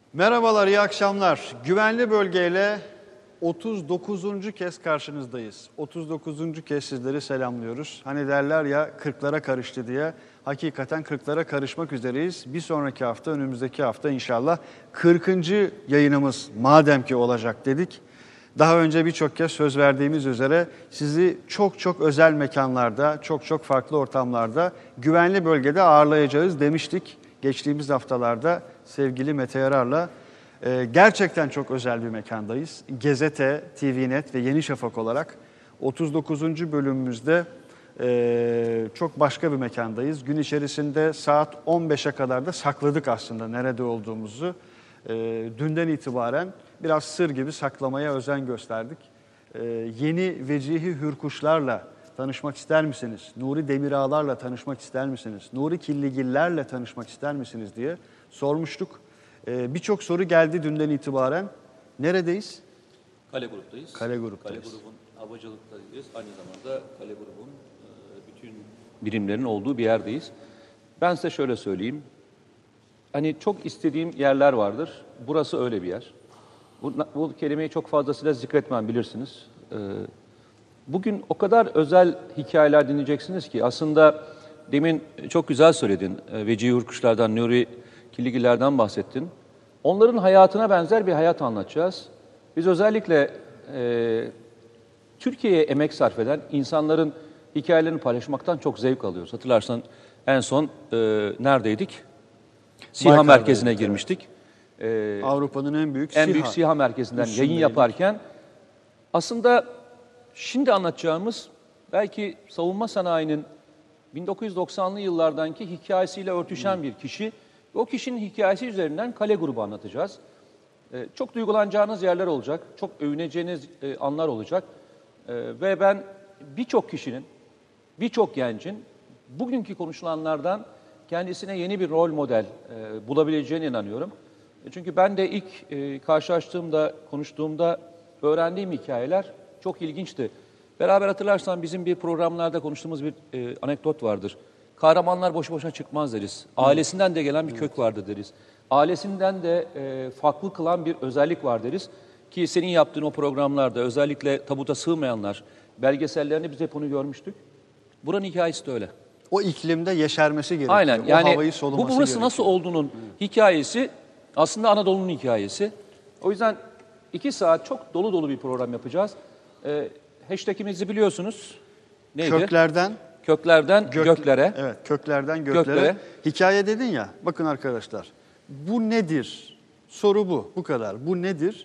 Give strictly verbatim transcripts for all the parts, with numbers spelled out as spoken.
Merhabalar, iyi akşamlar. Güvenli bölgeyle otuz dokuzuncu kez karşınızdayız. otuz dokuzuncu kez sizleri selamlıyoruz. Hani derler ya kırklara karıştı diye. Hakikaten kırklara karışmak üzereyiz. Bir sonraki hafta, önümüzdeki hafta inşallah kırkıncı yayınımız madem ki olacak dedik. Daha önce birçok kez söz verdiğimiz üzere sizi çok çok özel mekanlarda, çok çok farklı ortamlarda, güvenli bölgede ağırlayacağız demiştik. Geçtiğimiz haftalarda sevgili Mete Yarar'la e, gerçekten çok özel bir mekandayız. Gezete, T V Net ve Yeni Şafak olarak otuz dokuzuncu bölümümüzde e, çok başka bir mekandayız. Gün içerisinde saat on beşe kadar da sakladık aslında nerede olduğumuzu. E, dünden itibaren biraz sır gibi saklamaya özen gösterdik. E, yeni vecihi hürkuşlarla tanışmak ister misiniz? Nuri Demirağlar'la tanışmak ister misiniz? Nuri Killigiller'le tanışmak ister misiniz diye sormuştuk. Ee, Birçok soru geldi dünden itibaren. Neredeyiz? Kale Grup'tayız. Kale Grup'tayız. Kale Grup'un havacılıktayız. Aynı zamanda Kale Grup'un e, bütün birimlerin olduğu bir yerdeyiz. Ben size şöyle söyleyeyim. Hani çok istediğim yerler vardır. Burası öyle bir yer. Bu, bu kelimeyi çok fazlasıyla zikretmem bilirsiniz. Ee, Bugün o kadar özel hikayeler dinleyeceksiniz ki aslında demin çok güzel söyledin. Vecihi Hürkuşlar'dan, Nuri Killigiller'den bahsettin. Onların hayatına benzer bir hayat anlatacağız. Biz özellikle e, Türkiye'ye emek sarf eden insanların hikayelerini paylaşmaktan çok zevk alıyoruz. Hatırlarsan en son e, neredeydik? SİHA Baykar'daydık, merkezine girmiştik. Evet. Avrupa'nın en büyük en SİHA, büyük SİHA merkezinden üstündeydik. yayın yaparken aslında şimdi anlatacağımız belki savunma sanayinin bin dokuz yüz doksanlı yıllardanki hikayesiyle örtüşen bir kişi. O kişinin hikayesi üzerinden Kale Grubu anlatacağız. Ee, çok duygulanacağınız yerler olacak, çok övüneceğiniz e, anlar olacak. Ee, ve ben birçok kişinin, birçok gencin bugünkü konuşulanlardan kendisine yeni bir rol model e, bulabileceğine inanıyorum. E, çünkü ben de ilk e, karşılaştığımda, konuştuğumda öğrendiğim hikayeler çok ilginçti. Beraber hatırlarsan bizim bir programlarda konuştuğumuz bir e, anekdot vardır. Kahramanlar boşu boşuna çıkmaz deriz. Ailesinden de gelen bir kök vardır deriz. Ailesinden de e, farklı kılan bir özellik var deriz. Ki senin yaptığın o programlarda özellikle tabuta sığmayanlar belgesellerinde biz hep onu görmüştük. Buranın hikayesi de öyle. O iklimde yeşermesi gerekiyor. Aynen. O Yani havayı soluması bu burası gerekiyor. nasıl olduğunun hikayesi aslında Anadolu'nun hikayesi. O yüzden iki saat çok dolu dolu bir program yapacağız. Ee, hashtag'imizi biliyorsunuz. Neydi? Köklerden Köklerden gök, göklere. Evet, köklerden göklere. Göklere. Hikaye dedin ya. Bakın arkadaşlar. Bu nedir? Soru bu. Bu kadar. Bu nedir?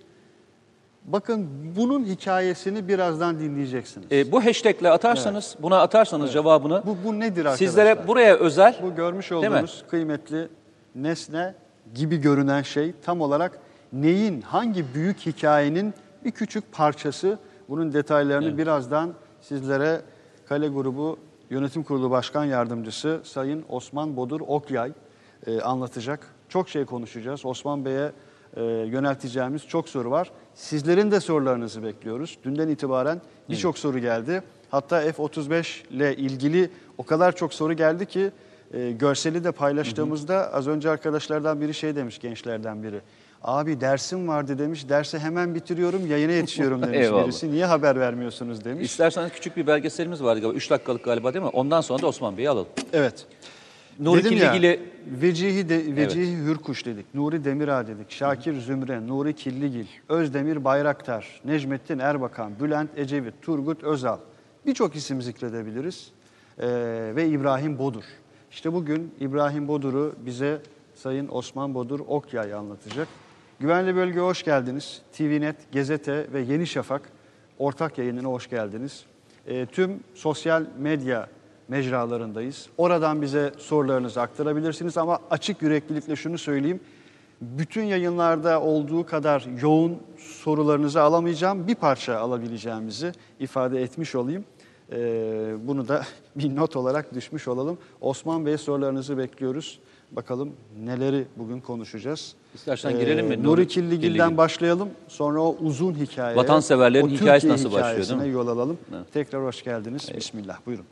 Bakın bunun hikayesini birazdan dinleyeceksiniz. Ee, bu hashtagle atarsanız, buna atarsanız cevabını Bu, bu nedir arkadaşlar? sizlere buraya özel, Bu görmüş değil mi? olduğunuz kıymetli nesne gibi görünen şey tam olarak neyin, hangi büyük hikayenin bir küçük parçası? Bunun detaylarını Evet. birazdan sizlere Kale Grubu Yönetim Kurulu Başkan Yardımcısı Sayın Osman Bodur Okyay e, anlatacak. Çok şey konuşacağız. Osman Bey'e e, yönelteceğimiz çok soru var. Sizlerin de sorularınızı bekliyoruz. Dünden itibaren birçok soru geldi. Hatta F otuz beş ile ilgili o kadar çok soru geldi ki e, görseli de paylaştığımızda hı hı. az önce arkadaşlardan biri şey demiş, gençlerden biri. Abi dersim vardı demiş, dersi hemen bitiriyorum, yayına yetişiyorum demiş birisi. Niye haber vermiyorsunuz demiş. İsterseniz küçük bir belgeselimiz vardı galiba, üç dakikalık galiba değil mi? Ondan sonra da Osman Bey'i alalım. Evet. Nuri Dedim ya, Killigil'i... Vecihi, de, Vecihi Evet. Hürkuş dedik, Nuri Demirağ dedik, Şakir Zümre, Nuri Killigil, Özdemir Bayraktar, Necmettin Erbakan, Bülent Ecevit, Turgut Özal. Birçok isim zikredebiliriz. Ee, ve İbrahim Bodur. İşte bugün İbrahim Bodur'u bize Sayın Osman Bodur Okyay anlatacak. Güvenli Bölge'ye hoş geldiniz. T V Net, Gezete ve Yeni Şafak ortak yayınına hoş geldiniz. E, tüm sosyal medya mecralarındayız. Oradan bize sorularınızı aktarabilirsiniz ama açık yüreklilikle şunu söyleyeyim. Bütün yayınlarda olduğu kadar yoğun sorularınızı alamayacağım. Bir parça alabileceğimizi ifade etmiş olayım. E, bunu da bir not olarak düşmüş olalım. Osman Bey sorularınızı bekliyoruz. Bakalım neleri bugün konuşacağız. İstersen girelim mi? Ee, Nuri Killigil'den başlayalım. Sonra o uzun hikaye, vatanseverlerin o hikayesi Türkiye nasıl başlıyor değil mi? yol alalım. Evet. Tekrar hoş geldiniz. Evet. Bismillah. Buyurun.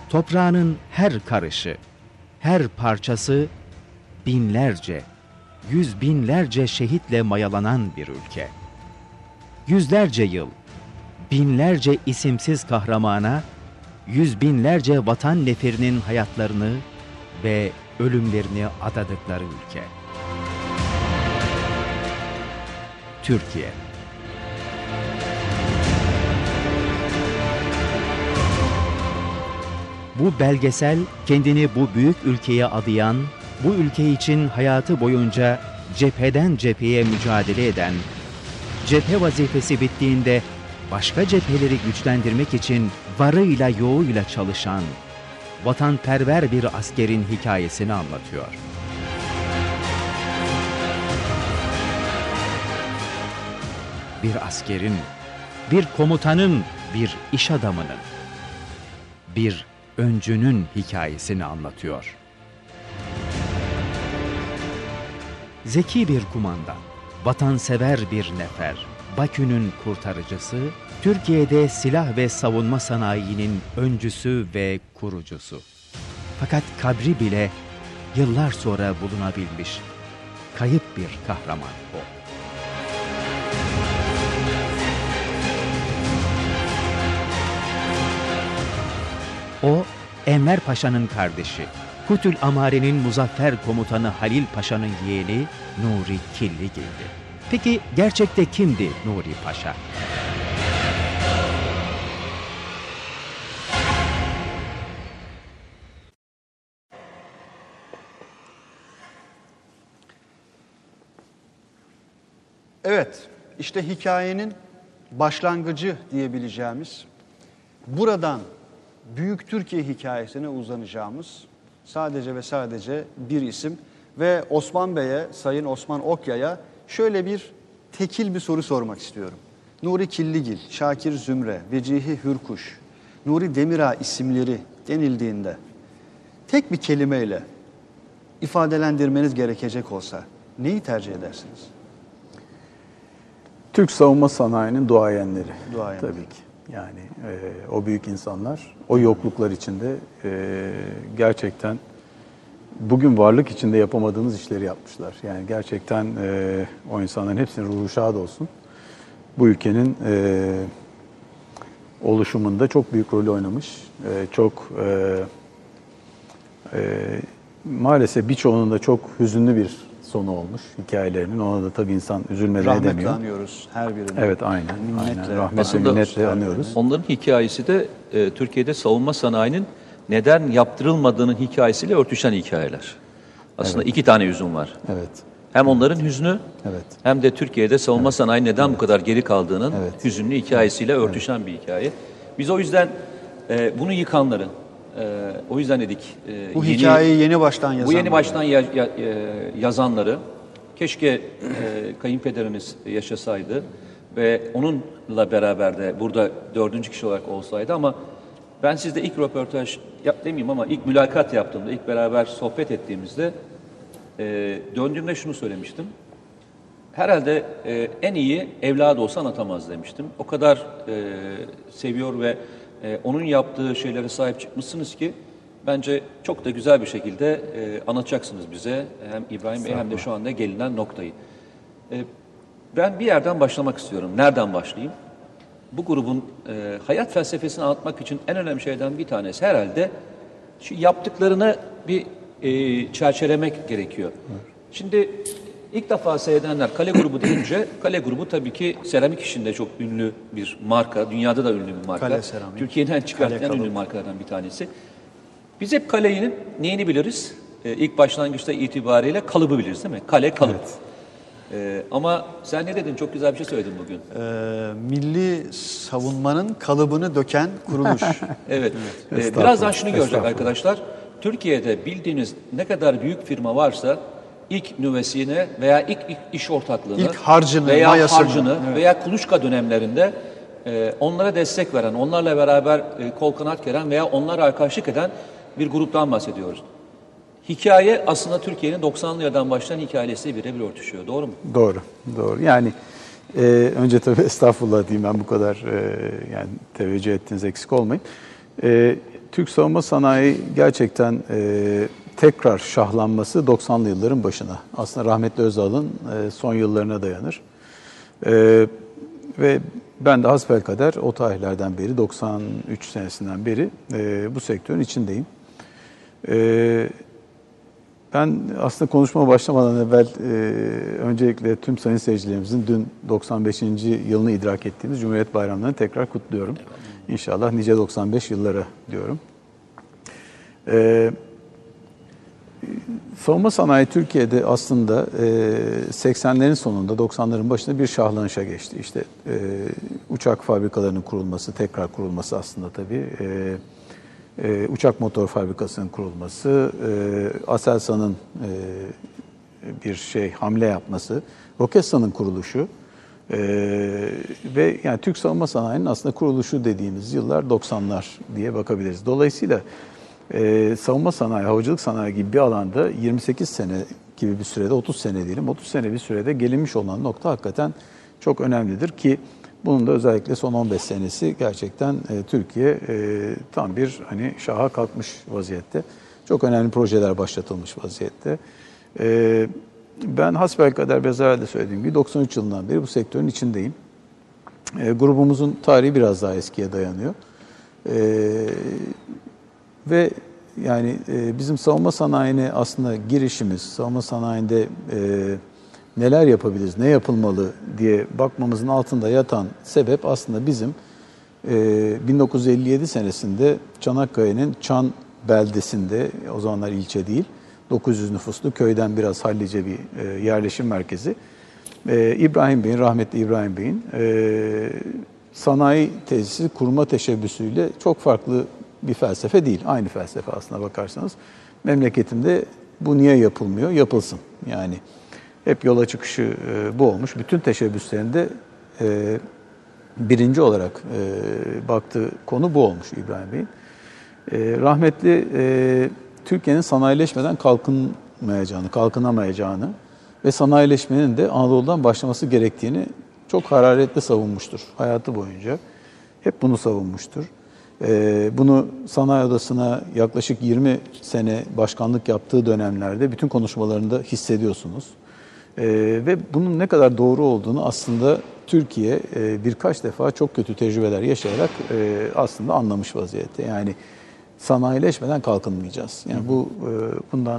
toprağının her karışı, her parçası binlerce, yüz binlerce şehitle mayalanan bir ülke. Yüzlerce yıl, binlerce isimsiz kahramana, yüz binlerce vatan neferinin hayatlarını ve ölümlerini adadıkları ülke. Türkiye. Bu belgesel kendini bu büyük ülkeye adayan, bu ülke için hayatı boyunca cepheden cepheye mücadele eden, cephe vazifesi bittiğinde başka cepheleri güçlendirmek için varıyla yoğuyla çalışan, vatanperver bir askerin hikayesini anlatıyor. Bir askerin, bir komutanın, bir iş adamının, bir öncünün hikayesini anlatıyor. Zeki bir kumandan, vatansever bir nefer, Bakü'nün kurtarıcısı, Türkiye'de silah ve savunma sanayinin öncüsü ve kurucusu. Fakat kabri bile yıllar sonra bulunabilmiş kayıp bir kahraman o. O, Enver Paşa'nın kardeşi, Kutül Amare'nin muzaffer komutanı Halil Paşa'nın yeğeni Nuri Killigil'di. Peki gerçekte kimdi Nuri Paşa? Evet, işte hikayenin başlangıcı diyebileceğimiz, buradan Büyük Türkiye hikayesine uzanacağımız sadece ve sadece bir isim ve Osman Bey'e, Sayın Osman Okya'ya şöyle bir tekil bir soru sormak istiyorum. Nuri Killigil, Şakir Zümre, Vecihi Hürkuş, Nuri Demirağ isimleri denildiğinde tek bir kelimeyle ifadelendirmeniz gerekecek olsa neyi tercih edersiniz? Türk savunma sanayinin duayenleri. Duayenleri. Tabii ki. Yani e, o büyük insanlar, o yokluklar içinde e, gerçekten bugün varlık içinde yapamadığımız işleri yapmışlar. Yani gerçekten e, o insanların hepsinin ruhu şad olsun. Bu ülkenin e, oluşumunda çok büyük rol oynamış. E, çok e, e, maalesef birçoğunun da çok hüzünlü bir sonu olmuş hikayelerinin. Ona da tabii insan üzülmeden Rahmetle edemiyor. anıyoruz her birini. Evet, aynen. Minnetle. aynen. Rahmetle, Aslında minnetle anıyoruz. Onların hikayesi de e, Türkiye'de savunma sanayinin neden yaptırılmadığının hikayesiyle örtüşen hikayeler. Aslında Evet. iki tane hüzün var. Evet. Hem onların hüznü Evet. hem de Türkiye'de savunma sanayi neden bu kadar geri kaldığının Evet. hüzünlü hikayesiyle örtüşen bir hikaye. Biz o yüzden e, bunu yıkanların, e, o yüzden dedik e, Bu hikayeyi yeni baştan yazanlar. bu yeni baştan ya- ya- e, yazanları keşke e, kayınpederiniz yaşasaydı ve onunla beraber de burada dördüncü kişi olarak olsaydı, ama ben sizde ilk röportaj yap demeyeyim ama ilk mülakat yaptığımda, ilk beraber sohbet ettiğimizde e, döndüğümde şunu söylemiştim. Herhalde e, en iyi evladı olsa anlatamaz demiştim. O kadar e, seviyor ve e, onun yaptığı şeylere sahip çıkmışsınız ki bence çok da güzel bir şekilde e, anlatacaksınız bize, hem İbrahim Bey hem de şu anda gelinen noktayı. E, ben bir yerden başlamak istiyorum. Nereden başlayayım? Bu grubun e, hayat felsefesini anlatmak için en önemli şeyden bir tanesi herhalde şu yaptıklarını bir e, çerçevelemek gerekiyor. Şimdi ilk defa seyredenler Kale Grubu deyince, Kale Grubu tabii ki seramik işinde çok ünlü bir marka, dünyada da ünlü bir marka. Kale seramik. Türkiye'den çıkartılan Kale ünlü kalıp. markalardan bir tanesi. Biz hep kalenin neyini biliriz? Ee, ilk başlangıçta itibariyle kalıbı biliriz değil mi? Kale, kalıp. Ee, ama sen ne dedin? Çok güzel bir şey söyledin bugün. Ee, milli savunmanın kalıbını döken kuruluş. Evet. Ee, Estağfurullah, birazdan şunu görecek estağfurullah. arkadaşlar. Türkiye'de bildiğiniz ne kadar büyük firma varsa ilk nüvesine veya ilk, ilk iş ortaklığını İlk harcını, veya mayasını, harcını veya kuluçka dönemlerinde e, onlara destek veren, onlarla beraber e, kol kanat geren veya onlara arkadaşlık eden bir gruptan bahsediyoruz. Hikaye aslında Türkiye'nin doksanlı yıllardan başlayan hikayesiyle birebir örtüşüyor. Doğru mu? Doğru, doğru. Yani e, önce tabii estağfurullah diyeyim, ben bu kadar e, yani teveccüh ettiğiniz eksik olmayın. E, Türk savunma sanayi gerçekten e, tekrar şahlanması doksanlı yılların başına. Aslında rahmetli Özal'ın e, son yıllarına dayanır. E, ve ben de hasbelkader o tarihlerden beri, doksan üç senesinden beri e, bu sektörün içindeyim. E, ben aslında konuşmama başlamadan evvel e, öncelikle tüm sayın seyircilerimizin dün doksan beşinci yılını idrak ettiğimiz Cumhuriyet Bayramlarını tekrar kutluyorum. İnşallah nice doksan beş yıllara diyorum. Ee, savunma sanayi Türkiye'de aslında e, seksenlerin sonunda doksanların başında bir şahlanışa geçti. İşte e, uçak fabrikalarının kurulması, tekrar kurulması aslında tabii. E, e, uçak motor fabrikasının kurulması, e, Aselsan'ın e, bir şey hamle yapması, Roketsan'ın kuruluşu. Ee, ve yani Türk savunma sanayinin aslında kuruluşu dediğimiz yıllar doksanlar diye bakabiliriz. Dolayısıyla e, savunma sanayi, havacılık sanayi gibi bir alanda yirmi sekiz sene gibi bir sürede, otuz sene diyelim, otuz sene bir sürede gelinmiş olan nokta hakikaten çok önemlidir ki bunun da özellikle son on beş senesi gerçekten e, Türkiye e, tam bir hani şaha kalkmış vaziyette. Çok önemli projeler başlatılmış vaziyette. E, Ben hasbelkader biraz evvel de söylediğim gibi doksan üç yılından beri bu sektörün içindeyim. E, grubumuzun tarihi biraz daha eskiye dayanıyor. E, ve yani e, bizim savunma sanayine aslında girişimiz, savunma sanayinde e, neler yapabiliriz, ne yapılmalı diye bakmamızın altında yatan sebep aslında bizim e, bin dokuz yüz elli yedi senesinde Çanakkale'nin Çan beldesinde, o zamanlar ilçe değil, dokuz yüz nüfuslu köyden biraz hallice bir e, yerleşim merkezi. E, İbrahim Bey'in, rahmetli İbrahim Bey'in e, sanayi tesisi kurma teşebbüsüyle çok farklı bir felsefe değil. Aynı felsefe aslına bakarsanız. Memleketimde bu niye yapılmıyor? Yapılsın. Yani hep yola çıkışı e, bu olmuş. Bütün teşebbüslerinde e, birinci olarak e, baktığı konu bu olmuş İbrahim Bey'in. E, rahmetli e, Türkiye'nin sanayileşmeden kalkınmayacağını, kalkınamayacağını ve sanayileşmenin de Anadolu'dan başlaması gerektiğini çok hararetle savunmuştur hayatı boyunca. Hep bunu savunmuştur. Ee, bunu Sanayi Odası'na yaklaşık yirmi sene başkanlık yaptığı dönemlerde bütün konuşmalarında hissediyorsunuz. Ee, ve bunun ne kadar doğru olduğunu aslında Türkiye e, birkaç defa çok kötü tecrübeler yaşayarak e, aslında anlamış vaziyette. Yani sanayileşmeden kalkınmayacağız. Yani bu bundan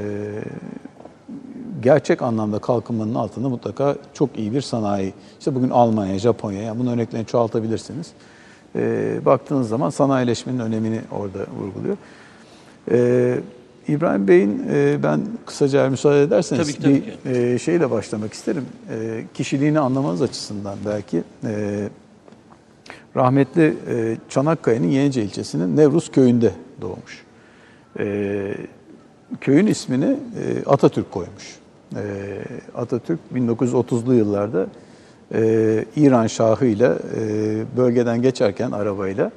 gerçek anlamda kalkınmanın altında mutlaka çok iyi bir sanayi. İşte bugün Almanya, Japonya, yani bunun örneklerini çoğaltabilirsiniz. Baktığınız zaman sanayileşmenin önemini orada vurguluyor. İbrahim Bey'in ben kısaca müsaade ederseniz tabii ki, tabii ki. bir şeyle başlamak isterim. Kişiliğini anlamanız açısından belki. Rahmetli Çanakkale'nin Yenice ilçesinin Nevruz köyünde doğmuş. Köyün ismini Atatürk koymuş. Atatürk bin dokuz yüz otuzlu yıllarda İran Şahı ile bölgeden geçerken arabayla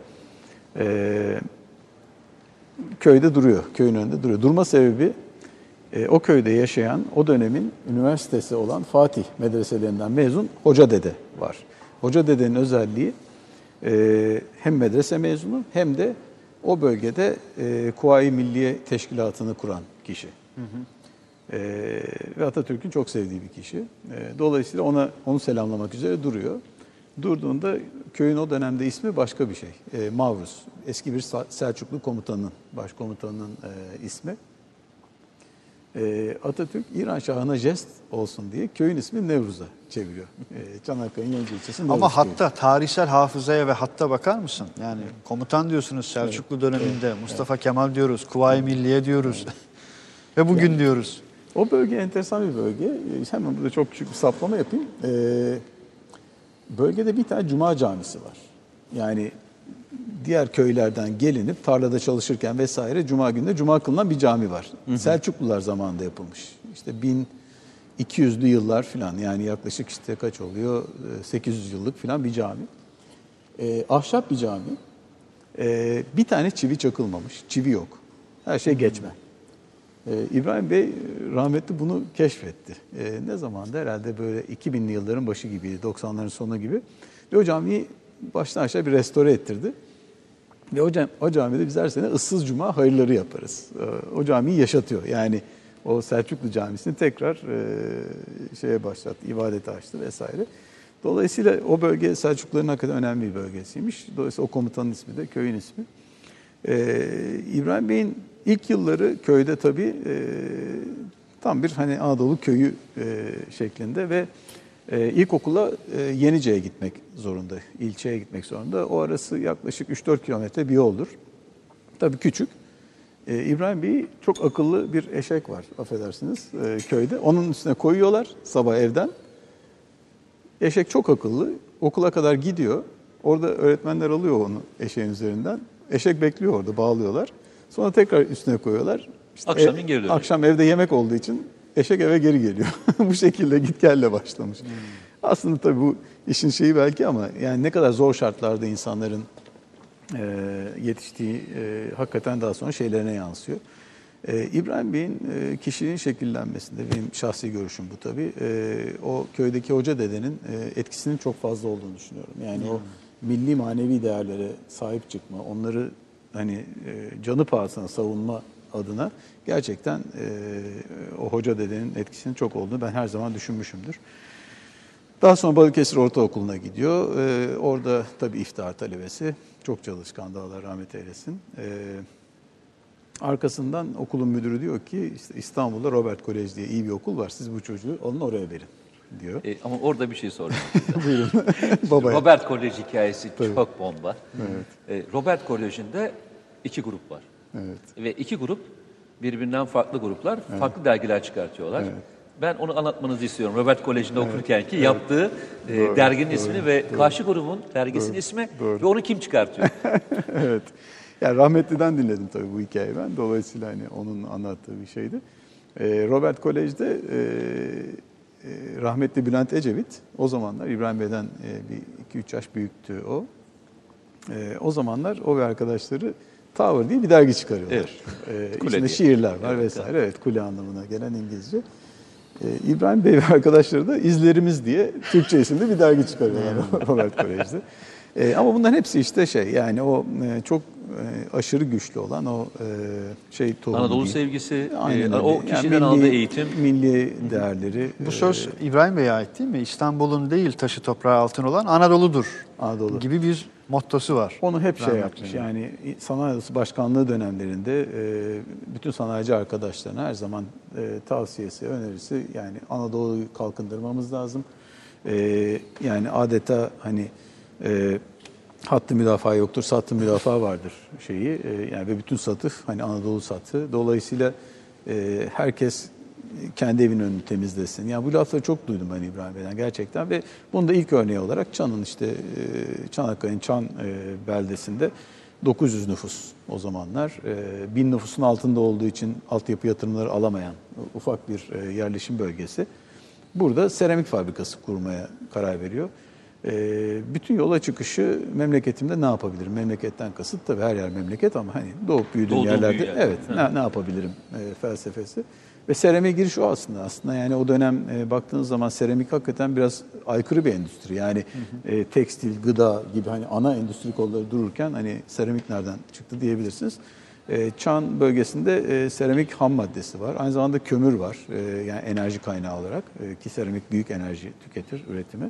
köyde duruyor, köyün önünde duruyor. Durma sebebi o köyde yaşayan, o dönemin üniversitesi olan Fatih medreselerinden mezun Hoca Dede var. Hoca Dede'nin özelliği Ee, hem medrese mezunu hem de o bölgede e, Kuvayi Milliye Teşkilatı'nı kuran kişi. Hı hı. Ee, ve Atatürk'ün çok sevdiği bir kişi. Ee, dolayısıyla ona onu selamlamak üzere duruyor. Durduğunda köyün o dönemde ismi başka bir şey. Ee, Mavruz. Eski bir Selçuklu komutanının, başkomutanının e, ismi. Ee, Atatürk İran Şahı'na jest olsun diye köyün ismini Nevruz'a çeviriyor. Ee, Çanakkale'nin Yenice ilçesi Nevruz Ama köyü. hatta tarihsel hafızaya ve hatta bakar mısın? Yani komutan diyorsunuz Selçuklu döneminde, evet, Mustafa evet. Kemal diyoruz, Kuvayi Milliye diyoruz evet. ve bugün yani, diyoruz. O bölge enteresan bir bölge. Hemen burada çok küçük bir saplama yapayım. Ee, bölgede bir tane Cuma camisi var. Yani diğer köylerden gelinip tarlada çalışırken vesaire Cuma günde Cuma kılınan bir cami var. Hı hı. Selçuklular zamanında yapılmış. İşte bin iki yüzlü yıllar falan, yani yaklaşık işte kaç oluyor? sekiz yüz yıllık falan bir cami. E, ahşap bir cami. E, bir tane çivi çakılmamış. Çivi yok. Her şey geçme. E, İbrahim Bey rahmetli bunu keşfetti. E, ne zamandı? Herhalde böyle iki binli yılların başı gibiydi. doksanların sonu gibi. Ve o camiyi baştan aşağı bir restore ettirdi. Ve o, cam, o camide biz her sene ıssız cuma hayırları yaparız. O camiyi yaşatıyor. Yani o Selçuklu Camisi'ni tekrar e, şeye başlattı, ibadete açtı vesaire. Dolayısıyla o bölge Selçukluların hakikaten önemli bir bölgesiymiş. Dolayısıyla o komutanın ismi de köyün ismi. Ee, İbrahim Bey'in ilk yılları köyde tabii e, tam bir hani Anadolu köyü e, şeklinde ve e, ilkokula e, Yenice'ye gitmek zorunda, ilçeye gitmek zorunda. O arası yaklaşık üç dört kilometre bir yoldur. Tabii küçük. E, İbrahim Bey çok akıllı bir eşek var, affedersiniz, e, köyde. Onun üstüne koyuyorlar sabah evden. Eşek çok akıllı. Okula kadar gidiyor. Orada öğretmenler alıyor onu eşeğin üzerinden. Eşek bekliyor orada, bağlıyorlar. Sonra tekrar üstüne koyuyorlar. İşte Akşam ev, geri dönüyor. Akşam evde yemek olduğu için eşek eve geri geliyor. Bu şekilde git gelle başlamış. Hmm. Aslında tabii bu işin şeyi belki ama yani ne kadar zor şartlarda insanların e, yetiştiği e, hakikaten daha sonra şeylerine yansıyor. Ee, İbrahim Bey'in e, kişiliğin şekillenmesinde, benim şahsi görüşüm bu tabii, e, o köydeki hoca dedenin e, etkisinin çok fazla olduğunu düşünüyorum. Yani hmm. o milli manevi değerlere sahip çıkma, onları hani e, canı pahasına savunma adına gerçekten e, o hoca dedenin etkisinin çok olduğunu ben her zaman düşünmüşümdür. Daha sonra Balıkesir Ortaokulu'na gidiyor. E, orada tabii iftihar talebesi, çok çalışkan, Allah rahmet eylesin. E, Arkasından okulun müdürü diyor ki işte İstanbul'da Robert College diye iyi bir okul var. Siz bu çocuğu alın oraya verin diyor. E, ama orada bir şey sorayım. Buyurun. Babaya. Robert College hikayesi Tabii. çok bomba. Evet. E, Robert College'inde iki grup var. Evet. Ve iki grup birbirinden farklı gruplar, evet. farklı dergiler çıkartıyorlar. Evet. Ben onu anlatmanızı istiyorum. Robert College'inde evet. okurken ki evet. yaptığı e, doğru, derginin doğru, ismini doğru, ve doğru. karşı grubun dergisinin doğru, ismi doğru. ve onu kim çıkartıyor? Evet. Yani rahmetliden dinledim tabii bu hikayeyi ben. Dolayısıyla hani onun anlattığı bir şeydi. Ee, Robert College'de e, e, rahmetli Bülent Ecevit, o zamanlar İbrahim Bey'den e, bir iki üç yaş büyüktü o. E, o zamanlar o ve arkadaşları Tower diye bir dergi çıkarıyorlar. Evet. E, içinde şiirler var evet, vesaire. Evet. evet, kule anlamına gelen İngilizce. E, İbrahim Bey ve arkadaşları da İzlerimiz diye Türkçe isimli bir dergi çıkarıyorlar Robert College'de. E, ama bunların hepsi işte şey yani o e, çok e, aşırı güçlü olan o e, şey tohumu Anadolu değil. sevgisi, Aynen e, o kişiden yani milli, aldığı eğitim. Milli değerleri. Bu söz e, İbrahim Bey'e ait değil mi? İstanbul'un değil taşı toprağı altın olan Anadolu'dur Anadolu gibi bir mottosu var. Onu hep şey yapmış yani Sanayi Odası Başkanlığı dönemlerinde e, bütün sanayici arkadaşlarına her zaman e, tavsiyesi, önerisi yani Anadolu'yu kalkındırmamız lazım. E, yani adeta hani e, hattı müdafaa yoktur, sattı müdafaa vardır şeyi. E, yani ve bütün satı hani Anadolu satı. Dolayısıyla e, herkes kendi evinin önünü temizlesin. Yani bu lafları çok duydum ben İbrahim Bey'den gerçekten ve bunun da ilk örneği olarak Çan'ın işte e, Çanakkale'nin Çan e, beldesinde dokuz yüz nüfus o zamanlar. E, bin nüfusun altında olduğu için altyapı yatırımları alamayan ufak bir e, yerleşim bölgesi. Burada seramik fabrikası kurmaya karar veriyor. E, bütün yola çıkışı memleketimde ne yapabilirim? Memleketten kasıt tabii her yer memleket ama hani doğup büyüdüğüm Doğduğum yerlerde yani. evet ne, ne yapabilirim e, felsefesi. Ve seramiğe giriş o aslında. Aslında yani o dönem e, baktığınız zaman seramik hakikaten biraz aykırı bir endüstri. Yani hı hı. E, tekstil, gıda gibi hani ana endüstri kolları dururken hani seramik nereden çıktı diyebilirsiniz. E, Çan bölgesinde e, seramik ham maddesi var. Aynı zamanda kömür var. E, yani enerji kaynağı olarak e, ki seramik büyük enerji tüketir üretimi.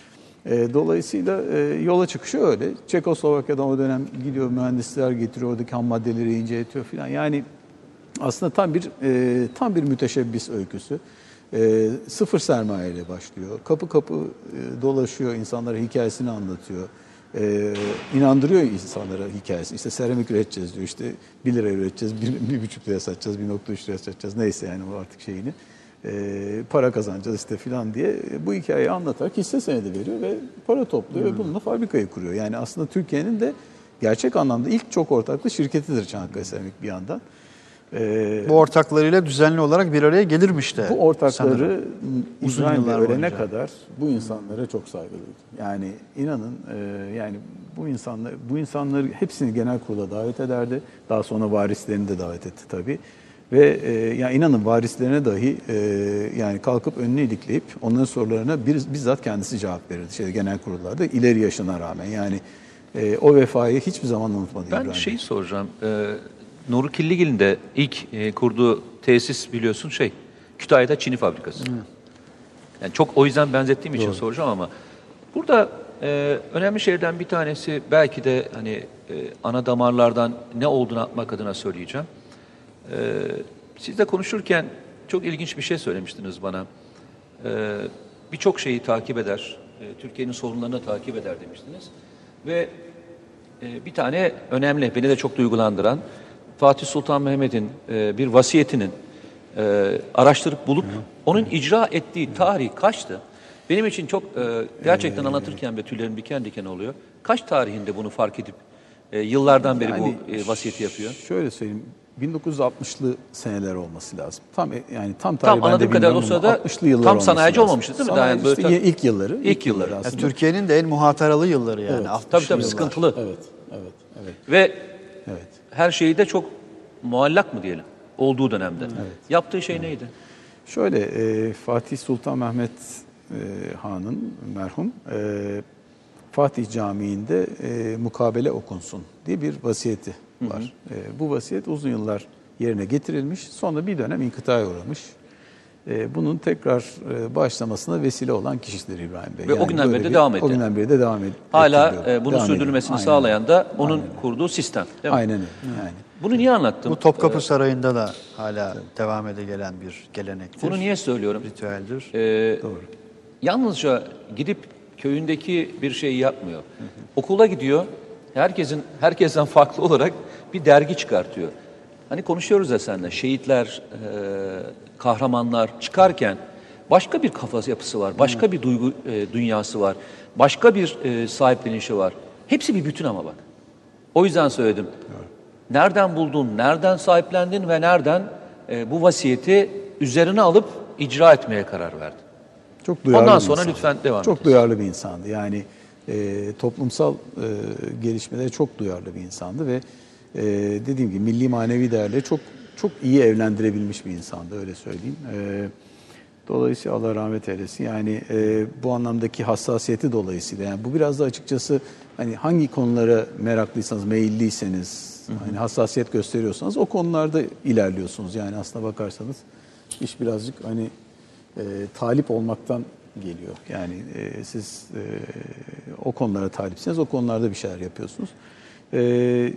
E, dolayısıyla e, yola çıkışı öyle. Çekoslovakya'dan o dönem gidiyor mühendisler getiriyor oradaki ham maddeleri inceletiyor falan. Yani aslında tam bir e, tam bir müteşebbis öyküsü. E, sıfır sermayeyle başlıyor. Kapı kapı e, dolaşıyor, insanlara hikayesini anlatıyor. E, inandırıyor insanlara hikayesi. İşte seramik üreteceğiz diyor. İşte bir lira üreteceğiz, bir, bir buçuk liraya satacağız, bir nokta üç liraya satacağız. Neyse yani bu artık şeyini. E, para kazanacağız işte filan diye bu hikayeyi anlatarak hisse senedi veriyor ve para topluyor hmm. ve bununla fabrikayı kuruyor. Yani aslında Türkiye'nin de gerçek anlamda ilk çok ortaklı şirketidir Çanakkale Seramik bir yandan. Ee, bu ortaklarıyla düzenli olarak bir araya gelirmiş de. Bu ortakları sanırım. uzun yıllar ölene kadar bu insanlara çok saygılıydı. Yani inanın e, yani bu insanlar bu insanları hepsini genel kurula davet ederdi. Daha sonra varislerini de davet etti tabii. Ve e, yani inanın varislerine dahi e, yani kalkıp önünü ilikleyip onların sorularına bir, bizzat kendisi cevap verirdi. Şey, genel kurullarda ileri yaşına rağmen yani e, o vefayı hiçbir zaman unutmadı Ben İbrahim şeyi Bey. soracağım. Ee, Nuri Killigil'in de ilk e, kurduğu tesis biliyorsun şey, Kütahya'da çini fabrikası. Yani çok o yüzden benzettiğim için soracağım ama burada e, önemli şeylerden bir tanesi belki de hani e, ana damarlardan ne olduğunu atmak adına söyleyeceğim. E, siz de konuşurken çok ilginç bir şey söylemiştiniz bana. E, Birçok şeyi takip eder, e, Türkiye'nin sorunlarını takip eder demiştiniz. Ve e, bir tane önemli, beni de çok duygulandıran Fatih Sultan Mehmet'in e, bir vasiyetinin e, araştırıp bulup onun icra ettiği tarih kaçtı? Benim için çok e, gerçekten anlatırken ve tüylerim diken diken oluyor. Kaç tarihinde bunu fark edip e, yıllardan beri Yani bu e, vasiyeti yapıyor? Şöyle söyleyeyim, bin dokuz yüz altmışlı seneler olması lazım. Tam e, yani tam Tam tarihi ben de anladığım kadarıyla bilmiyorum o ama sırada altmışlı yıllar tam olması sanayici lazım. olmamıştı değil mi? Sanayi, Yani böyle işte tam- ilk yılları. İlk yılları. Ya aslında. Türkiye'nin de en muhataralı yılları yani. Evet. altmışlı Tabii tabii yıllar. sıkıntılı. Evet, evet, evet, Ve evet. her şeyi de çok muallak mı diyelim olduğu dönemde. Yaptığı şey neydi? Şöyle e, Fatih Sultan Mehmet e, Han'ın merhum e, Fatih Camii'nde e, mukabele okunsun diye bir vasiyeti var. E, bu vasiyet uzun yıllar yerine getirilmiş. Sonra bir dönem inkıtaya uğramış. E, bunun tekrar e, başlamasına vesile olan kişidir İbrahim Bey. Ve o günden böyle beri de bir- devam ediyor. O günden beri de devam ediyor. Hala e, bunu Devam sürdürmesini ediyor. Aynen. sağlayan da onun kurduğu sistem. Değil mi? Aynen öyle. Yani. Bunu niye anlattım? Bu Topkapı Sarayı'nda da hala devam ede gelen bir gelenektir. Bunu niye söylüyorum? Ritüeldir. Ee, Yalnızca gidip köyündeki bir şeyi yapmıyor. Okula gidiyor. Herkesin herkesten farklı olarak bir dergi çıkartıyor. Hani konuşuyoruz ya seninle. Şehitler, e, kahramanlar çıkarken başka bir kafa yapısı var. Başka bir duygu e, dünyası var. Başka bir e, sahiplenişi var. Hepsi bir bütün ama bak. O yüzden söyledim. Nereden buldun, nereden sahiplendin ve nereden e, bu vasiyeti üzerine alıp icra etmeye karar verdin? Çok duyarlı Ondan bir sonra insan. lütfen devam Çok et. duyarlı bir insandı. Yani e, toplumsal e, gelişmelere çok duyarlı bir insandı ve e, dediğim gibi milli manevi değerleri çok çok iyi evlendirebilmiş bir insandı, öyle söyleyeyim. E, dolayısıyla Allah rahmet eylesin. Yani e, bu anlamdaki hassasiyeti dolayısıyla, yani bu biraz da açıkçası hani hangi konulara meraklıysanız, meyilliyseniz, hani hassasiyet gösteriyorsanız o konularda ilerliyorsunuz. Yani aslına bakarsanız iş birazcık hani e, talip olmaktan geliyor. Yani e, siz e, o konulara talipsiniz, o konularda bir şeyler yapıyorsunuz. E,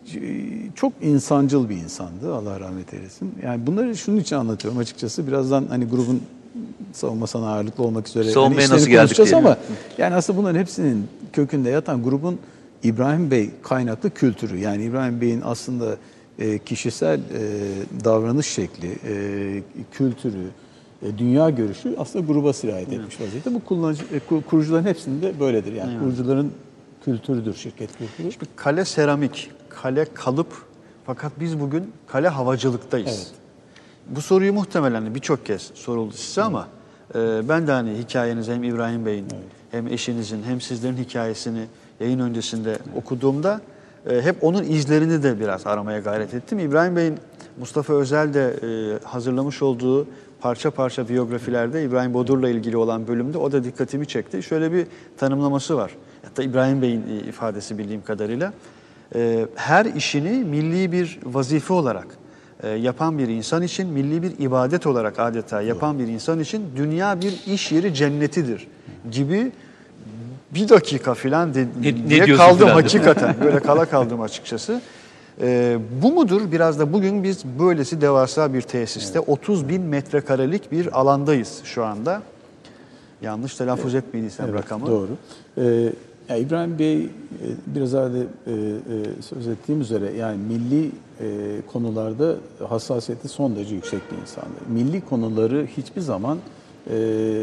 çok insancıl bir insandı, Allah rahmet eylesin. Yani bunları şunun için anlatıyorum açıkçası. Birazdan hani grubun savunma sanayi ağırlıklı olmak üzere Savunmaya hani nasıl işleri geldik konuşacağız diye. ama yani aslında bunların hepsinin kökünde yatan grubun İbrahim Bey kaynaklı kültürü. Yani İbrahim Bey'in aslında e, kişisel e, davranış şekli, e, kültürü, e, dünya görüşü aslında gruba sirayet etmiş vaziyette. Bu kullanıcı, e, kurucuların hepsinde böyledir. Yani kurucuların kültürüdür, şirket kültürü. Kale seramik, kale kalıp, fakat biz bugün kale havacılıktayız. Evet. Bu soruyu muhtemelen birçok kez soruldu size ama e, ben de hani hikayenizi hem İbrahim Bey'in hem eşinizin hem sizlerin hikayesini yayın öncesinde okuduğumda e, hep onun izlerini de biraz aramaya gayret ettim. İbrahim Bey'in Mustafa Özel de e, hazırlamış olduğu parça parça biyografilerde İbrahim Bodur'la ilgili olan bölümde o da dikkatimi çekti. Şöyle bir tanımlaması var. Hatta İbrahim Bey'in ifadesi bildiğim kadarıyla. E, her işini milli bir vazife olarak e, yapan bir insan için, milli bir ibadet olarak adeta yapan bir insan için dünya bir iş yeri cennetidir gibi bir dakika filan de, Ne- ne diye diyorsun kaldım filan? hakikaten. Böyle kala kaldım açıkçası. Ee, bu mudur? Biraz da bugün biz böylesi devasa bir tesiste evet. otuz bin metrekarelik bir alandayız şu anda. Yanlış telaffuz evet. etmediysem evet, rakamı. Doğru. Ee, yani İbrahim Bey biraz önce e, e, söz ettiğim üzere yani milli e, konularda hassasiyeti son derece yüksek bir insandı. Milli konuları hiçbir zaman e,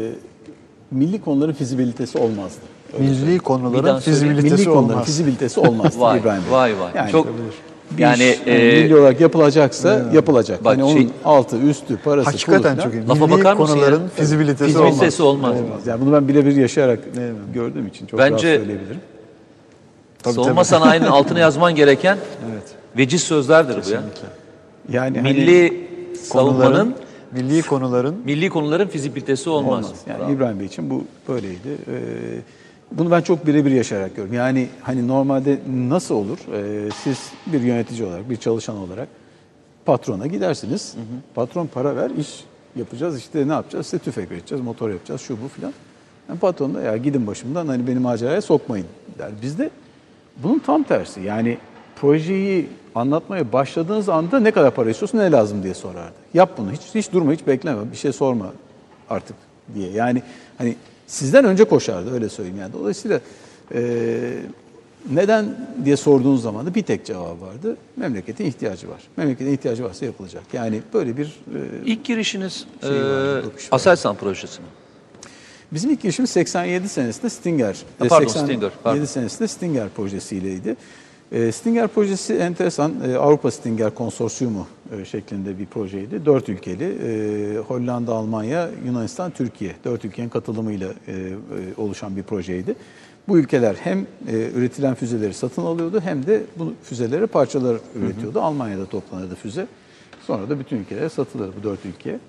milli konuların fizibilitesi olmazdı. Milli Bir konuların daha söyleyeyim. fizibilitesi Milli konuların olmaz. fizibilitesi olmazdı Vay, İbrahim Bey. vay vay. Yani, Çok bir yani, iş, e, yani milli olarak yapılacaksa yapılacak. Bak, hani onun şey- altı, üstü, parası, Hakikaten pulu çok falan iyi. Lafa Milli bakar mısın konuların ya? fizibilitesi, Fizibilitesi olmaz. olmaz. olmaz. Yani bunu ben birebir yaşayarak gördüğüm için çok Bence- rahat söyleyebilirim. Tabii, Savunma tabii. sanayinin altına yazman gereken Evet. veciz sözlerdir bu ya. Yani hani Milli savunmanın, Konuların, milli konuların milli konuların fizibilitesi olmaz. olmaz. Yani İbrahim Bey için bu böyleydi. Ee, bunu ben çok birebir yaşayarak görüyorum. Yani hani normalde nasıl olur? Ee, siz bir yönetici olarak, bir çalışan olarak patrona gidersiniz. Hı hı. Patron para ver, iş yapacağız. İşte ne yapacağız? İşte tüfek üreteceğiz, motor yapacağız, şu bu filan. Yani patron da ya gidin başımdan, hani beni maceraya sokmayın der. Bizde bunun tam tersi. Yani projeyi anlatmaya başladığınız anda ne kadar para istiyorsun, ne lazım diye sorardı. Yap bunu, hiç hiç durma, hiç bekleme, bir şey sorma artık diye. Yani hani sizden önce koşardı, öyle söyleyeyim yani. Dolayısıyla e, neden diye sorduğunuz zaman da bir tek cevap vardı. Memleketin ihtiyacı var. Memleketin ihtiyacı varsa yapılacak. Yani böyle bir... E, İlk girişiniz şey vardı, e, Aselsan projesi mi? Bizim ilk girişimiz seksen yedi senesinde Stinger. Ha, pardon, seksen yedi Stinger. Pardon. senesinde Stinger projesiyleydi. E, Stinger projesi enteresan. E, Avrupa Stinger Konsorsiyumu e, şeklinde bir projeydi. Dört ülkeli. E, Hollanda, Almanya, Yunanistan, Türkiye. Dört ülkenin katılımıyla e, e, oluşan bir projeydi. Bu ülkeler hem e, üretilen füzeleri satın alıyordu hem de bu füzelere parçalar üretiyordu. Hı hı. Almanya'da toplanırdı füze. Sonra da bütün ülkelere satılırdı, bu dört ülkeye.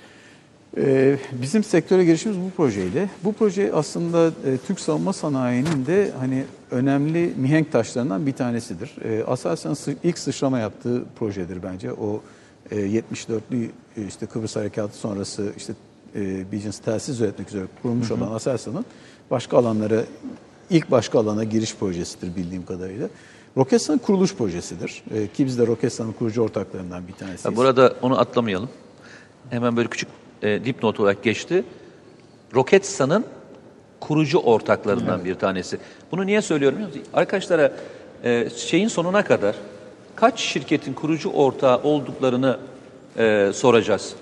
Ee, bizim sektöre girişimiz bu projeyle. Bu proje aslında e, Türk savunma sanayinin de hani önemli mihenk taşlarından bir tanesidir. E, Aselsan'ın ilk sıçrama yaptığı projedir bence. O e, yetmiş dörtlü e, işte Kıbrıs Harekatı sonrası işte e, Bicinz telsiz üretmek üzere kurulmuş hı hı. olan Aselsan'ın başka alanlara, ilk başka alana giriş projesidir bildiğim kadarıyla. Roketsan'ın kuruluş projesidir. E, ki biz de Roketsan'ın kurucu ortaklarından bir tanesiyiz. Burada onu atlamayalım. Hemen böyle küçük E, dipnot olarak geçti. Roketsan'ın kurucu ortaklarından evet. bir tanesi. Bunu niye söylüyorum? Arkadaşlara e, şeyin sonuna kadar kaç şirketin kurucu ortağı olduklarını e, soracağız.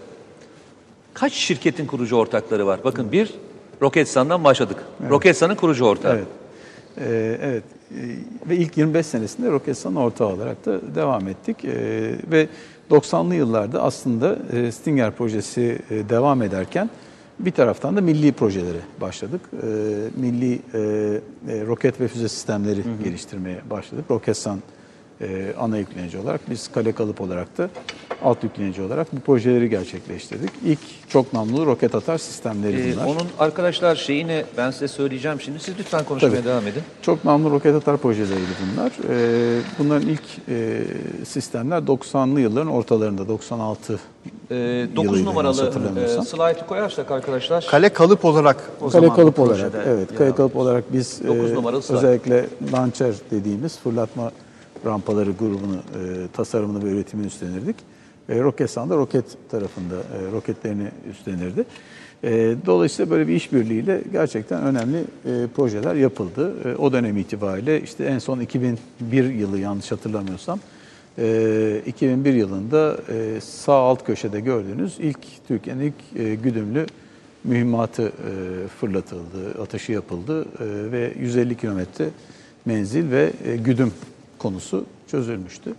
Kaç şirketin kurucu ortakları var? Bakın evet. bir Roketsan'dan başladık. Evet. Roketsan'ın kurucu ortağı. Evet. Ee, evet. Ve ilk yirmi beş senesinde Roketsan'ın ortağı olarak da devam ettik. Ee, ve doksanlı yıllarda aslında Stinger projesi devam ederken bir taraftan da milli projelere başladık. Milli roket ve füze sistemleri hı hı. geliştirmeye başladık. Roketsan ana yüklenici olarak, biz kale kalıp olarak da alt yüklenici olarak bu projeleri gerçekleştirdik. İlk çok namlulu roket atar sistemleri bunlar. Ee, onun arkadaşlar şeyini ben size söyleyeceğim şimdi. Siz lütfen konuşmaya Tabii. devam edin. Çok namlulu roket atar projeleriydi bunlar. Ee, bunların ilk e, sistemler doksanlı yılların ortalarında, doksan altı ee, dokuz numaralı e, slaytı koyarsak arkadaşlar. Kale kalıp olarak o Kale zaman kalıp olarak, evet. Kale kalıp olarak biz e, özellikle launcher dediğimiz fırlatma rampaları grubunu, e, tasarımını ve üretimini üstlenirdik. E, Roketsan da roket tarafında e, roketlerini üstlenirdi. E, dolayısıyla böyle bir işbirliğiyle gerçekten önemli e, projeler yapıldı. E, o dönem itibariyle işte en son iki bin bir yılı yanlış hatırlamıyorsam e, iki bin bir yılında e, sağ alt köşede gördüğünüz ilk Türkiye'nin ilk e, güdümlü mühimmatı e, fırlatıldı, atışı yapıldı e, ve yüz elli kilometre menzil ve e, güdüm konusu çözülmüştü.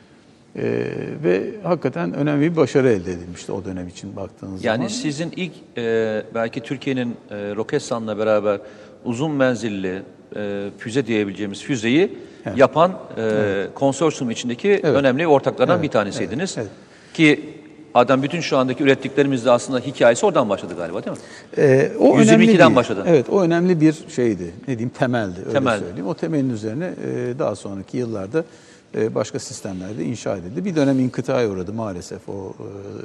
Ee, ve hakikaten önemli bir başarı elde edilmişti o dönem için baktığınız yani zaman. Yani sizin ilk e, belki Türkiye'nin e, Roketsan'la beraber uzun menzilli e, füze diyebileceğimiz füzeyi evet. yapan e, evet. konsorsiyum içindeki evet. önemli ortaklardan evet. bir tanesiydiniz. Evet. Evet. Ki adam bütün şu andaki ürettiklerimizde aslında hikayesi oradan başladı galiba değil mi? Ee, o yüz yirmi ikiden başladı. Evet, o önemli bir şeydi. Ne diyeyim, temeldi öyle Temel. söyleyeyim. O temelin üzerine e, daha sonraki yıllarda e, başka sistemlerde inşa edildi. Bir dönem inkıtaya uğradı maalesef. O e,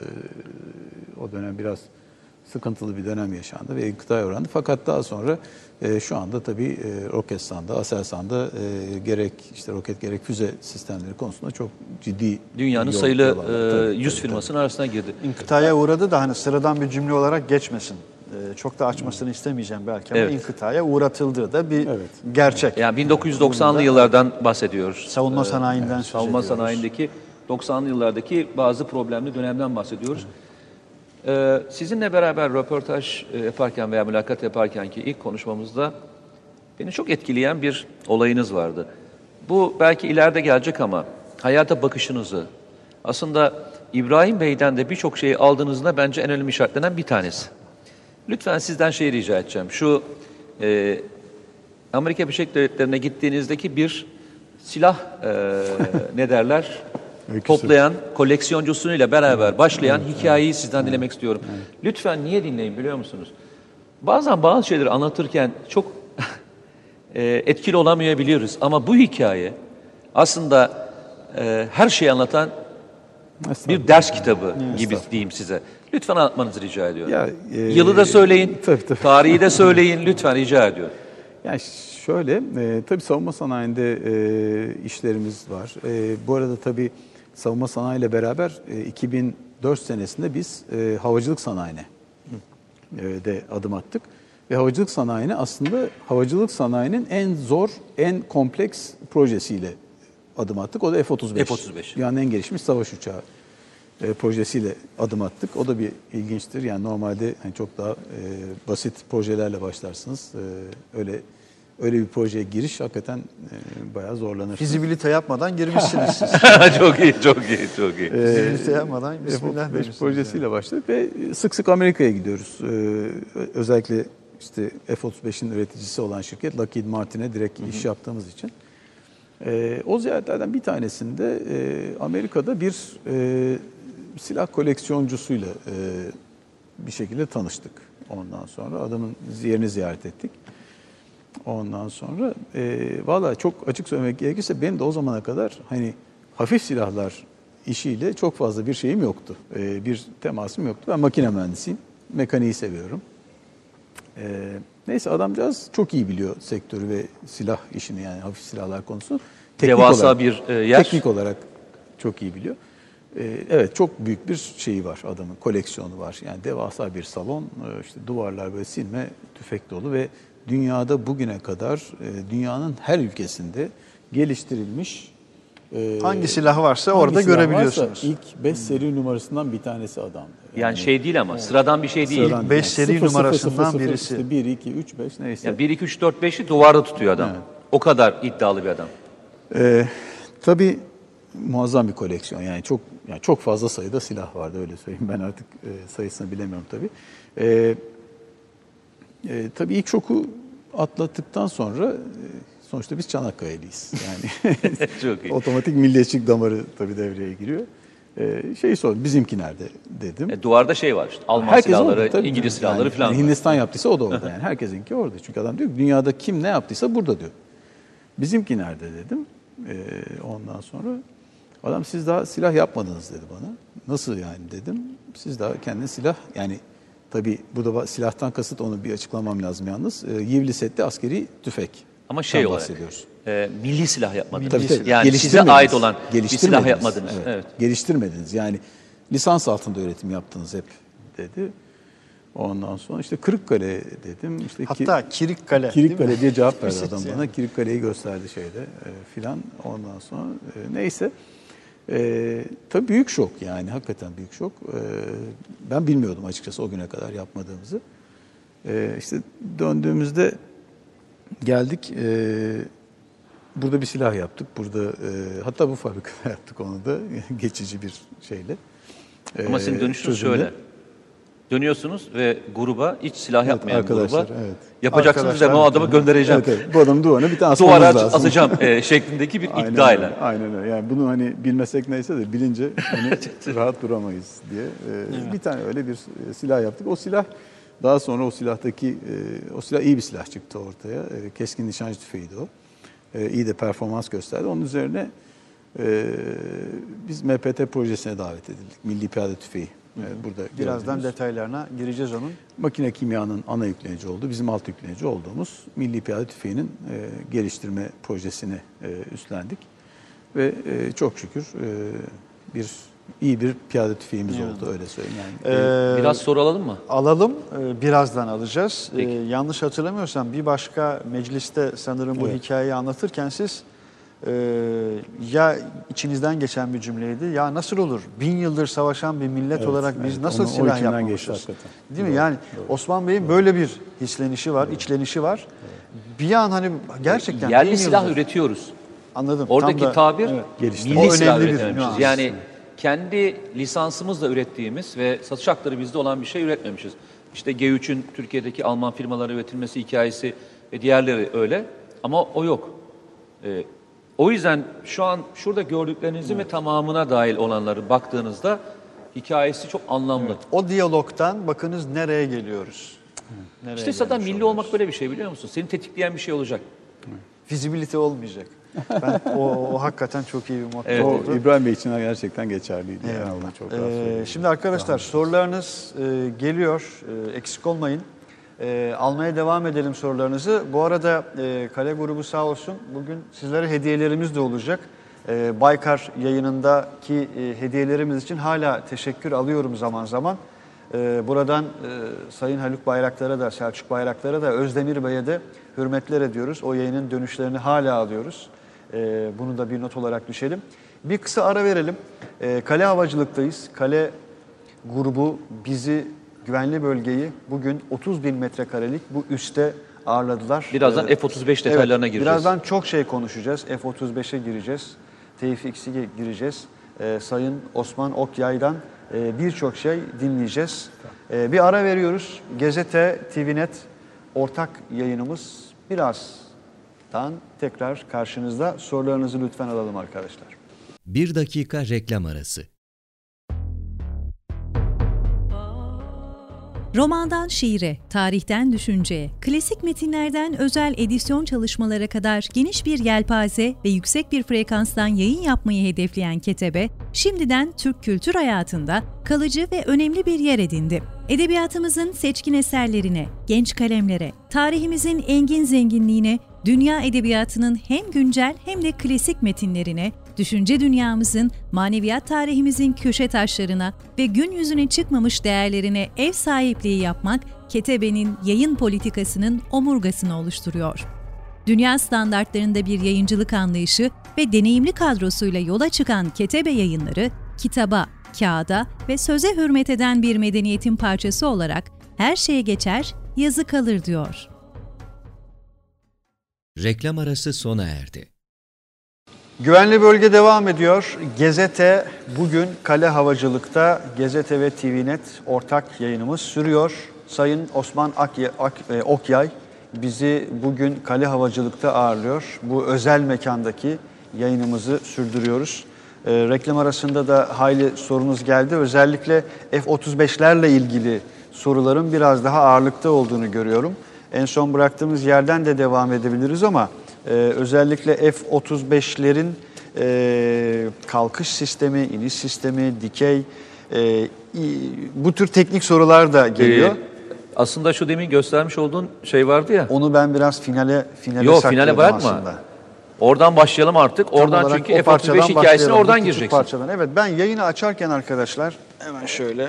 o dönem biraz sıkıntılı bir dönem yaşandı ve inkıtaya uğrandı. Fakat daha sonra e, şu anda tabii e, Roketsan'da, Aselsan'da e, gerek işte roket gerek füze sistemleri konusunda çok ciddi dünyanın sayılı e, yüz firmasının arasına girdi. İnkıtaya uğradı da hani sıradan bir cümle olarak geçmesin. E, çok da açmasını hmm. istemeyeceğim belki ama evet. inkıtaya uğratıldığı da bir evet. gerçek. Yani bin dokuz yüz doksanlı yıllardan bahsediyoruz. Savunma sanayinden evet. Savunma sanayindeki doksanlı yıllardaki bazı problemli dönemden bahsediyoruz. Evet. Ee, sizinle beraber röportaj yaparken veya mülakat yaparken ki ilk konuşmamızda beni çok etkileyen bir olayınız vardı. Bu belki ileride gelecek ama hayata bakışınızı aslında İbrahim Bey'den de birçok şeyi aldığınızda bence en önemli işaretlenen bir tanesi. Lütfen sizden şey rica edeceğim. Şu e, Amerika Birleşik Devletleri'ne gittiğinizdeki bir silah e, ne derler? toplayan, koleksiyoncusuyla beraber başlayan evet, hikayeyi evet, sizden evet, dinlemek istiyorum. Evet. Lütfen niye dinleyin biliyor musunuz? Bazen bazı şeyleri anlatırken çok e, etkili olamayabiliyoruz. Ama bu hikaye aslında e, her şeyi anlatan bir ders kitabı gibi diyeyim size. Lütfen anlatmanızı rica ediyorum. Ya, e, Yılı da söyleyin, tabii, tabii. tarihi de söyleyin. Lütfen rica ediyorum. Yani şöyle, e, tabii savunma sanayinde e, işlerimiz var. E, bu arada tabii savunma sanayiyle beraber e, iki bin dört senesinde biz e, havacılık sanayine e, de adım attık. Ve havacılık sanayine aslında havacılık sanayinin en zor, en kompleks projesiyle adım attık. O da F otuz beş. F otuz beş. Dünyanın en gelişmiş savaş uçağı e, projesiyle adım attık. O da bir ilginçtir. Yani normalde hani çok daha e, basit projelerle başlarsınız. E, öyle öyle bir projeye giriş hakikaten e, bayağı zorlanır. Fizibilite yapmadan girmişsiniz siz. Çok iyi, çok iyi, çok iyi. Fizibilite yapmadan F bismillah otuz beş demişsiniz. projesiyle başladık ve sık sık Amerika'ya gidiyoruz. Ee, özellikle işte F otuz beşin üreticisi olan şirket Lockheed Martin'e direkt hı hı. iş yaptığımız için. Ee, o ziyaretlerden bir tanesinde e, Amerika'da bir e, silah koleksiyoncusuyla e, bir şekilde tanıştık. Ondan sonra adamın yerini ziyaret ettik. Ondan sonra e, valla çok açık söylemek gerekirse benim de o zamana kadar hani hafif silahlar işiyle çok fazla bir şeyim yoktu. E, bir temasım yoktu. Ben makine mühendisiyim. Mekaniği seviyorum. E, neyse adamcağız çok iyi biliyor sektörü ve silah işini yani hafif silahlar konusunu. Teknik Devasa olarak, bir e, yer. Teknik olarak çok iyi biliyor. E, evet çok büyük bir şeyi var adamın koleksiyonu var. Yani devasa bir salon e, işte duvarlar böyle silme tüfek dolu ve dünyada bugüne kadar e, dünyanın her ülkesinde geliştirilmiş e, Hangi silah varsa hangi orada silah görebiliyorsunuz. varsa ilk beş seri numarasından bir tanesi adam. Yani şey değil ama sıradan bir şey değil. Sıradan beş yani seri sıfır, sıfır, numarasından sıfır, sıfır, birisi. işte bir, iki, üç, beş neyse. Yani bir, iki, üç, dört, beşi duvarda tutuyor adam. Evet. O kadar iddialı bir adam. Ee, tabii muazzam bir koleksiyon. Yani çok yani çok fazla sayıda silah vardı öyle söyleyeyim. Ben artık e, sayısını bilemiyorum tabii. Ee, e, tabii ilk şoku atlattıktan sonra e, sonuçta biz Çanakkale'liyiz. Yani Çok iyi. otomatik milliyetçilik damarı tabii devreye giriyor. Ee, şeyi sordum, bizimki nerede dedim. E, duvarda şey var işte Alman Herkes silahları, orada, tabii. İngiliz silahları Yani falan var. Hindistan yaptıysa o da orada yani. Herkesinki orada. Çünkü adam diyor ki dünyada kim ne yaptıysa burada diyor. Bizimki nerede dedim. Ee, ondan sonra adam siz daha silah yapmadınız dedi bana. Nasıl yani dedim. Siz daha kendiniz silah yani tabii burada silahtan kasıt onu bir açıklamam lazım yalnız. Ee, Yivliset'te askeri tüfek. Ama şey olarak bahsediyoruz. e, milli silah yapmadınız. Tabii, tabii. Yani size Geliştirmediniz. ait olan bir silah Geliştirmediniz. yapmadınız. Evet. Evet. Geliştirmediniz. Yani lisans altında üretim yaptınız hep dedi. Ondan sonra işte Kırıkkale dedim. İşte Hatta Kirikkale. değil mi? Kirikkale diye cevap verdi Basit adam yani. bana. Kirikkale'yi gösterdi şeyde e, filan. Ondan sonra e, neyse. E, tabii büyük şok yani. Hakikaten büyük şok. E, ben bilmiyordum açıkçası o güne kadar yapmadığımızı. E, işte döndüğümüzde geldik. E, burada bir silah yaptık. Burada e, hatta bu fabrikada yaptık onu da geçici bir şeyle. Ama E, sizin dönüşünüz çözümle. şöyle. Dönüyorsunuz ve gruba hiç silah Evet, yapmayan arkadaşlar, gruba evet. yapacaksınız Arkadaşlar, ve bu adamı göndereceğim. Evet, evet. Bu adamın duvarına bir tane Duvara asmamız lazım. asacağım e, şeklindeki bir Aynen iddiayla. öyle, aynen öyle. Yani bunu hani bilmesek neyse de bilince hani rahat duramayız diye. Ee, bir tane öyle bir silah yaptık. O silah daha sonra o silahtaki e, o silah iyi bir silah çıktı ortaya. E, keskin nişancı tüfeğiydi o. E, iyi de performans gösterdi. Onun üzerine e, biz M P T projesine davet edildik. Milli Piyade Tüfeği. E, burada Birazdan gördüğünüz. detaylarına gireceğiz onun. Makine kimyanın ana yüklenici olduğu, bizim alt yüklenici olduğumuz Milli Piyade Tüfeği'nin e, geliştirme projesini e, üstlendik. Ve e, çok şükür e, bir iyi bir piyade tüfeğimiz oldu öyle söyleyeyim. Yani, Ee, Biraz soru alalım mı? Alalım, ee, birazdan alacağız. Ee, Peki. yanlış hatırlamıyorsam bir başka mecliste sanırım bu Evet. hikayeyi anlatırken siz e, ya içinizden geçen bir cümleydi, ya nasıl olur? Bin yıldır savaşan bir millet Evet, olarak biz evet. nasıl Onu- o silah içimden geçti yapmamışız? hakikaten. Değil mi? Doğru, Yani doğru. Osman Bey'in böyle bir hislenişi var, içlenişi var. Bir an hani gerçekten bin Yerli silah yıldır- üretiyoruz. Anladım. Oradaki Tam da- tabir evet. Geliştirme. milli O silah önemli bir üretememişiz. nüans. Yani kendi lisansımızla ürettiğimiz ve satış hakları bizde olan bir şey üretmemişiz. İşte G üçün Türkiye'deki Alman firmaları üretilmesi hikayesi ve diğerleri öyle ama o yok. Ee, o yüzden şu an şurada gördüklerinizin ve tamamına dahil olanları baktığınızda hikayesi çok anlamlı. O diyalogtan bakınız nereye geliyoruz? Nereye İşte zaten gelmiş milli oluyoruz? olmak böyle bir şey biliyor musun? Seni tetikleyen bir şey olacak. fizibilite olmayacak. Ben o, o hakikaten çok iyi bir motto Evet. oldu. O İbrahim Bey için gerçekten geçerliydi. Yani Eyvallah. onu çok Ee, rahat söyleyeyim. şimdi arkadaşlar sorularınız e, geliyor. E, eksik olmayın. E, almaya devam edelim sorularınızı. Bu arada e, Kale grubu sağ olsun bugün sizlere hediyelerimiz de olacak. E, Baykar yayınındaki e, hediyelerimiz için hala teşekkür alıyorum zaman zaman. E, buradan e, Sayın Haluk Bayraktar'a da, Selçuk Bayraktar'a da, Özdemir Bey'e de hürmetler ediyoruz. O yayının dönüşlerini hala alıyoruz. E, bunu da bir not olarak düşelim. Bir kısa ara verelim. E, Kale havacılıktayız. Kale grubu bizi, güvenli bölgeyi bugün otuz bin metrekarelik bu üste ağırladılar. Birazdan Ee, F otuz beş detaylarına evet, gireceğiz. Birazdan çok şey konuşacağız. F otuz beşe gireceğiz. T F X'e gireceğiz. Ee, Sayın Osman Okyay'dan e, birçok şey dinleyeceğiz. Ee, bir ara veriyoruz. Gazete, T V Net ortak yayınımız birazdan tekrar karşınızda. Sorularınızı lütfen alalım arkadaşlar. Bir dakika reklam arası. Romandan şiire, tarihten düşünceye, klasik metinlerden özel edisyon çalışmalara kadar geniş bir yelpaze ve yüksek bir frekanstan yayın yapmayı hedefleyen Ketebe, şimdiden Türk kültür hayatında kalıcı ve önemli bir yer edindi. Edebiyatımızın seçkin eserlerine, genç kalemlere, tarihimizin engin zenginliğine, dünya edebiyatının hem güncel hem de klasik metinlerine, düşünce dünyamızın, maneviyat tarihimizin köşe taşlarına ve gün yüzüne çıkmamış değerlerine ev sahipliği yapmak, Ketebe'nin yayın politikasının omurgasını oluşturuyor. Dünya standartlarında bir yayıncılık anlayışı ve deneyimli kadrosuyla yola çıkan Ketebe Yayınları, kitaba, kağıda ve söze hürmet eden bir medeniyetin parçası olarak her şeye geçer, yazı kalır diyor. Reklam arası sona erdi. Güvenli bölge devam ediyor. Gazete bugün Kale Havacılık'ta Gazete ve T V Net ortak yayınımız sürüyor. Sayın Osman Aky- Ak- e, Okyay bizi bugün Kale Havacılık'ta ağırlıyor. Bu özel mekandaki yayınımızı sürdürüyoruz. E, reklam arasında da hayli sorunuz geldi. Özellikle F otuz beşlerle ilgili soruların biraz daha ağırlıkta olduğunu görüyorum. En son bıraktığımız yerden de devam edebiliriz ama Ee, özellikle F otuz beşlerin e, kalkış sistemi, iniş sistemi, dikey, e, bu tür teknik sorular da geliyor. Ee, aslında şu demin göstermiş olduğun şey vardı ya. Onu ben biraz finale finale Yok, sakladım finale bırakma. aslında. Oradan başlayalım artık. Tam Oradan olarak çünkü o F otuz beş parçadan hikayesine başlayalım. oradan Bir küçük gireceksin. Parçadan. Evet, ben yayını açarken arkadaşlar hemen şöyle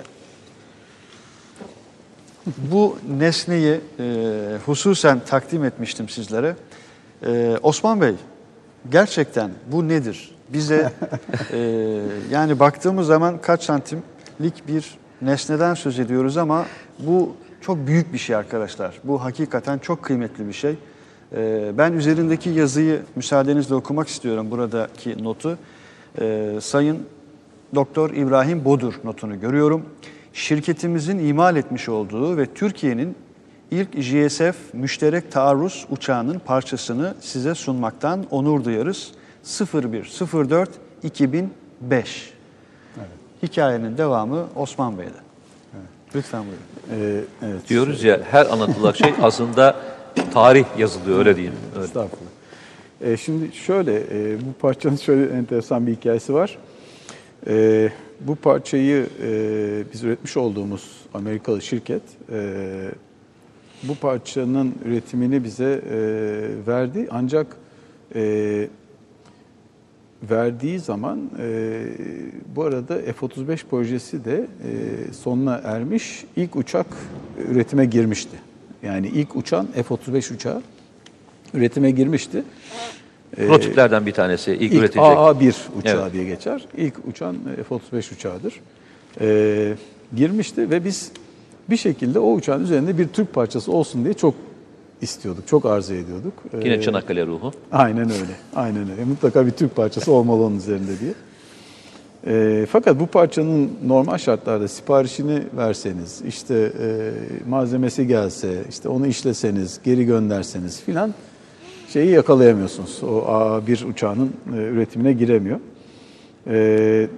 bu nesneyi e, hususen takdim etmiştim sizlere. E, Osman Bey, gerçekten bu nedir? Bize e, yani baktığımız zaman kaç santimlik bir nesneden söz ediyoruz ama bu çok büyük bir şey arkadaşlar. Bu hakikaten çok kıymetli bir şey. E, ben üzerindeki yazıyı müsaadenizle okumak istiyorum, buradaki notu. E, Sayın Doktor İbrahim Bodur notunu görüyorum. Şirketimizin imal etmiş olduğu ve Türkiye'nin ilk J S F müşterek taarruz uçağının parçasını size sunmaktan onur duyarız. sıfır bir sıfır dört iki bin beş. Evet. Hikayenin devamı Osman Bey'de. Evet. Lütfen buyurun. Ee, evet. Diyoruz ya, her anlatılan şey aslında tarih yazılıyor, öyle diyeyim. Öyle. Estağfurullah. Ee, şimdi şöyle, e, bu parçanın şöyle enteresan bir hikayesi var. E, bu parçayı e, biz üretmiş olduğumuz Amerikalı şirket, e, bu parçanın üretimini bize e, verdi. Ancak e, verdiği zaman e, bu arada F otuz beş projesi de e, sonuna ermiş. İlk uçak üretime girmişti. Yani ilk uçan F otuz beş uçağı üretime girmişti. Prototiplerden bir tanesi, ilk, İlk üretilecek. A A bir uçağı Evet. diye geçer. İlk uçan F otuz beş uçağıdır. Ee, girmişti ve biz bir şekilde o uçağın üzerinde bir Türk parçası olsun diye çok istiyorduk, çok arzu ediyorduk. Ee, Yine Çanakkale ruhu. Aynen öyle, aynen öyle. Mutlaka bir Türk parçası olmalı onun üzerinde diye. Ee, fakat bu parçanın normal şartlarda siparişini verseniz, işte e, malzemesi gelse, işte onu işleseniz, geri gönderseniz filan şeyi yakalayamıyorsunuz. O A bir uçağının e, üretimine giremiyor. E,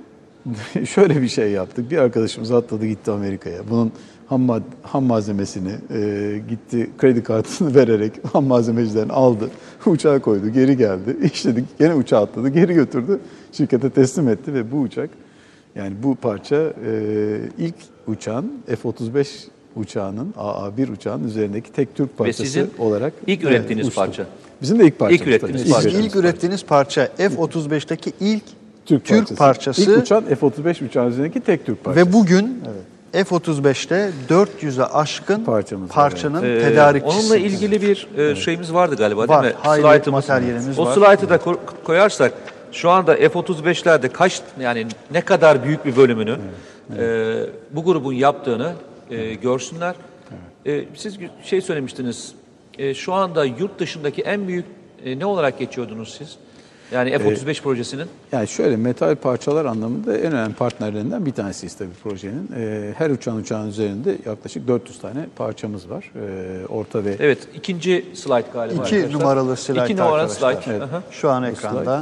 şöyle bir şey yaptık. Bir arkadaşımız atladı gitti Amerika'ya. Bunun ham, mad- ham malzemesini e, gitti kredi kartını vererek ham malzemecilerini aldı. Uçağa koydu, geri geldi. İşledik, gene uçağa atladı, geri götürdü. Şirkete teslim etti ve bu uçak, yani bu parça e, ilk uçağın F otuz beş uçağının, A A bir uçağının üzerindeki tek Türk parçası sizin olarak ilk ürettiğiniz uçtu. parça. Bizim de ilk parçamız. İlk ürettiğiniz tabii. parça. İlk, ilk ürettiğiniz parça F otuz beşteki ilk Türk, Türk parçası. parçası. İlk uçan F otuz beş uçağın üzerindeki tek Türk parçası. Ve bugün F otuz beşte dört yüze aşkın Parçamız var, parçanın Ee, tedarikçisi. Onunla ilgili bir e, şeyimiz vardı galiba Var, değil mi? hayli Slide'ımız. materyalimiz o var. slide'ı da ko- koyarsak şu anda F otuz beşlerde kaç, yani ne kadar büyük bir bölümünü e, bu grubun yaptığını e, görsünler. E, siz şey söylemiştiniz. E, şu anda yurt dışındaki en büyük e, ne olarak geçiyordunuz siz? Yani F otuz beş projesinin. Yani şöyle, metal parçalar anlamında en önemli partnerlerinden bir tanesiyiz tabii projenin. Ee, her uçağın uçağın üzerinde yaklaşık dört yüz tane parçamız var. Ee, orta ve Evet, ikinci slide galiba. İki arkadaşlar. numaralı slide İki numaralı arkadaşlar. slide. Evet. Aha. Şu an Bu ekranda.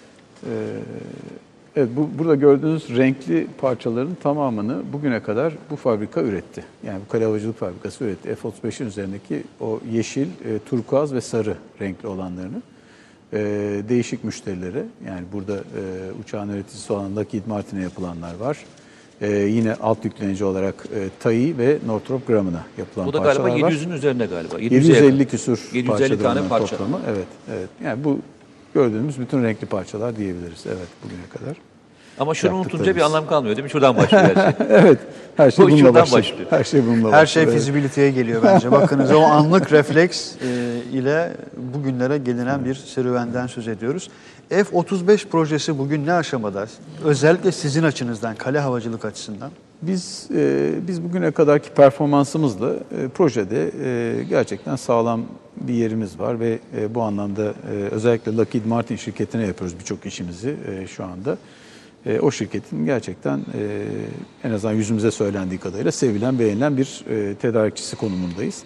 evet, bu burada gördüğünüz renkli parçaların tamamını bugüne kadar bu fabrika üretti. Yani bu Kale Havacılık Fabrikası üretti. F otuz beşin üzerindeki o yeşil, e, turkuaz ve sarı renkli olanlarını e, değişik müşterilere, yani burada e, uçağın üreticisi olan Lockheed Martin'e yapılanlar var. E, yine alt yüklenici olarak e, T A I ve Northrop Grumman'a yapılan Bu da parçalar galiba var. yedi yüzün üzerinde galiba. yedi yüz elli yakın. küsur yedi yüz elli parçadır tane onların parça. toplamı. Evet, evet. Yani bu gördüğümüz bütün renkli parçalar diyebiliriz. Evet, bugüne kadar. Ama şunu unutunca bir Yaptıklarımız. anlam kalmıyor değil mi? Şuradan başlıyor her şey. Evet, her şey Bu bununla şuradan başlıyor. başlıyor. Her şey bununla Her başlıyor. şey Evet. fizibiliteye geliyor bence. Bakınız o anlık refleks e, ile bugünlere gelinen bir serüvenden söz ediyoruz. F otuz beş projesi bugün ne aşamada? Özellikle sizin açınızdan, Kale Havacılık açısından. Biz e, biz bugüne kadarki performansımızla e, projede e, gerçekten sağlam bir yerimiz var ve e, bu anlamda e, özellikle Lockheed Martin şirketine yapıyoruz birçok işimizi e, şu anda. E, o şirketin gerçekten e, en azından yüzümüze söylendiği kadarıyla sevilen, beğenilen bir e, tedarikçisi konumundayız.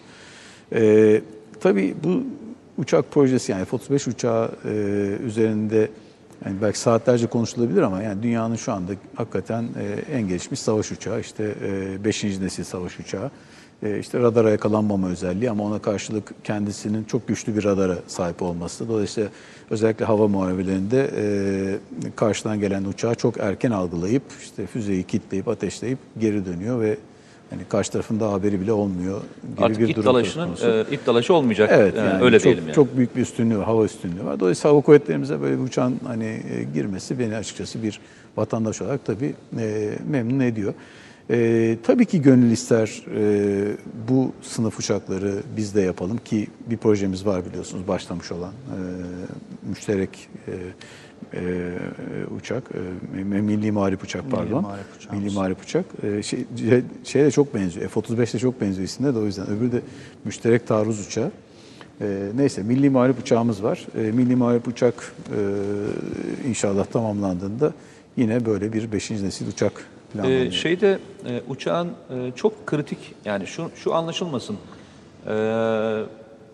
E, tabii bu uçak projesi, yani F otuz beş uçağı e, üzerinde yani belki saatlerce konuşulabilir ama yani dünyanın şu anda hakikaten e, en gelişmiş savaş uçağı, işte e, beşinci nesil savaş uçağı. E, işte radara yakalanmama özelliği ama ona karşılık kendisinin çok güçlü bir radara sahip olması. Dolayısıyla özellikle hava muharebelerinde e, karşıdan gelen uçağı çok erken algılayıp işte füzeyi kilitleyip ateşleyip geri dönüyor ve hani karşı tarafında haberi bile olmuyor gibi Artık bir ip durum dalaşının söz konusu. e, ip dalaşı olmayacak. Evet, Yani yani öyle çok, diyelim yani. çok büyük bir üstünlüğü var, hava üstünlüğü var. Dolayısıyla hava kuvvetlerimize böyle bir uçağın hani e, girmesi beni açıkçası bir vatandaş olarak tabii e, memnun ediyor. E, tabii ki gönül ister e, bu sınıf uçakları biz de yapalım ki bir projemiz var biliyorsunuz, başlamış olan e, müşterek e, e, uçak, e, Milli Muharip Uçak Milli pardon. Muharip uçağımız. Milli Muharip Uçak. E, şey, şeye de çok benziyor. F otuz beş'te çok benziyor isimde de o yüzden. Öbürü de müşterek taarruz uçağı. E, neyse Milli Muharip Uçağımız var. E, Milli Muharip Uçak e, inşallah tamamlandığında yine böyle bir beşinci nesil uçak planlanıyor. Ee, şeyde e, uçağın e, çok kritik, yani şu şu anlaşılmasın. Ee,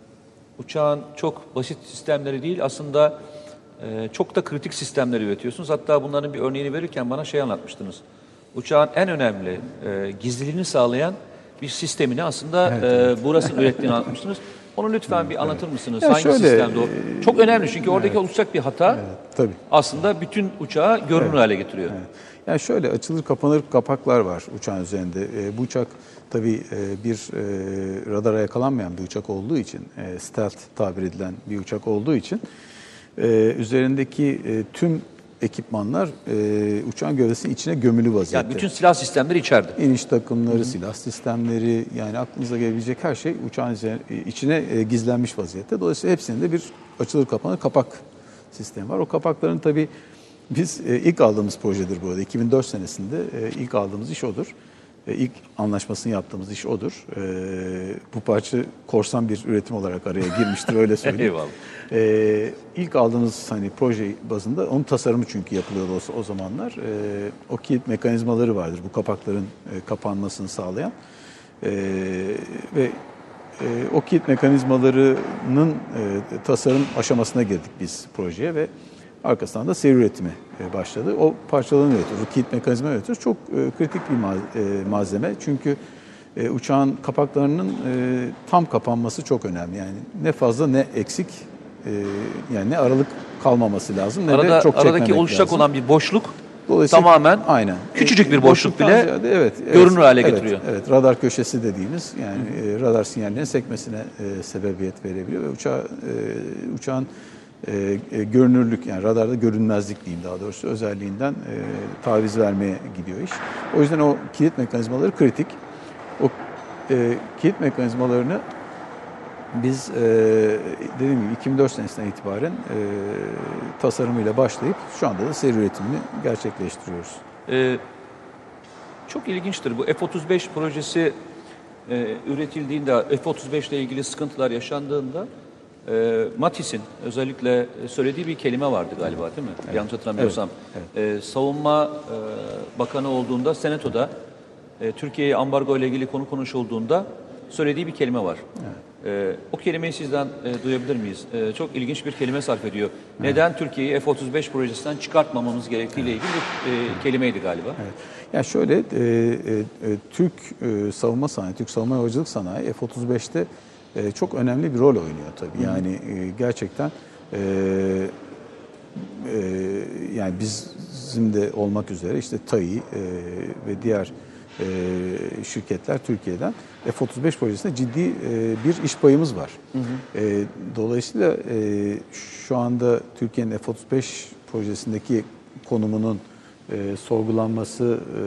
uçağın çok basit sistemleri değil, aslında e, çok da kritik sistemleri üretiyorsunuz. Hatta bunların bir örneğini verirken bana şey anlatmıştınız. Uçağın en önemli e, gizliliğini sağlayan bir sistemini aslında e, burasının ürettiğini anlatmıştınız. Onu lütfen bir anlatır mısınız? Ya Hangi şöyle, sistemde o? Çok önemli çünkü oradaki oluşacak bir hata Tabii. aslında bütün uçağı görünür hale getiriyor. Evet. Yani şöyle açılır kapanır kapaklar var uçağın üzerinde. E, bu uçak tabii e, bir e, radara yakalanmayan bir uçak olduğu için, e, stealth tabir edilen bir uçak olduğu için e, üzerindeki e, tüm ekipmanlar e, uçağın gövdesinin içine gömülü vaziyette. Yani bütün silah sistemleri içeride. İniş takımları, silah sistemleri, yani aklınıza gelebilecek her şey uçağın üzerine, içine e, gizlenmiş vaziyette. Dolayısıyla hepsinin de bir açılır kapanır kapak sistemi var. O kapakların tabii biz e, ilk aldığımız projedir bu arada. iki bin dört senesinde e, ilk aldığımız iş odur. E, ilk anlaşmasını yaptığımız iş odur. E, bu parça korsan bir üretim olarak araya girmiştir, öyle söyleyeyim. Eyvallah. E, ilk aldığımız hani proje bazında onun tasarımı çünkü yapılıyordu o, o zamanlar. E, o kilit mekanizmaları vardır bu kapakların e, kapanmasını sağlayan. E, ve e, o kilit mekanizmalarının e, tasarım aşamasına girdik biz projeye ve Arkasından da seri üretimi e, başladı. O parçalarını üretiyoruz, o kilit mekanizma üretiyoruz. Çok e, kritik bir ma- e, malzeme. Çünkü e, uçağın kapaklarının e, tam kapanması çok önemli. Yani ne fazla ne eksik, e, yani ne aralık kalmaması lazım ne Arada, de çok çekmemek aradaki oluşacak lazım. olan bir boşluk Dolayısıyla tamamen aynen. küçücük bir boşluk Boşluktan bile ziyade, evet, evet, görünür hale evet, getiriyor. Evet, radar köşesi dediğimiz yani e, radar sinyallerinin sekmesine e, sebebiyet verebiliyor ve uçağı, e, uçağın e, e, görünürlük yani radarda görünmezlik diyeyim daha doğrusu özelliğinden e, taviz vermeye gidiyor iş. O yüzden o kilit mekanizmaları kritik. O e, kilit mekanizmalarını biz e, dediğim gibi iki bin dört senesinden itibaren e, tasarımıyla başlayıp şu anda da seri üretimini gerçekleştiriyoruz. Ee, çok ilginçtir. Bu F otuz beş projesi e, üretildiğinde, F otuz beş ile ilgili sıkıntılar yaşandığında e, Mattis'in özellikle söylediği bir kelime vardı galiba değil mi? Evet. Yanlış hatırlamıyorsam. Evet. Evet. E, Savunma e, Bakanı olduğunda Senato'da e, Türkiye'ye ambargo ile ilgili konu konuşulduğunda söylediği bir kelime var. Evet. Ee, o kelimeyi sizden e, duyabilir miyiz? E, çok ilginç bir kelime sarf ediyor. Evet. Neden Türkiye'yi F otuz beş projesinden çıkartmamamız gerektiğiyle ilgili bir e, kelimeydi galiba. Evet. Yani şöyle, e, e, Türk e, savunma sanayi, Türk savunma havacılık sanayi F otuz beşte e, çok önemli bir rol oynuyor tabii. Yani e, gerçekten e, e, yani bizim de olmak üzere işte T A İ e, ve diğer E, şirketler Türkiye'den F otuz beş projesinde ciddi e, bir iş payımız var. Hı hı. E, dolayısıyla e, şu anda Türkiye'nin F otuz beş projesindeki konumunun e, sorgulanması e,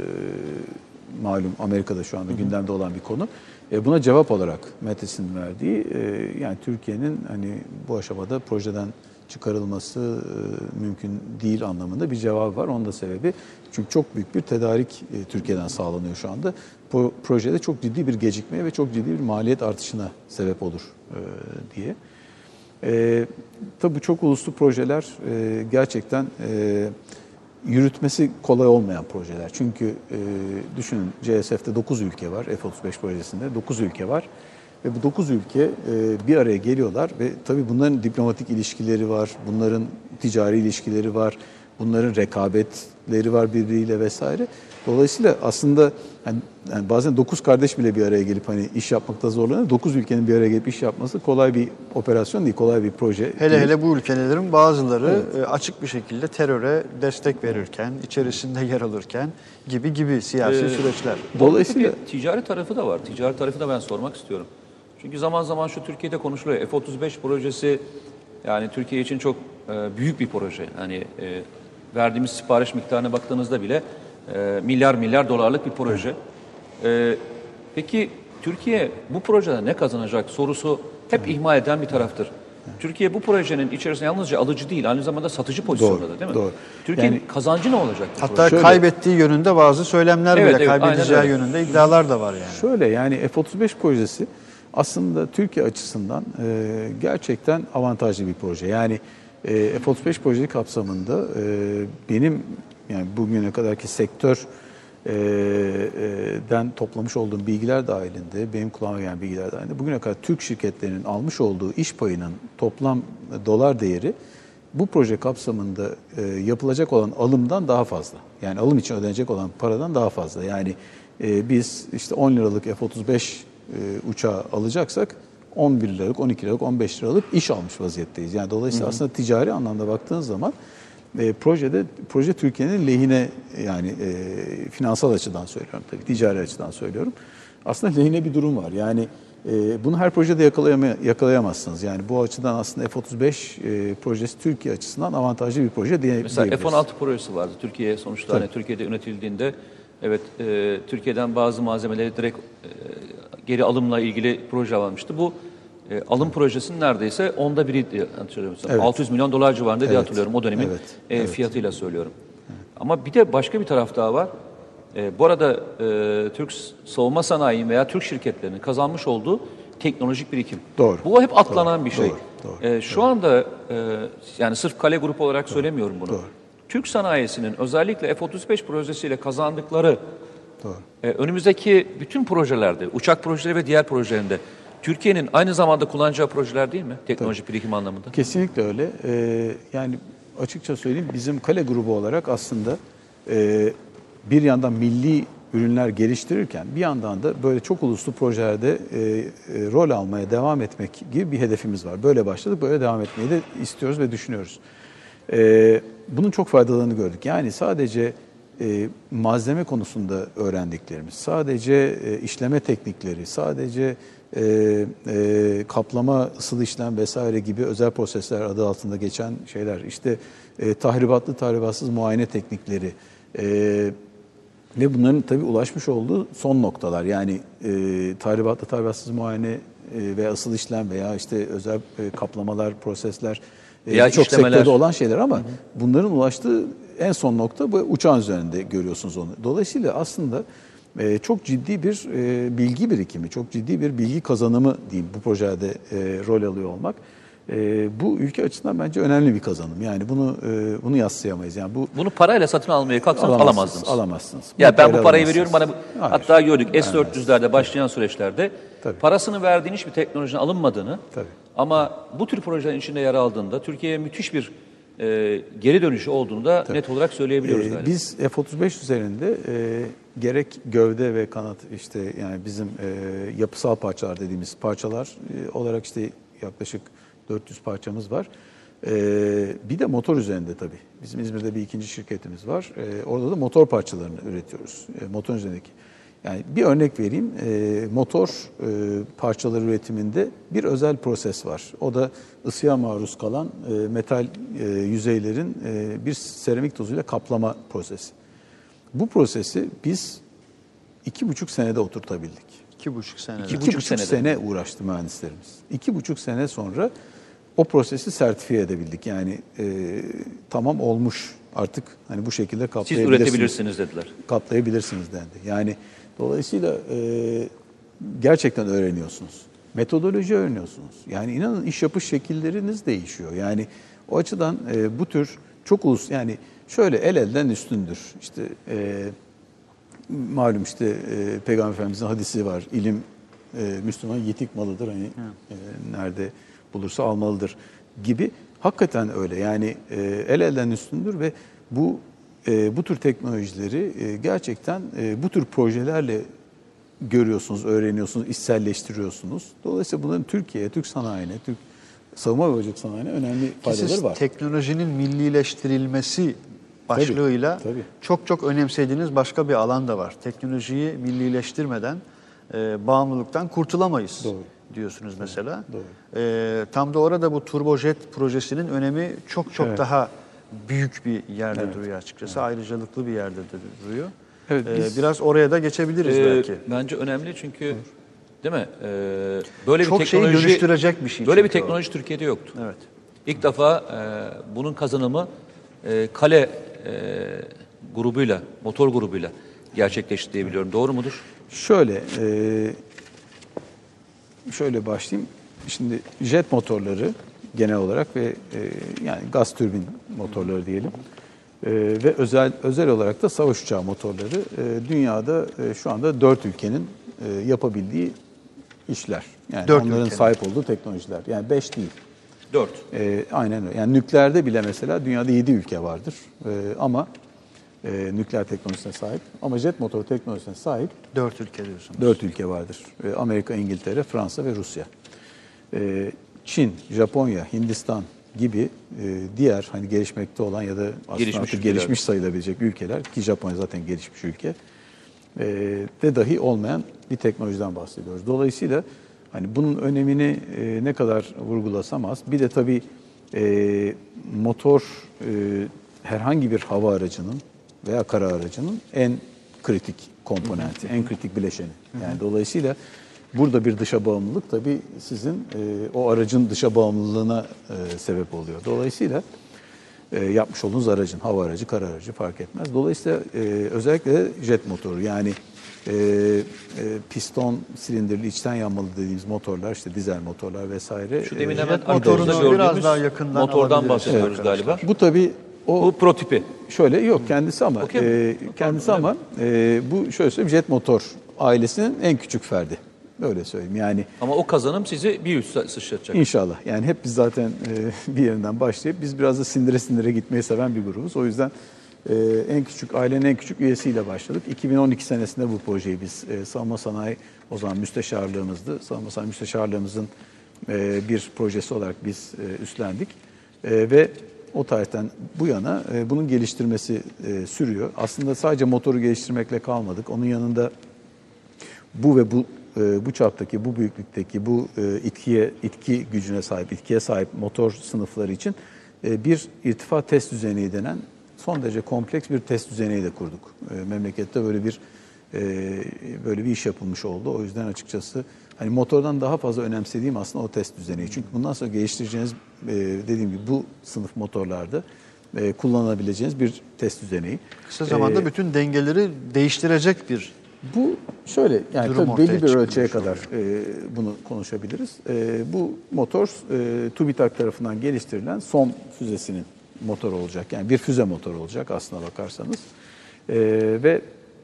malum Amerika'da şu anda hı hı. gündemde olan bir konu. E, buna cevap olarak Mattis'in verdiği e, yani Türkiye'nin hani bu aşamada projeden çıkarılması e, mümkün değil anlamında bir cevap var. Onun da sebebi çünkü çok büyük bir tedarik e, Türkiye'den sağlanıyor şu anda. Bu projede çok ciddi bir gecikmeye ve çok ciddi bir maliyet artışına sebep olur e, diye. E, tabii bu çok uluslu projeler e, gerçekten e, yürütmesi kolay olmayan projeler. Çünkü e, düşünün C S F'te dokuz ülke var F otuz beş projesinde dokuz ülke var. Ve bu dokuz ülke e, bir araya geliyorlar ve tabii bunların diplomatik ilişkileri var, bunların ticari ilişkileri var, bunların rekabetleri var birbiriyle vesaire. Dolayısıyla aslında yani, yani bazen dokuz kardeş bile bir araya gelip hani iş yapmakta zorlanır. Dokuz ülkenin bir araya gelip iş yapması kolay bir operasyon değil, kolay bir proje. Hele değil. hele bu ülkelerin bazıları evet. açık bir şekilde teröre destek verirken, içerisinde yer alırken gibi gibi siyasi ee, süreçler. Dolayısıyla ticari tarafı da var. Ticari tarafı da ben sormak istiyorum. Çünkü zaman zaman şu Türkiye'de konuşuluyor. F otuz beş projesi yani Türkiye için çok e, büyük bir proje. Yani e, verdiğimiz sipariş miktarına baktığınızda bile e, milyar milyar dolarlık bir proje. E, peki Türkiye bu projede ne kazanacak sorusu hep ihmal eden bir taraftır. Türkiye bu projenin içerisinde yalnızca alıcı değil, aynı zamanda satıcı pozisyonda da değil mi? Doğru. Türkiye'nin yani, kazancı ne olacak? Hatta şöyle, kaybettiği yönünde bazı söylemler evet, bile evet, kaybedeceği yönünde iddialar da var yani. Şöyle yani F otuz beş projesi aslında Türkiye açısından e, gerçekten avantajlı bir proje. Yani e, F otuz beş projesi kapsamında e, benim yani bugüne kadarki sektörden toplamış olduğum bilgiler dahilinde, benim kulağıma gelen bilgiler dahilinde bugüne kadar Türk şirketlerinin almış olduğu iş payının toplam dolar değeri bu proje kapsamında e, yapılacak olan alımdan daha fazla. Yani alım için ödenecek olan paradan daha fazla. Yani e, biz işte on liralık F otuz beş e, uçağı alacaksak on bir liralık, on iki liralık, on beş liralık iş almış vaziyetteyiz. Yani dolayısıyla hı hı. aslında ticari anlamda baktığınız zaman e, projede proje Türkiye'nin lehine yani e, finansal açıdan söylüyorum tabii, ticari açıdan söylüyorum. Aslında lehine bir durum var. Yani e, bunu her projede yakalayamazsınız. Yani bu açıdan aslında F otuz beş e, projesi Türkiye açısından avantajlı bir proje diye, mesela diyebiliriz. F on altı projesi vardı. Türkiye sonuçta hani Türkiye'de yönetildiğinde evet e, Türkiye'den bazı malzemeleri direkt e, geri alımla ilgili proje almıştı. Bu e, alım projesinin neredeyse onda biri diye hatırlıyorum. Evet. altı yüz milyon dolar civarında evet. diye hatırlıyorum o dönemin evet. E, evet. fiyatıyla söylüyorum. Evet. Ama bir de başka bir taraf daha var. E, bu arada e, Türk savunma sanayi veya Türk şirketlerinin kazanmış olduğu teknolojik birikim. Doğru. Bu hep atlanan doğru. bir şey. Doğru. Doğru. E, şu doğru. anda e, yani sırf Kale Grup olarak doğru. söylemiyorum bunu. Doğru. Türk sanayisinin özellikle F otuz beş projesiyle kazandıkları doğru. E, önümüzdeki bütün projelerde, uçak projeleri ve diğer projelerinde Türkiye'nin aynı zamanda kullanacağı projeler değil mi? Teknolojik birikim anlamında. Kesinlikle öyle. Ee, yani açıkça söyleyeyim bizim Kale grubu olarak aslında e, bir yandan milli ürünler geliştirirken bir yandan da böyle çok uluslu projelerde e, e, rol almaya devam etmek gibi bir hedefimiz var. Böyle başladık, böyle devam etmeyi de istiyoruz ve düşünüyoruz. E, bunun çok faydalarını gördük. Yani sadece e, malzeme konusunda öğrendiklerimiz, sadece e, işleme teknikleri, sadece e, e, kaplama, ısılı işlem vesaire gibi özel prosesler adı altında geçen şeyler, işte e, tahribatlı tahribatsız muayene teknikleri, e, ve bunların tabii ulaşmış olduğu son noktalar. Yani e, tahribatlı tahribatsız muayene e, veya ısıl işlem veya işte özel e, kaplamalar, prosesler e, çok sektörde olan şeyler ama hı hı. bunların ulaştığı en son nokta bu uçağın üzerinde görüyorsunuz onu. Dolayısıyla aslında e, çok ciddi bir e, bilgi birikimi, çok ciddi bir bilgi kazanımı diyeyim bu projede e, rol alıyor olmak. E, bu ülke açısından bence önemli bir kazanım. Yani bunu e, bunu yadsıyamayız. Yani bu bunu parayla satın almaya kalksanız alamazsınız. Alamazsınız. Ya ben bu parayı veriyorum bana bu, hatta gördük S dört yüzlerde Hayır. başlayan süreçlerde Tabii. parasını verdiğin hiçbir teknolojinin alınmadığını Tabii. ama bu tür projelerin içinde yer aldığında Türkiye'ye müthiş bir e, geri dönüşü olduğunu da Tabii. net olarak söyleyebiliyoruz ee, galiba. Biz F otuz beş üzerinde e, gerek gövde ve kanat işte yani bizim e, yapısal parçalar dediğimiz parçalar e, olarak işte yaklaşık dört yüz parçamız var. Ee, bir de motor üzerinde tabii. Bizim İzmir'de bir ikinci şirketimiz var. Ee, orada da motor parçalarını üretiyoruz. Ee, motor üzerindeki. Yani bir örnek vereyim. Ee, motor e, parçaları üretiminde bir özel proses var. O da ısıya maruz kalan e, metal e, yüzeylerin e, bir seramik tozuyla kaplama prosesi. Bu prosesi biz iki buçuk senede oturtabildik. İki buçuk senede. İki, iki buçuk sene, sene uğraştı mühendislerimiz. İki buçuk sene sonra o prosesi sertifiye edebildik. Yani e, tamam olmuş artık hani bu şekilde kaplayabilirsiniz. Siz üretebilirsiniz dediler. Kaplayabilirsiniz dendi. Yani dolayısıyla e, gerçekten öğreniyorsunuz. Metodoloji öğreniyorsunuz. Yani inanın iş yapış şekilleriniz değişiyor. Yani o açıdan e, bu tür çok ulus yani şöyle el elden üstündür. İşte e, malum işte e, Peygamber Efendimiz'in hadisi var. İlim e, Müslüman yetik malıdır. Hani e, nerede bulursa almalıdır gibi. Hakikaten öyle. Yani e, el elden üstündür ve bu e, bu tür teknolojileri e, gerçekten e, bu tür projelerle görüyorsunuz, öğreniyorsunuz, içselleştiriyorsunuz. Dolayısıyla bunların Türkiye'ye, Türk sanayine, Türk savunma ve havacılık sanayine önemli faydaları Siz var. Teknolojinin millileştirilmesi başlığıyla tabii, tabii. çok çok önemsediğiniz başka bir alan da var. Teknolojiyi millileştirmeden e, bağımlılıktan kurtulamayız. Doğru. Diyorsunuz mesela. Doğru. E, tam da orada bu turbojet projesinin önemi çok çok evet. daha büyük bir yerde evet. duruyor açıkçası. Evet. Ayrıcalıklı bir yerde de duruyor. Evet, biz, ee, biraz oraya da geçebiliriz e, belki. Bence önemli çünkü Olur. değil mi? Ee, böyle çok bir teknoloji şeyi dönüştürecek bir şey. Böyle bir teknoloji o. Türkiye'de yoktu. Evet. İlk defa e, bunun kazanımı e, Kale e, grubuyla, motor grubuyla gerçekleşti diye biliyorum. Doğru mudur? Şöyle e, şöyle başlayayım. Şimdi jet motorları genel olarak ve e, yani gaz türbin motorları diyelim. E, ve özel özel olarak da savaş uçağı motorları e, dünyada e, şu anda dört ülkenin e, yapabildiği işler. Yani dört onların ülkenin. Sahip olduğu teknolojiler. Yani beş değil. Dört. E, aynen öyle. Yani nükleerde bile mesela dünyada yedi ülke vardır. E, ama e, nükleer teknolojisine sahip. Ama jet motoru teknolojisine sahip dört ülke diyorsunuz. Dört ülke vardır. E, Amerika, İngiltere, Fransa ve Rusya. E, Çin, Japonya, Hindistan gibi e, diğer hani gelişmekte olan ya da aslında gelişmiş, gelişmiş sayılabilecek ülkeler ki Japonya zaten gelişmiş ülke e, de dahi olmayan bir teknolojiden bahsediyoruz. Dolayısıyla hani bunun önemini e, ne kadar vurgulasam az. Bir de tabii e, motor e, herhangi bir hava aracının veya kara aracının en kritik komponenti, en kritik bileşeni. Yani dolayısıyla burada bir dışa bağımlılık tabii sizin e, o aracın dışa bağımlılığına e, sebep oluyor. Dolayısıyla e, yapmış olduğunuz aracın, hava aracı, kara aracı fark etmez. Dolayısıyla e, özellikle jet motoru yani e, e, piston silindirli içten yanmalı dediğimiz motorlar, işte dizel motorlar vesaire. Şu demin hemen motorunu gördüğümüz daha yakından motordan bahsediyoruz evet. galiba. Bu tabii o bu prototipi. Şöyle yok kendisi ama okay. e, kendisi ama e, bu şöyle söyleyeyim jet motor ailesinin en küçük ferdi. Öyle söyleyeyim. Yani Ama o kazanım sizi bir üst sıçratacak. İnşallah. Yani hep biz zaten e, bir yerinden başlayıp biz biraz da sindire sindire gitmeyi seven bir grubuz. O yüzden e, en küçük, ailenin en küçük üyesiyle başladık. iki bin on iki senesinde bu projeyi biz e, savunma sanayi, o zaman müsteşarlığımızdı. Savunma sanayi müsteşarlığımızın e, bir projesi olarak biz e, üstlendik. E, ve o tarihten bu yana e, bunun geliştirmesi e, sürüyor. Aslında sadece motoru geliştirmekle kalmadık. Onun yanında bu ve bu bu çaptaki, bu büyüklükteki, bu itkiye, itki gücüne sahip, itkiye sahip motor sınıfları için bir irtifa test düzeneği denen son derece kompleks bir test düzeneği de kurduk. Memlekette böyle bir böyle bir iş yapılmış oldu. O yüzden açıkçası hani motordan daha fazla önemsediğim aslında o test düzeneği. Çünkü bundan sonra geliştireceğiniz dediğim gibi bu sınıf motorlarda kullanabileceğiniz bir test düzeneği. Kısa zamanda ee, bütün dengeleri değiştirecek bir Bu şöyle, yani durum tabii belli bir ölçüye oluyor. kadar e, bunu konuşabiliriz. E, bu motor e, TÜBİTAK tarafından geliştirilen son füzesinin motoru olacak. Yani bir füze motoru olacak aslına bakarsanız. E, ve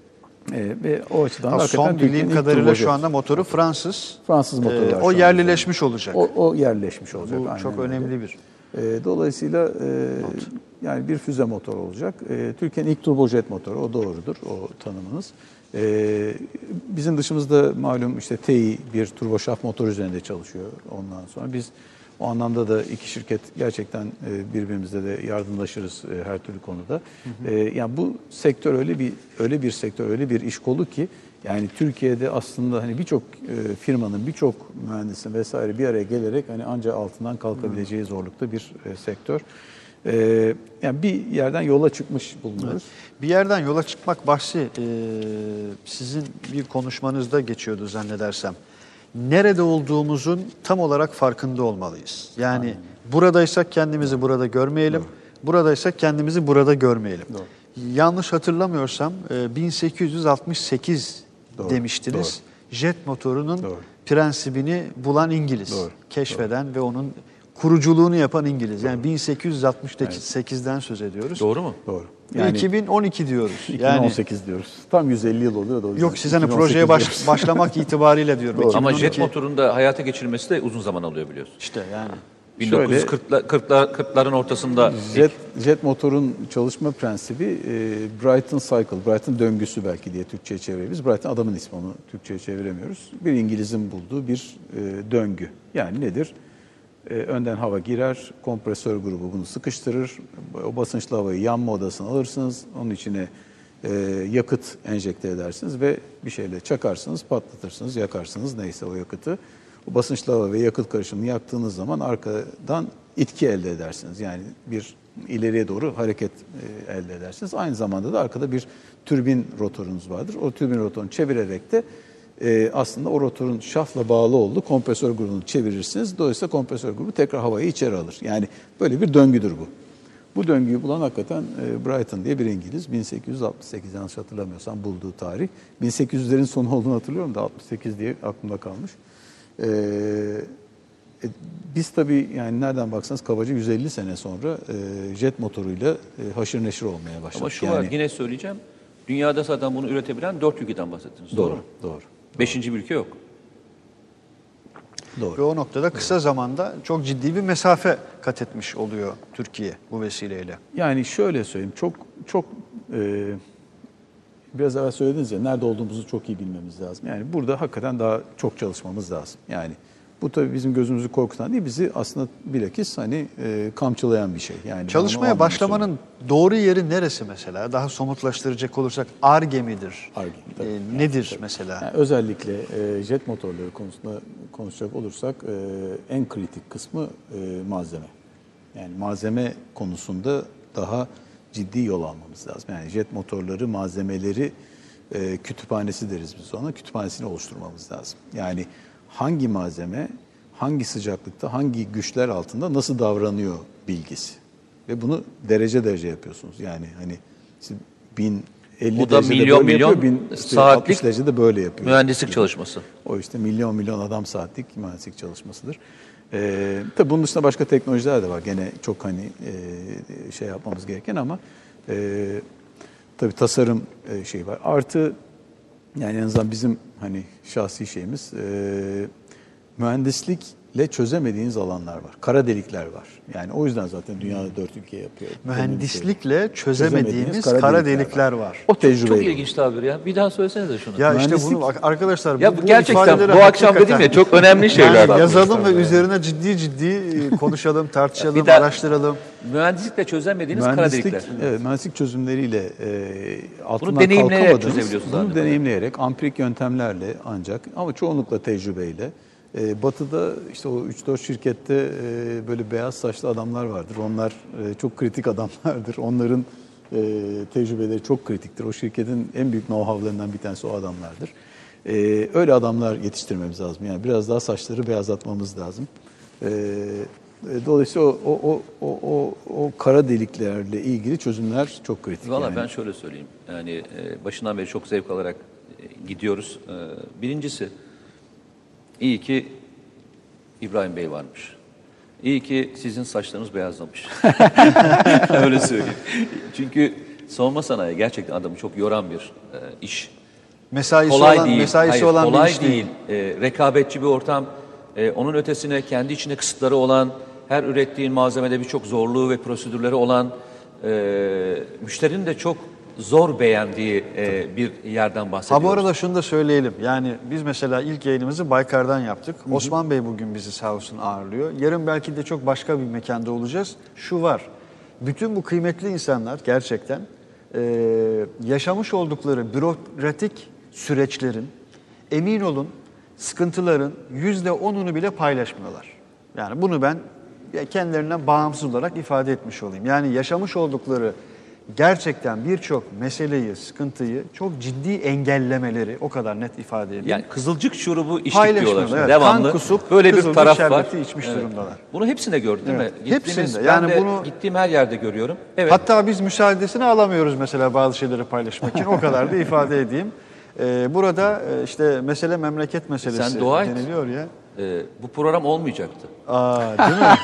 e, ve o açıdan ha, hakikaten son bildiğim kadarıyla şu anda motoru Fransız. Fransız motoru e, var. O yerlileşmiş olacak. O, o yerleşmiş olacak. Bu çok önemli bir. E, dolayısıyla e, yani bir füze motoru olacak. E, Türkiye'nin ilk turbojet motoru, o doğrudur, o tanımınız. Ee, bizim dışımızda malum işte T İ bir turboşaft motor üzerinde çalışıyor ondan sonra. Biz o anlamda da iki şirket gerçekten birbirimizle de yardımlaşırız her türlü konuda. Hı hı. Ee, yani bu sektör öyle bir öyle bir sektör, öyle bir iş kolu ki yani Türkiye'de aslında hani birçok firmanın, birçok mühendisin vesaire bir araya gelerek hani ancak altından kalkabileceği hı. zorlukta bir sektör. Ee, yani bir yerden yola çıkmış bulunuyoruz. Evet. Bir yerden yola çıkmak bahsi e, sizin bir konuşmanızda geçiyordu zannedersem. Nerede olduğumuzun tam olarak farkında olmalıyız. Yani aynen. Buradaysak kendimizi burada görmeyelim, doğru. Buradaysak kendimizi burada görmeyelim. Doğru. Yanlış hatırlamıyorsam e, bin sekiz yüz altmış sekiz doğru. demiştiniz. Doğru. Jet motorunun doğru. prensibini bulan İngiliz, doğru. keşfeden doğru. ve onun kuruculuğunu yapan İngiliz. Yani bin sekiz yüz altmış sekizden evet. söz ediyoruz. Doğru mu? Doğru. Yani iki bin on iki diyoruz. iki bin on sekiz yani, diyoruz. Tam yüz elli yıl oluyor da o yüzden. Yok siz hani projeye baş, başlamak itibariyle diyorum. Ama jet motorun da hayata geçirilmesi de uzun zaman alıyor biliyorsun. İşte yani. bin dokuz yüz kırkların ortasında. Jet, jet motorun çalışma prensibi e, Brighton Cycle, Brighton döngüsü belki diye Türkçe'ye çevirebiliriz. Brighton adamın ismi, onu Türkçe'ye çeviremiyoruz. Bir İngiliz'in bulduğu bir e, döngü. Yani nedir? Ee, önden hava girer, kompresör grubu bunu sıkıştırır. O basınçlı havayı yanma odasına alırsınız. Onun içine e, yakıt enjekte edersiniz ve bir şeyle çakarsınız, patlatırsınız, yakarsınız neyse o yakıtı. O basınçlı hava ve yakıt karışımını yaktığınız zaman arkadan itki elde edersiniz. Yani bir ileriye doğru hareket e, elde edersiniz. Aynı zamanda da arkada bir türbin rotorunuz vardır. O türbin rotorunu çevirerek de Ee, aslında o rotorun şafla bağlı olduğu kompresör grubunu çevirirsiniz. Dolayısıyla kompresör grubu tekrar havayı içeri alır. Yani böyle bir döngüdür bu. Bu döngüyü bulan hakikaten e, Brighton diye bir İngiliz. bin sekiz yüz altmış sekiz yanlış hatırlamıyorsam bulduğu tarih. bin sekiz yüzlerin sonu olduğunu hatırlıyorum da altmış sekiz diye aklımda kalmış. Ee, e, biz tabii yani nereden baksanız kabaca yüz elli sene sonra e, jet motoruyla e, haşır neşir olmaya başladık. Ama şu yani, var yine söyleyeceğim. Dünyada zaten bunu üretebilen dört ülkeden bahsettiniz. Doğru, doğru mu? Doğru. Beşinci bir ülke yok. Doğru. Ve o noktada kısa zamanda çok ciddi bir mesafe kat etmiş oluyor Türkiye bu vesileyle. Yani şöyle söyleyeyim, çok çok e, biraz evvel söylediniz ya, nerede olduğumuzu çok iyi bilmemiz lazım. Yani burada hakikaten daha çok çalışmamız lazım. Yani bu tabii bizim gözümüzü korkutan değil, bizi aslında bilakis hani e, kamçılayan bir şey. Yani çalışmaya başlamanın doğru yeri neresi mesela? Daha somutlaştıracak olursak Ar-Ge midir? Ar-Ge, tabii. E, nedir tabii. mesela? Yani özellikle e, jet motorları konusunda konuşacak olursak e, en kritik kısmı e, malzeme. Yani malzeme konusunda daha ciddi yol almamız lazım. Yani jet motorları malzemeleri e, kütüphanesi deriz biz ona. Kütüphanesini oluşturmamız lazım. Yani hangi malzeme, hangi sıcaklıkta, hangi güçler altında nasıl davranıyor bilgisi. Ve bunu derece derece yapıyorsunuz. Yani hani bin elli derecede milyon böyle milyon yapıyor, bin saatlik altmış derecede böyle yapıyor. Mühendislik yani, çalışması. O işte milyon milyon adam saatlik mühendislik çalışmasıdır. Ee, tabii bunun dışında başka teknolojiler de var. Gene çok hani e, şey yapmamız gereken ama e, tabii tasarım e, şeyi var. Artı yani en azından bizim hani şahsi şeyimiz. E, mühendislikle çözemediğiniz alanlar var. Kara delikler var. Yani o yüzden zaten dünyada dört ülke yapıyor. Mühendislikle çözemediğimiz kara kara delikler delikler var. var. O tecrübe. Çok ilginç tabir ya. Bir daha söylesenize şunu. Ya işte Mühendislik- bunu bak arkadaşlar Ya bu, bu bu gerçekten ifadeleri bu akşam hakikaten- dedim ya çok önemli şeyler. yani var. yazalım ve üzerine ciddi ciddi konuşalım, tartışalım, Bir daha- araştıralım. Mühendislikle çözemediğiniz kara Mühendislik, delikler. evet, mühendislik çözümleriyle e, altından deneyimleyerek kalkamadınız. çözebiliyorsunuz Bunu anladığım deneyimleyerek, ampirik yöntemlerle ancak ama çoğunlukla tecrübeyle. E, batı'da işte o üç dört şirkette e, böyle beyaz saçlı adamlar vardır. Onlar e, çok kritik adamlardır. Onların e, tecrübeleri çok kritiktir. O şirketin en büyük know-how'larından bir tanesi o adamlardır. E, öyle adamlar yetiştirmemiz lazım. Yani biraz daha saçları beyazlatmamız lazım. E, Dolayısıyla o, o, o, o, o, o kara deliklerle ilgili çözümler çok kritik. Valla yani. ben şöyle söyleyeyim. Yani e, başından beri çok zevk alarak e, gidiyoruz. E, birincisi, iyi ki İbrahim Bey varmış. İyi ki sizin saçlarınız beyazlamış. Öyle söyleyeyim. Çünkü savunma sanayi gerçekten adamı çok yoran bir e, iş. Mesaisi Kolay olan, değil. mesaisi Hayır, olan kolay bir iş değil. değil. E, rekabetçi bir ortam. E, onun ötesine kendi içinde kısıtları olan, her ürettiğin malzemede birçok zorluğu ve prosedürleri olan, e, müşterinin de çok zor beğendiği e, bir yerden bahsediyoruz. Ha bu arada şunu da söyleyelim. Yani biz mesela ilk yayınımızı Baykar'dan yaptık. Hı hı. Osman Bey bugün bizi sağ olsun ağırlıyor. Yarın belki de çok başka bir mekanda olacağız. Şu var. Bütün bu kıymetli insanlar gerçekten e, yaşamış oldukları bürokratik süreçlerin, emin olun, sıkıntıların yüzde onunu bile paylaşmıyorlar. Yani bunu ben kendilerinden bağımsız olarak ifade etmiş olayım. Yani yaşamış oldukları gerçekten birçok meseleyi, sıkıntıyı çok ciddi engellemeleri o kadar net ifade edeyim. Yani kızılcık şurubu içtik Paylaşmıyorlar, diyorlar. evet. Devamlı Kan kusup, böyle bir kızılcık taraf var. şerbeti içmiş Evet. durumdalar. Bunu hepsinde gördün değil Evet. mi? Gittiğimiz, Hepsinde. ben Yani de bunu- gittiğim her yerde görüyorum. Evet. Hatta biz müsaadesini alamıyoruz mesela bazı şeyleri paylaşmak için. O kadar da ifade edeyim. Ee, burada e, işte mesele memleket meselesi Sen dua et. deniliyor ya. e, bu program olmayacaktı. Aa, değil mi?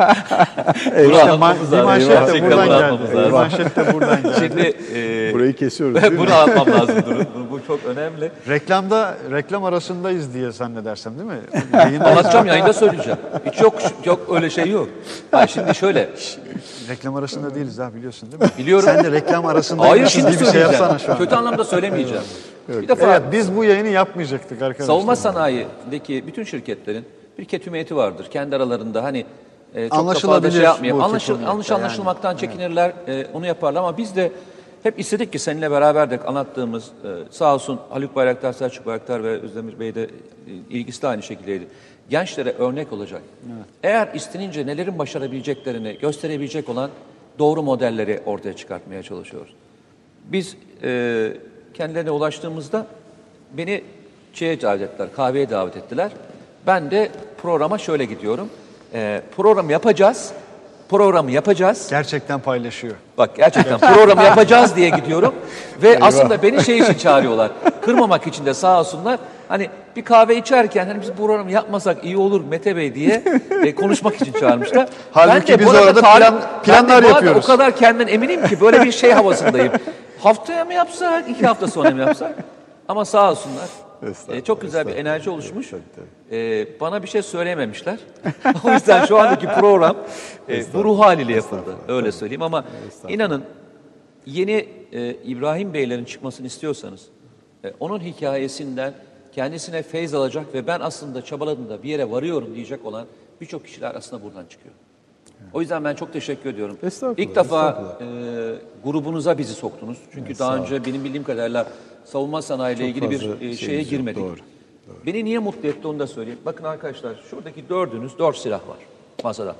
Bunu İşte anlatmamız ma- bir lazım. manşet de Gerçekten buradan bunu geldi. anlatmamız Bir lazım. manşet de buradan geldi. Şimdi e, Burayı kesiyoruz değil mi? bunu anlatmam lazım. Durun. Bu çok önemli. Reklamda, reklam arasındayız diye zannedersem değil mi? Yayındayız. Anlatacağım, yayında söyleyeceğim. Hiç yok, yok öyle şey yok. Ha, şimdi şöyle, Reklam arasında değiliz daha biliyorsun değil mi? Biliyorum. Sen de reklam arasında hayır şimdi bir şey söyleyeceğim. yapsana şu an. Kötü anlamda söylemeyeceğim. Bir defa Evet biz bu yayını yapmayacaktık arkadaşlar. savunma sanayideki bütün şirketlerin bir ketumiyeti vardır. Kendi aralarında hani e, çok da fazla Anlaşılabilir şey yapmayalım. bu Anlaşı, ketumiyette yanlış yani. anlaşılmaktan çekinirler, e, onu yaparlar ama biz de hep istedik ki seninle beraber de anlattığımız e, sağ olsun Haluk Bayraktar, Selçuk Bayraktar ve Özdemir Bey de e, ilgisi de aynı şekildeydi. Gençlere örnek olacak. Evet. Eğer istenince nelerin başarabileceklerini gösterebilecek olan doğru modelleri ortaya çıkartmaya çalışıyoruz. Biz e, kendilerine ulaştığımızda beni şeye davet ettiler, kahveye davet ettiler. Ben de programa şöyle gidiyorum. E, programı yapacağız, programı yapacağız. Gerçekten paylaşıyor. Bak gerçekten programı yapacağız diye gidiyorum. Ve aslında beni şey için çağırıyorlar. Kırmamak için de sağ olsunlar. Hani bir kahve içerken hani biz bu programı yapmasak iyi olur Mete Bey diye e, konuşmak için çağırmışlar. Halbuki ben de biz bu arada orada tarih- plan- planlar ben de bu arada yapıyoruz. o kadar kendimden eminim ki böyle bir şey havasındayım. Haftaya mı yapsak, iki hafta sonra mı yapsak? Ama sağ olsunlar. E, çok güzel bir enerji oluşmuş. E, bana bir şey söyleyememişler. O yüzden şu andaki program e, bu ruh haliyle yapıldı. Öyle söyleyeyim ama inanın yeni e, İbrahim Beylerin çıkmasını istiyorsanız e, onun hikayesinden kendisine feyz alacak ve ben aslında çabaladığımda bir yere varıyorum diyecek olan birçok kişiler aslında buradan çıkıyor. O yüzden ben çok teşekkür ediyorum. Estağfurullah, İlk defa estağfurullah. e, grubunuza bizi soktunuz. Çünkü Evet, daha sağ önce benim bildiğim kadarıyla savunma sanayi ile Çok ilgili bir fazla e, şeye şeyimiz yok, girmedik. doğru, Beni niye mutlu etti onu da söyleyeyim. Bakın arkadaşlar şuradaki dördünüz, dört silah var masada.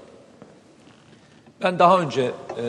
Ben daha önce e,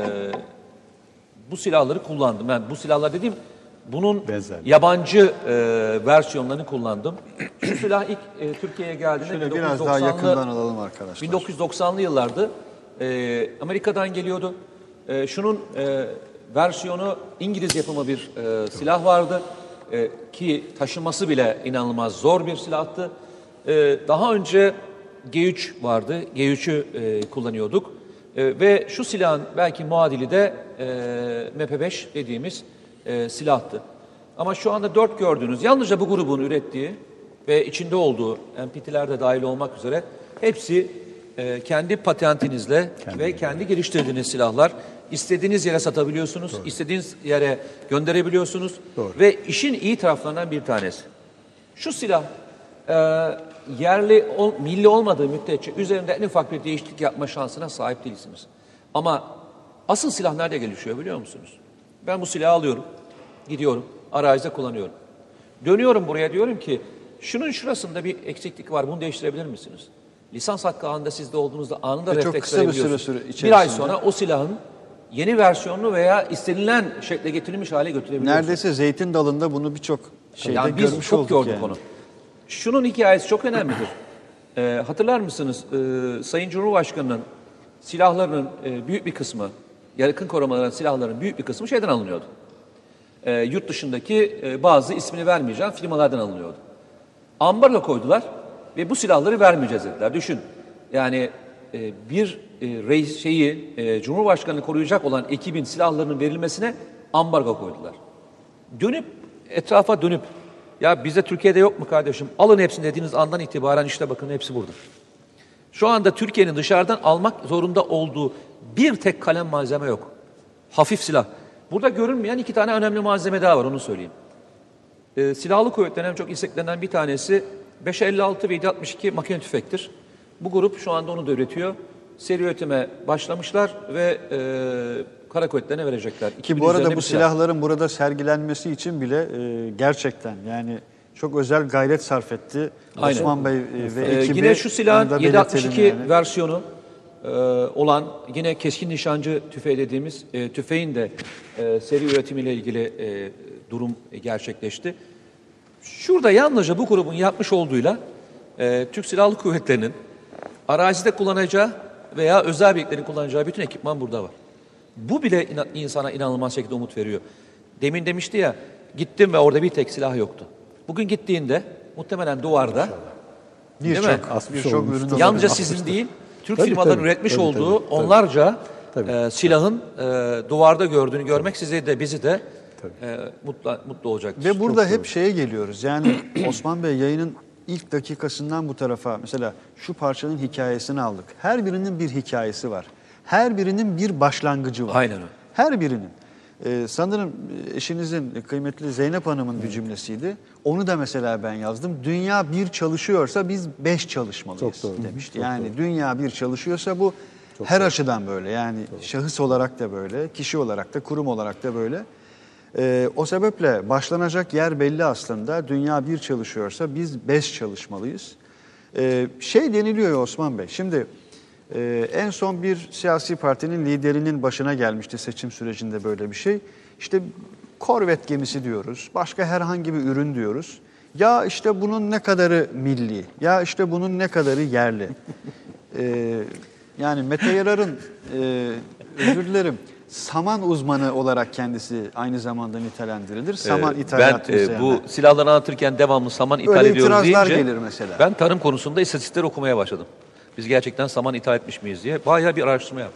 bu silahları kullandım. Yani bu silahlar dediğim bunun Benzerli. yabancı e, versiyonlarını kullandım. Şu silah ilk e, Türkiye'ye geldiğinde Şöyle bin dokuz yüz biraz daha doksanlı yakından alalım arkadaşlar. bin dokuz yüz doksanlı yıllardı. E, Amerika'dan geliyordu. E, şunun e, versiyonu İngiliz yapımı bir e, silah vardı. E, ki taşıması bile inanılmaz zor bir silahtı. E, daha önce G üç vardı. G üç'ü e, kullanıyorduk. E, ve şu silahın belki muadili de e, M P beş dediğimiz e, silahtı. Ama şu anda dört gördüğünüz, yalnızca bu grubun ürettiği ve içinde olduğu N P T'ler de dahil olmak üzere hepsi e, kendi patentinizle kendi ve kendi geliştirdiğiniz silahlar. İstediğiniz yere satabiliyorsunuz, Doğru. istediğiniz yere gönderebiliyorsunuz. Doğru. Ve işin iyi taraflarından bir tanesi. Şu silah e, yerli, ol, milli olmadığı müddetçe üzerinde en ufak bir değişiklik yapma şansına sahip değilsiniz. Ama asıl silah nerede gelişiyor biliyor musunuz? Ben bu silahı alıyorum, gidiyorum, arazide kullanıyorum. Dönüyorum buraya, diyorum ki şunun şurasında bir eksiklik var, bunu değiştirebilir misiniz? Lisans hakkı anında sizde olduğunuzda anında Ve refleks verebiliyorsunuz. Süre süre bir ay sonra o silahın yeni versiyonunu veya istenilen şekle getirilmiş hale götürebiliyorsunuz. Neredeyse zeytin dalında bunu birçok şeyde yani biz görmüş çok olduk gördük yani. onu. Şunun hikayesi çok önemlidir. Ee, hatırlar mısınız? Ee, Sayın Cumhurbaşkanı'nın silahlarının e, büyük bir kısmı, yakın korumaların silahlarının büyük bir kısmı şeyden alınıyordu. Ee, yurt dışındaki e, bazı ismini vermeyeceğim firmalardan alınıyordu. Ambargo koydular ve bu silahları vermeyeceğiz dediler. Düşün. Yani e, bir e, reis şeyi e, Cumhurbaşkanı'nı koruyacak olan ekibin silahlarının verilmesine ambargo koydular. Dönüp etrafa dönüp ya bizde Türkiye'de yok mu kardeşim? Alın hepsini dediğiniz andan itibaren işte bakın hepsi burada. Şu anda Türkiye'nin dışarıdan almak zorunda olduğu bir tek kalem malzeme yok. Hafif silah. Burada görünmeyen iki tane önemli malzeme daha var, onu söyleyeyim. Ee, silahlı kuvvetlerin en çok isteklenen bir tanesi beş elli altı ve yedi altmış iki makine tüfektir. Bu grup şu anda onu da üretiyor. Seri üretime başlamışlar ve e, kara kuvvetlerine verecekler. Ki bu arada bu silahların silah. burada sergilenmesi için bile e, gerçekten yani çok özel gayret sarf etti. Aynen. Osman Bey e, ve ee, ekibi. Yine şu silahın yedi altmış iki yani. versiyonu e, olan yine keskin nişancı tüfeği dediğimiz e, tüfeğin de e, seri üretimiyle ilgili e, durum gerçekleşti. Şurada yalnızca bu grubun yapmış olduğuyla e, Türk Silahlı Kuvvetleri'nin arazide kullanacağı veya özel birliklerin kullanacağı bütün ekipman burada var. Bu bile ina- insana inanılmaz şekilde umut veriyor. Demin demişti ya, gittim ve orada bir tek silah yoktu. Bugün gittiğinde muhtemelen duvarda birçok bir çok ürün yalnızca sizin değil, Türk tabii, firmaların tabii, üretmiş tabii, olduğu tabii, onlarca tabii. E, silahın e, duvarda gördüğünü görmek sizi de bizi de e, mutlu, mutlu olacaktır. Ve burada hep şeye geliyoruz. Yani Osman Bey yayının ilk dakikasından bu tarafa mesela şu parçanın hikayesini aldık. Her birinin bir hikayesi var. Her birinin bir başlangıcı var. Aynen öyle. Her birinin. Ee, sanırım eşinizin kıymetli Zeynep Hanım'ın bir cümlesiydi. Onu da mesela ben yazdım. Dünya bir çalışıyorsa biz beş çalışmalıyız Çok doğru. demişti. Çok yani doğru. dünya bir çalışıyorsa bu Çok her doğru. açıdan böyle. Yani doğru. şahıs olarak da böyle, kişi olarak da, kurum olarak da böyle. Ee, o sebeple başlanacak yer belli aslında. Dünya bir çalışıyorsa biz beş çalışmalıyız. Ee, şey deniliyor ya Osman Bey, şimdi e, en son bir siyasi partinin liderinin başına gelmişti seçim sürecinde böyle bir şey. İşte korvet gemisi diyoruz, başka herhangi bir ürün diyoruz. Ya işte bunun ne kadarı milli, ya işte bunun ne kadarı yerli. Ee, yani Mete Yarar'ın, e, özür dilerim, saman uzmanı olarak kendisi aynı zamanda nitelendirilir. Saman ee, ithalatı Ben e, bu silahları anlatırken devamlı saman ithal Öyle ediyoruz itirazlar deyince gelir mesela. ben tarım konusunda istatistikler okumaya başladım. Biz gerçekten saman ithal etmiş miyiz diye bayağı bir araştırma yaptım.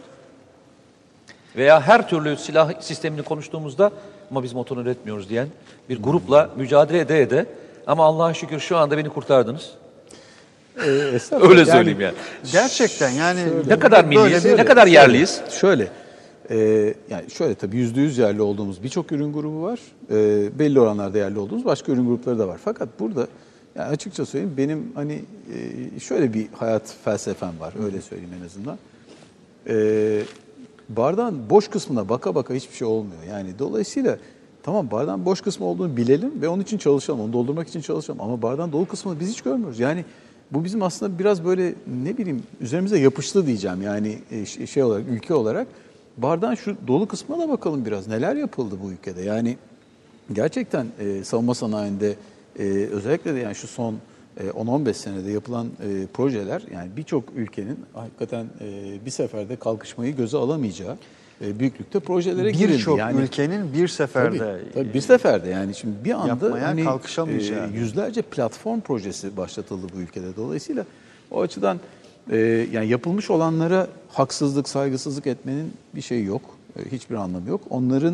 Veya her türlü silah sistemini konuştuğumuzda ama biz motor üretmiyoruz diyen bir grupla mücadele ede ede ama Allah'a şükür şu anda beni kurtardınız. Ee, Öyle söyleyeyim yani. Gerçekten yani Ne kadar milliyiz, ne kadar yerliyiz? Şöyle, e, yani şöyle tabii yüzde yüz yerli olduğumuz birçok ürün grubu var. E, belli oranlarda yerli olduğumuz başka ürün grupları da var. Fakat burada yani açıkça söyleyeyim benim hani e, şöyle bir hayat felsefem var. Öyle söyleyeyim en azından. E, bardağın boş kısmına baka baka hiçbir şey olmuyor. Yani dolayısıyla tamam bardağın boş kısmı olduğunu bilelim ve onun için çalışalım. Onu doldurmak için çalışalım. Ama bardağın dolu kısmını biz hiç görmüyoruz. Yani bu bizim aslında biraz böyle ne bileyim üzerimize yapıştı diyeceğim. Yani şey olarak, ülke olarak. Bardağın şu dolu kısmına da bakalım biraz. Neler yapıldı bu ülkede? Yani gerçekten e, savunma sanayinde e, özellikle de yani şu son e, on on beş senede yapılan e, projeler yani birçok ülkenin hakikaten e, bir seferde kalkışmayı göze alamayacağı e, büyüklükte projelere girildi. Birçok yani, ülkenin bir seferde tabii, tabii bir seferde yani şimdi bir anda yapmaya hani, kalkışamayacağı. e, yüzlerce platform projesi başlatıldı bu ülkede. Dolayısıyla o açıdan e, yani yapılmış olanlara haksızlık, saygısızlık etmenin bir şeyi yok. E, hiçbir anlamı yok. Onların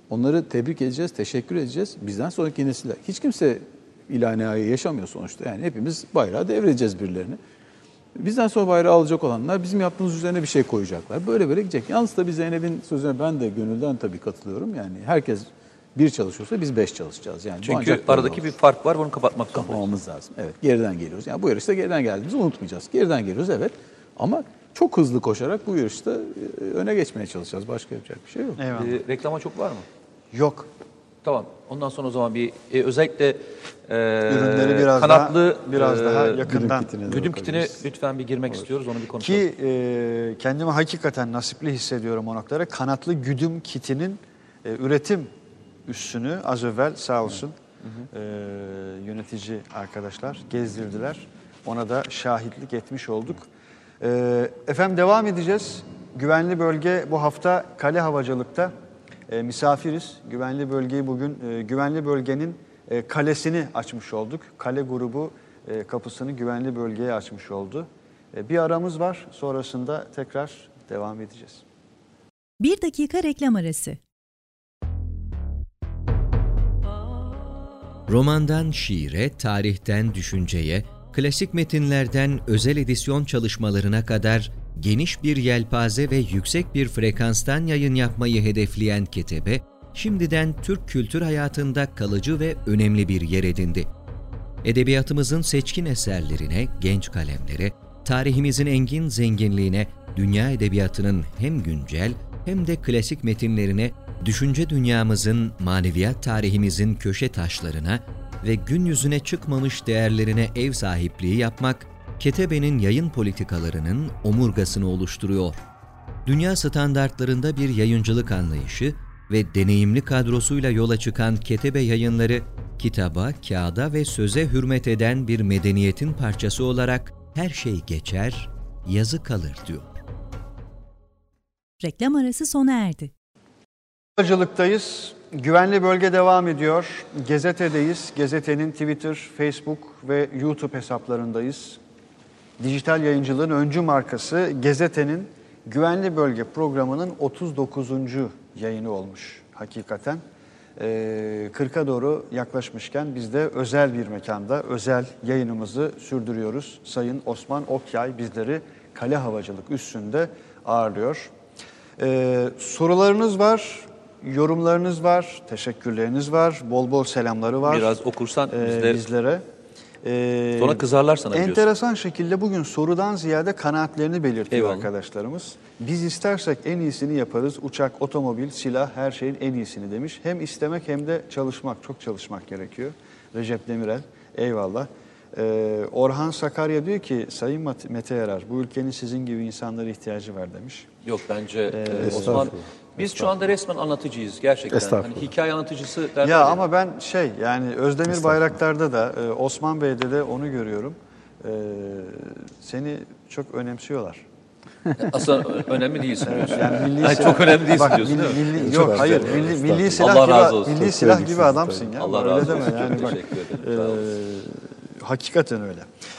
Onları tebrik edeceğiz, teşekkür edeceğiz. Bizden sonraki nesiller. Hiç kimse ilahi nihai yaşamıyor sonuçta. Yani hepimiz bayrağı devredeceğiz birilerine. Bizden sonra bayrağı alacak olanlar bizim yaptığımız üzerine bir şey koyacaklar. Böyle böyle gidecek. Yalnız tabii Zeynep'in sözüne ben de gönülden tabii katılıyorum. Yani herkes bir çalışıyorsa biz beş çalışacağız. Yani Çünkü aradaki bir fark var, bunu kapatmak zorundayız. kapamamız lazım. Evet, geriden geliyoruz. Yani bu yarışta geriden geldiğimizi unutmayacağız. Geriden geliyoruz, evet. Ama çok hızlı koşarak bu yarışta öne geçmeye çalışacağız. Başka yapacak bir şey yok. Eyvallah. Ee, reklama çok var mı? Yok. Tamam. Ondan sonra o zaman bir e, özellikle e, Ürünleri biraz kanatlı daha, biraz e, daha Güdüm yakından. kitine de güdüm kitine bakabiliriz. lütfen bir girmek istiyoruz. Onu bir konuşalım. Ki e, kendimi hakikaten nasipli hissediyorum o noktalara. Kanatlı güdüm kitinin e, üretim üssünü az evvel sağ olsun e, yönetici arkadaşlar gezdirdiler. Ona da şahitlik etmiş olduk. E, efendim devam edeceğiz. Güvenli bölge bu hafta Kale Havacılık'ta e, misafiriz. Güvenli bölgeyi bugün e, güvenli bölgenin e, kalesini açmış olduk. Kale grubu e, kapısını güvenli bölgeye açmış oldu. E, bir aramız var. Sonrasında tekrar devam edeceğiz. Bir dakika reklam arası. Romandan şiire, tarihten düşünceye, klasik metinlerden özel edisyon çalışmalarına kadar geniş bir yelpaze ve yüksek bir frekanstan yayın yapmayı hedefleyen Ketebe, şimdiden Türk kültür hayatında kalıcı ve önemli bir yer edindi. Edebiyatımızın seçkin eserlerine, genç kalemlere, tarihimizin engin zenginliğine, dünya edebiyatının hem güncel hem de klasik metinlerine, düşünce dünyamızın, maneviyat tarihimizin köşe taşlarına ve gün yüzüne çıkmamış değerlerine ev sahipliği yapmak, Ketebe'nin yayın politikalarının omurgasını oluşturuyor. Dünya standartlarında bir yayıncılık anlayışı ve deneyimli kadrosuyla yola çıkan Ketebe Yayınları, kitaba, kağıda ve söze hürmet eden bir medeniyetin parçası olarak her şey geçer, yazı kalır diyor. Reklam arası sona erdi. Havacılıktayız. Güvenli bölge devam ediyor. Gezete'deyiz. Gezete'nin Twitter, Facebook ve YouTube hesaplarındayız. Dijital yayıncılığın öncü markası Gezete'nin Güvenli Bölge programının otuz dokuzuncu yayını olmuş hakikaten. Ee, kırka doğru yaklaşmışken biz de özel bir mekanda özel yayınımızı sürdürüyoruz. Sayın Osman Okyay bizleri Kale Havacılık üssünde ağırlıyor. Ee, sorularınız var, yorumlarınız var, teşekkürleriniz var, bol bol selamları var. Biraz okursan ee, bizde bizlere. Ee, sonra kızarlar sana biliyorsun. Enteresan şekilde bugün sorudan ziyade kanaatlerini belirtiyor Eyvallah. arkadaşlarımız. Biz istersek en iyisini yaparız. Uçak, otomobil, silah her şeyin en iyisini demiş. Hem istemek hem de çalışmak, çok çalışmak gerekiyor. Recep Demirel, eyvallah. Ee, Orhan Sakarya diyor ki, Sayın Mete Yarar, bu ülkenin sizin gibi insanlara ihtiyacı var demiş. Yok bence e, Osman, Estağfurullah. biz şu anda resmen anlatıcıyız gerçekten. Estağfurullah. Hani hikaye anlatıcısı derler Ya ama ben şey yani Özdemir Estağfurullah. Bayraktar'da da e, Osman Bey'de de onu görüyorum. Ee, seni çok önemsiyorlar. aslında önemli değilsin diyorsun. Yani milli Yani silah- çok önemli değilsin Bak, diyorsun milli- değil mi? milli- Çok yok hayır estağfurullah, milli, milli estağfurullah. silah Allah gibi razı olsun. milli Çok silah sevdik gibi sizi adamsın tabii. ya. Allah Öyle razı deme olsun. yani bak. Teşekkür ederim. Sağ olun. Ee, hakikaten öyle.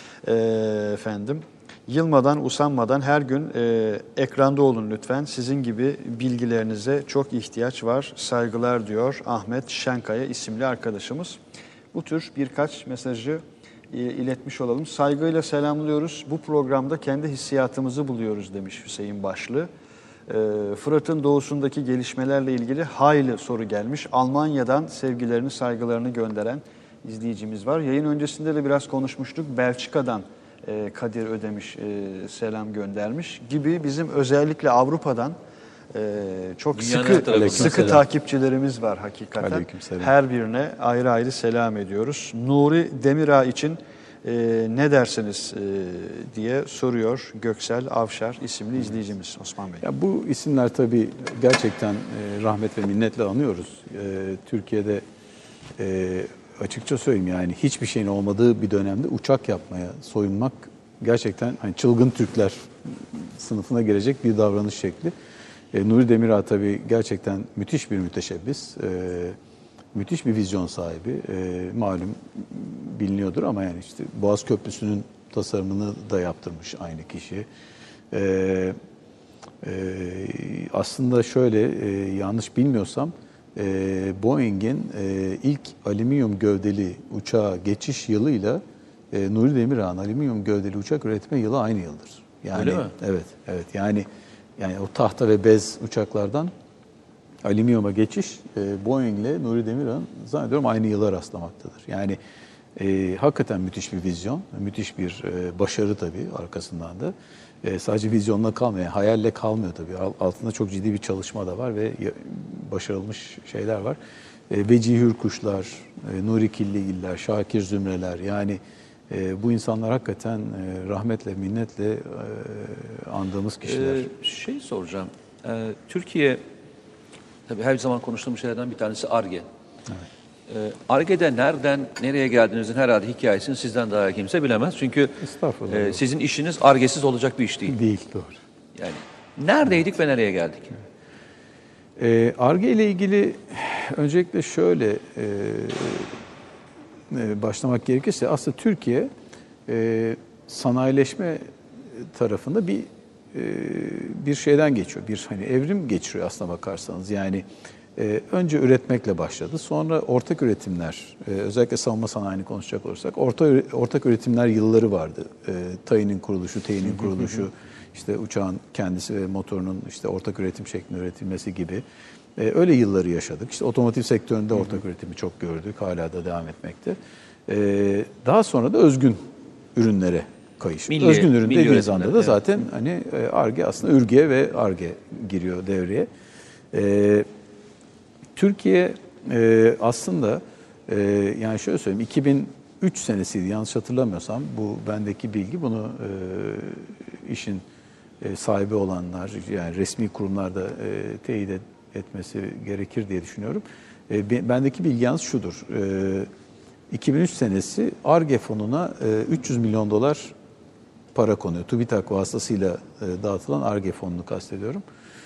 Ee, efendim. Yılmadan, usanmadan her gün e, ekranda olun lütfen. Sizin gibi bilgilerinize çok ihtiyaç var. Saygılar diyor Ahmet Şenkaya isimli arkadaşımız. Bu tür birkaç mesajı e, iletmiş olalım. Saygıyla selamlıyoruz. Bu programda kendi hissiyatımızı buluyoruz demiş Hüseyin Başlı. E, Fırat'ın doğusundaki gelişmelerle ilgili hayli soru gelmiş. Almanya'dan sevgilerini, saygılarını gönderen izleyicimiz var. Yayın öncesinde de biraz konuşmuştuk. Belçika'dan e, Kadir Ödemiş e, selam göndermiş gibi bizim özellikle Avrupa'dan e, çok Dünyanın her sıkı tarafından sıkı selam. takipçilerimiz var hakikaten. Aleykümselam. Her birine ayrı ayrı selam ediyoruz. Nuri Demirağ için e, ne dersiniz e, diye soruyor Göksel Avşar isimli izleyicimiz Osman Bey. Ya bu isimler tabii gerçekten e, rahmet ve minnetle anıyoruz. E, Türkiye'de e, açıkça söyleyeyim yani hiçbir şeyin olmadığı bir dönemde uçak yapmaya soyunmak gerçekten hani çılgın Türkler sınıfına girecek bir davranış şekli. E, Nuri Demirağ tabii gerçekten müthiş bir müteşebbis, e, müthiş bir vizyon sahibi. E, malum biliniyordur ama yani işte Boğaz Köprüsü'nün tasarımını da yaptırmış aynı kişi. E, e, aslında şöyle e, yanlış bilmiyorsam e, Boeing'in e, ilk alüminyum gövdeli uçağa geçiş yılıyla e, Nuri Demirağ'ın alüminyum gövdeli uçak üretme yılı aynı yıldır. Yani, Öyle mi? Evet, evet. Yani yani o tahta ve bez uçaklardan alüminyuma geçiş e, Boeing ile Nuri Demirağ'ın zannediyorum aynı yıla rastlamaktadır. Yani e, hakikaten müthiş bir vizyon, müthiş bir e, başarı tabii arkasından da. E, sadece vizyonla kalmıyor, yani hayalle kalmıyor tabii. Altında çok ciddi bir çalışma da var ve başarılmış şeyler var. E, Vecihi Hürkuşlar, e, Nuri Killigiller, Şakir Zümreler, yani e, bu insanlar hakikaten e, rahmetle, minnetle e, andığımız kişiler. Ee, şey soracağım. Ee, Türkiye, tabii her zaman konuştuğumuz şeylerden bir tanesi Ar-Ge. Evet. Ar-Ge'de nereden nereye geldiğinizin herhalde hikayesini sizden daha kimse bilemez. Çünkü e, sizin işiniz Ar-Ge'siz olacak bir iş değil. Değil, doğru. Yani neredeydik ve nereye geldik? Ee, Ar-Ge ile ilgili öncelikle şöyle e, e, başlamak gerekirse aslında Türkiye e, sanayileşme tarafında bir e, bir şeyden geçiyor. Bir hani evrim geçiriyor aslına bakarsanız. Yani e, önce üretmekle başladı. Sonra ortak üretimler, e, özellikle savunma sanayini konuşacak olursak orta ortak üretimler yılları vardı. E, TAİ'nin kuruluşu, TEİ'nin kuruluşu, işte uçağın kendisi ve motorunun işte ortak üretim şeklinde üretilmesi gibi. E, öyle yılları yaşadık. İşte otomotiv sektöründe ortak üretimi çok gördük. Hala da devam etmekte. E, daha sonra da özgün ürünlere kayış. Milli, özgün ürün milli dediğiniz anda da evet. zaten hani Ar-Ge aslında Ür-Ge ve Ar-Ge giriyor devreye. E, Türkiye e, aslında e, yani şöyle söyleyeyim, iki bin üç senesiydi yanlış hatırlamıyorsam, bu bendeki bilgi, bunu e, işin e, sahibi olanlar, yani resmi kurumlarda e, teyit etmesi gerekir diye düşünüyorum. E, bendeki bilgi yalnız şudur. E, iki bin üç senesi Ar-Ge fonuna e, üç yüz milyon dolar para konuyor. TÜBİTAK vasıtasıyla e, dağıtılan Ar-Ge fonunu kastediyorum.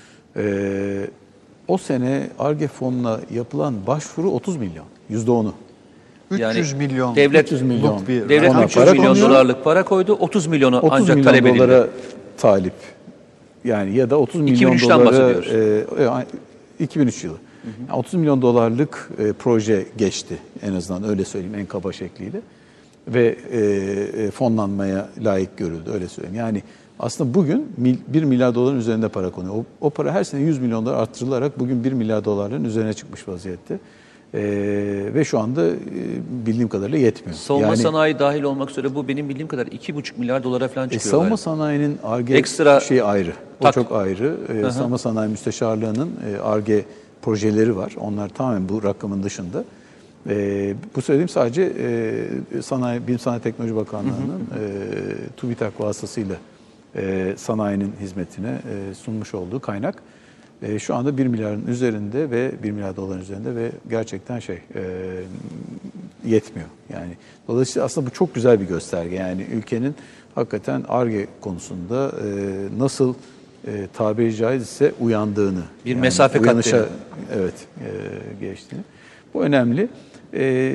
E, o sene Ar-Ge fonuna yapılan başvuru otuz milyon, yüzde onu. üç yüz Yani milyon. devlet- üç yüz milyon. bir Devlet Ona üç yüz para milyon konuyor. dolarlık para koydu, otuz milyonu otuz ancak milyon talep edildi. dolara talip. Yani ya da otuz milyon iki bin üçten dolara bahsediyoruz. e, e, iki bin üç yılı. Yani otuz milyon dolarlık e, proje geçti, en azından öyle söyleyeyim en kaba şekliyle. Ve e, e, fonlanmaya layık görüldü, öyle söyleyeyim. Yani aslında bugün mil, bir milyar doların üzerinde para konuyor. O, o para her sene yüz milyon dolar arttırılarak bugün bir milyar doların üzerine çıkmış vaziyette. E, ve şu anda e, bildiğim kadarıyla yetmiyor. Savunma yani, sanayi dahil olmak üzere bu benim bildiğim kadar iki buçuk milyar dolara falan E, çıkıyor. savunma galiba. sanayinin Ar-Ge Ekstra şeyi ayrı. O tak. çok ayrı. E, savunma sanayi müsteşarlığının e, Ar-Ge projeleri var. Onlar tamamen bu rakamın dışında. E, bu söylediğim sadece e, Sanayi, Bilim Sanayi Teknoloji Bakanlığı'nın e, TÜBİTAK vasıtasıyla e, sanayinin hizmetine e, sunmuş olduğu kaynak. E, şu anda bir milyarın üzerinde ve bir milyar doların üzerinde ve gerçekten şey e, yetmiyor. Yani dolayısıyla aslında bu çok güzel bir gösterge. Yani ülkenin hakikaten Ar-Ge konusunda e, nasıl e, tabiri caizse uyandığını, Bir yani mesafe kat uyanışa, deniyor. evet e, geçtiğini. Bu önemli. E,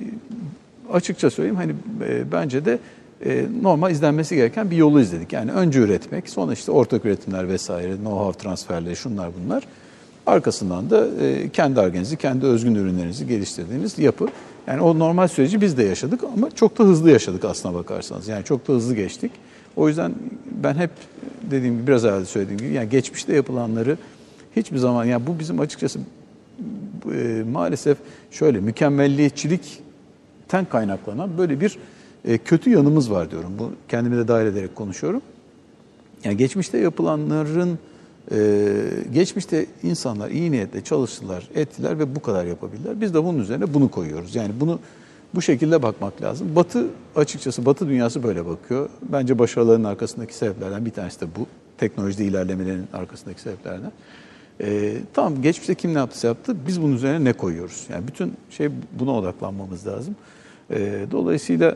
açıkça söyleyeyim, hani e, bence de e, normal izlenmesi gereken bir yolu izledik. Yani önce üretmek, sonra işte ortak üretimler vesaire, know-how transferleri, şunlar bunlar. Arkasından da e, kendi Ar-Ge'nizi, kendi özgün ürünlerinizi geliştirdiğiniz yapı. Yani o normal süreci biz de yaşadık ama çok da hızlı yaşadık aslına bakarsanız. Yani çok da hızlı geçtik. O yüzden ben hep dediğim gibi, biraz evvel söylediğim gibi, yani geçmişte yapılanları hiçbir zaman, yani bu bizim açıkçası e, maalesef şöyle mükemmelliyetçilikten kaynaklanan böyle bir e, kötü yanımız var diyorum. Bu kendimi de dahil ederek konuşuyorum. Yani geçmişte yapılanların, e, geçmişte insanlar iyi niyetle çalıştılar, ettiler ve bu kadar yapabildiler. Biz de bunun üzerine bunu koyuyoruz. Yani bunu bu şekilde bakmak lazım. Batı, açıkçası Batı dünyası böyle bakıyor. Bence başarıların arkasındaki sebeplerden bir tanesi de bu. Teknolojide ilerlemelerin arkasındaki sebeplerden. Ee, tamam, geçmişte kim ne yaptıysa yaptı. Biz bunun üzerine ne koyuyoruz? Yani bütün şey, buna odaklanmamız lazım. Ee, dolayısıyla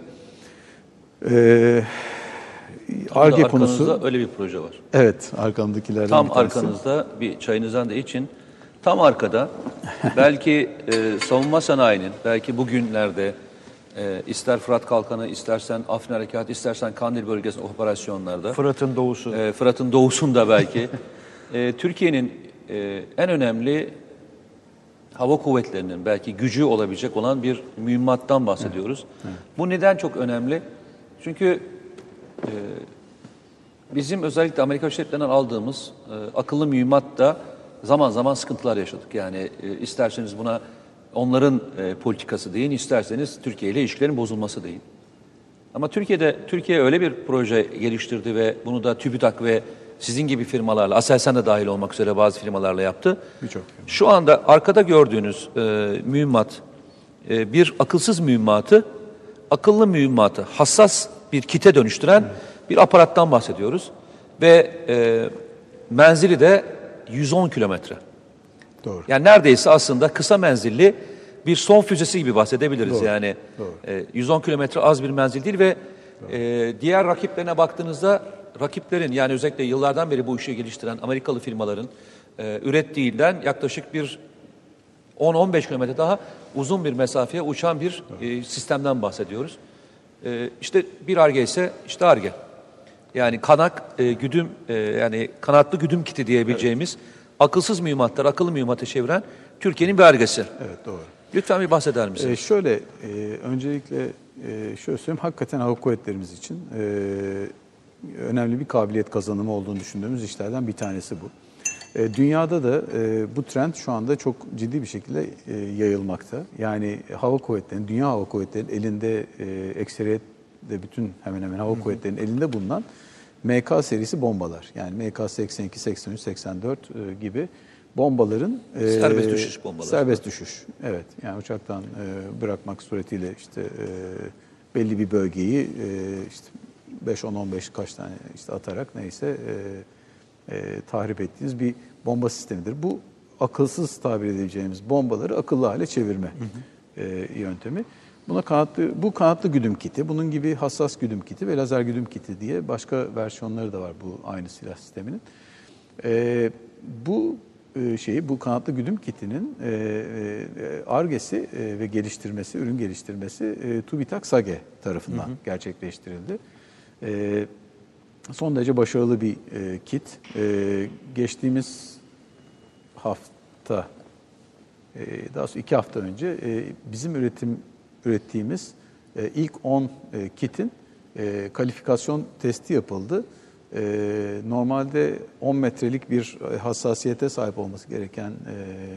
e, Ar-Ge konusu... öyle bir proje var. Evet, arkamdakilerden Tam bir tanesi. arkanızda, bir çayınızdan da için, tam arkada belki e, savunma sanayinin, belki bugünlerde e, ister Fırat Kalkanı, istersen Afrin Harekatı, istersen Kandil bölgesinde operasyonlarda, Fırat'ın doğusu. e, Fırat'ın doğusunda belki, e, Türkiye'nin e, en önemli hava kuvvetlerinin belki gücü olabilecek olan bir mühimmattan bahsediyoruz. Evet. Evet. Bu neden çok önemli? Çünkü e, bizim özellikle Amerika Birleşik Devletleri'nden aldığımız e, akıllı mühimmatta zaman zaman sıkıntılar yaşadık. Yani e, isterseniz buna onların e, politikası deyin, isterseniz Türkiye ile ilişkilerin bozulması deyin. Ama Türkiye'de Türkiye öyle bir proje geliştirdi ve bunu da TÜBİTAK ve sizin gibi firmalarla, Aselsan da dahil olmak üzere bazı firmalarla yaptı. Birçok. Şu anda arkada gördüğünüz e, mühimmat e, bir akılsız mühimmatı, akıllı mühimmatı hassas bir kite dönüştüren evet. bir aparattan bahsediyoruz. Ve e, menzili de yüz on kilometre. Doğru. Yani neredeyse aslında kısa menzilli bir son füzesi gibi bahsedebiliriz. Doğru. Yani Doğru. E, yüz on kilometre az bir menzil değil ve e, diğer rakiplerine baktığınızda rakiplerin yani özellikle yıllardan beri bu işi geliştiren Amerikalı firmaların e, ürettiğinden yaklaşık bir on on beş kilometre daha uzun bir mesafeye uçan bir e, sistemden bahsediyoruz. E, işte bir Ar-Ge ise işte Ar-Ge. Yani kanak, e, güdüm, e, yani kanatlı güdüm kiti diyebileceğimiz evet. akılsız mühimmatlar, akıllı mühimmata çeviren Türkiye'nin bir Ar-Ge'si. Evet, doğru. Lütfen bir bahseder misiniz? Ee, şöyle, e, öncelikle e, şöyle söyleyeyim, hakikaten hava kuvvetlerimiz için e, önemli bir kabiliyet kazanımı olduğunu düşündüğümüz işlerden bir tanesi bu. E, dünyada da e, bu trend şu anda çok ciddi bir şekilde e, yayılmakta. Yani hava kuvvetlerinin, dünya hava kuvvetlerinin elinde e, ekseriyetle bütün hemen hemen hava kuvvetlerinin elinde bulunan M K serisi bombalar. Yani M K seksen iki, seksen üç, seksen dört e, gibi bombaların e, serbest düşüş bombaları. Serbest düşüş. Evet. Yani uçaktan e, bırakmak suretiyle işte e, belli bir bölgeyi e, işte beş on on beş kaç tane işte atarak neyse e, e, tahrip ettiğiniz bir bomba sistemidir. Bu akılsız tabir edebileceğimiz bombaları akıllı hale çevirme hı hı. E, yöntemi. Buna kanatlı, bu kanatlı güdüm kiti, bunun gibi hassas güdüm kiti ve lazer güdüm kiti diye başka versiyonları da var bu aynı silah sisteminin. E, bu e, şeyi, bu kanatlı güdüm kitinin e, e, Ar-Ge'si e, ve geliştirmesi, ürün geliştirmesi e, TÜBİTAK SAGE tarafından hı hı. gerçekleştirildi. E, son derece başarılı bir e, kit. E, geçtiğimiz hafta, e, daha sonra iki hafta önce e, bizim üretim ürettiğimiz e, ilk on e, kitin e, kalifikasyon testi yapıldı. E, normalde on metrelik bir hassasiyete sahip olması gereken e,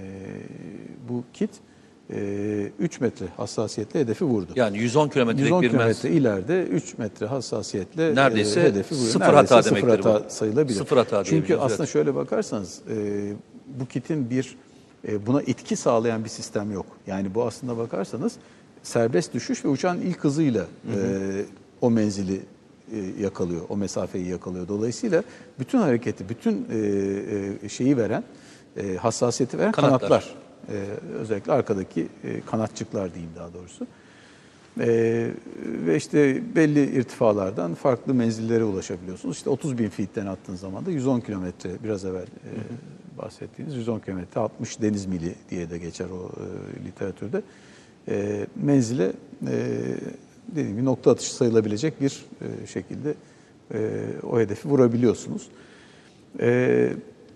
bu kit e, üç metre hassasiyetle hedefi vurdu. Yani yüz on kilometrelik yüz on bir kilometre ileride üç metre hassasiyetle neredeyse e, hedefi vurdu. Sıfır neredeyse hata sıfır demektir hata bu. sayılabilir. Sıfır hata Çünkü aslında şöyle bakarsanız e, bu kitin bir e, buna itki sağlayan bir sistem yok. Yani bu aslında bakarsanız serbest düşüş ve uçağın ilk hızıyla hı hı. E, o menzili e, yakalıyor, o mesafeyi yakalıyor. Dolayısıyla bütün hareketi, bütün e, e, şeyi veren, e, hassasiyeti veren kanatlar. kanatlar. E, özellikle arkadaki e, kanatçıklar diyeyim daha doğrusu. E, ve işte belli irtifalardan farklı menzillere ulaşabiliyorsunuz. İşte otuz bin feet'ten attığın zaman da yüz on kilometre, biraz evvel e, bahsettiğiniz yüz on kilometre, altmış deniz mili diye de geçer o e, literatürde. E, menzile e, dediğim gibi nokta atışı sayılabilecek bir e, şekilde e, o hedefi vurabiliyorsunuz. E,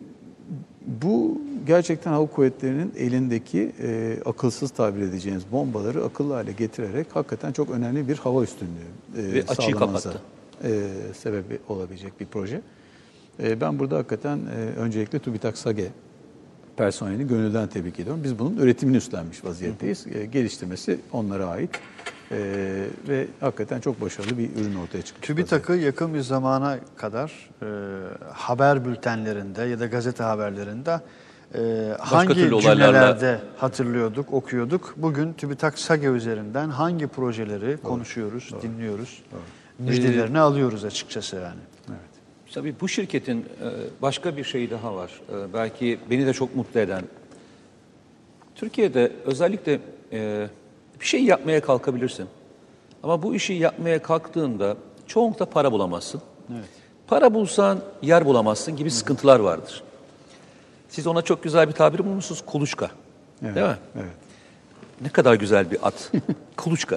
bu gerçekten hava kuvvetlerinin elindeki e, akılsız tabir edeceğiniz bombaları akıllı hale getirerek hakikaten çok önemli bir hava üstünlüğü e, ve açığı kapattı. E, sebebi olabilecek bir proje. E, ben burada hakikaten e, öncelikle TÜBİTAK SAGE personelini gönülden tebrik ediyorum. Biz bunun üretimini üstlenmiş vaziyetteyiz. E, geliştirmesi onlara ait. E, ve hakikaten çok başarılı bir ürün ortaya çıkmış. TÜBİTAK'ı yakın bir zamana kadar e, haber bültenlerinde ya da gazete haberlerinde e, hangi cümlelerde hatırlıyorduk, okuyorduk. Bugün TÜBİTAK SAGE üzerinden hangi projeleri doğru. konuşuyoruz, doğru. dinliyoruz, doğru. müjdelerini ee, alıyoruz açıkçası yani. Evet. Tabii bu şirketin başka bir şeyi daha var. Belki beni de çok mutlu eden. Türkiye'de özellikle bir şey yapmaya kalkabilirsin. Ama bu işi yapmaya kalktığında çoğunlukla para bulamazsın. Evet. Para bulsan yer bulamazsın gibi sıkıntılar vardır. Siz ona çok güzel bir tabir bulmuşsunuz. Kuluçka. Evet, değil mi? Evet. Ne kadar güzel bir at. Kuluçka.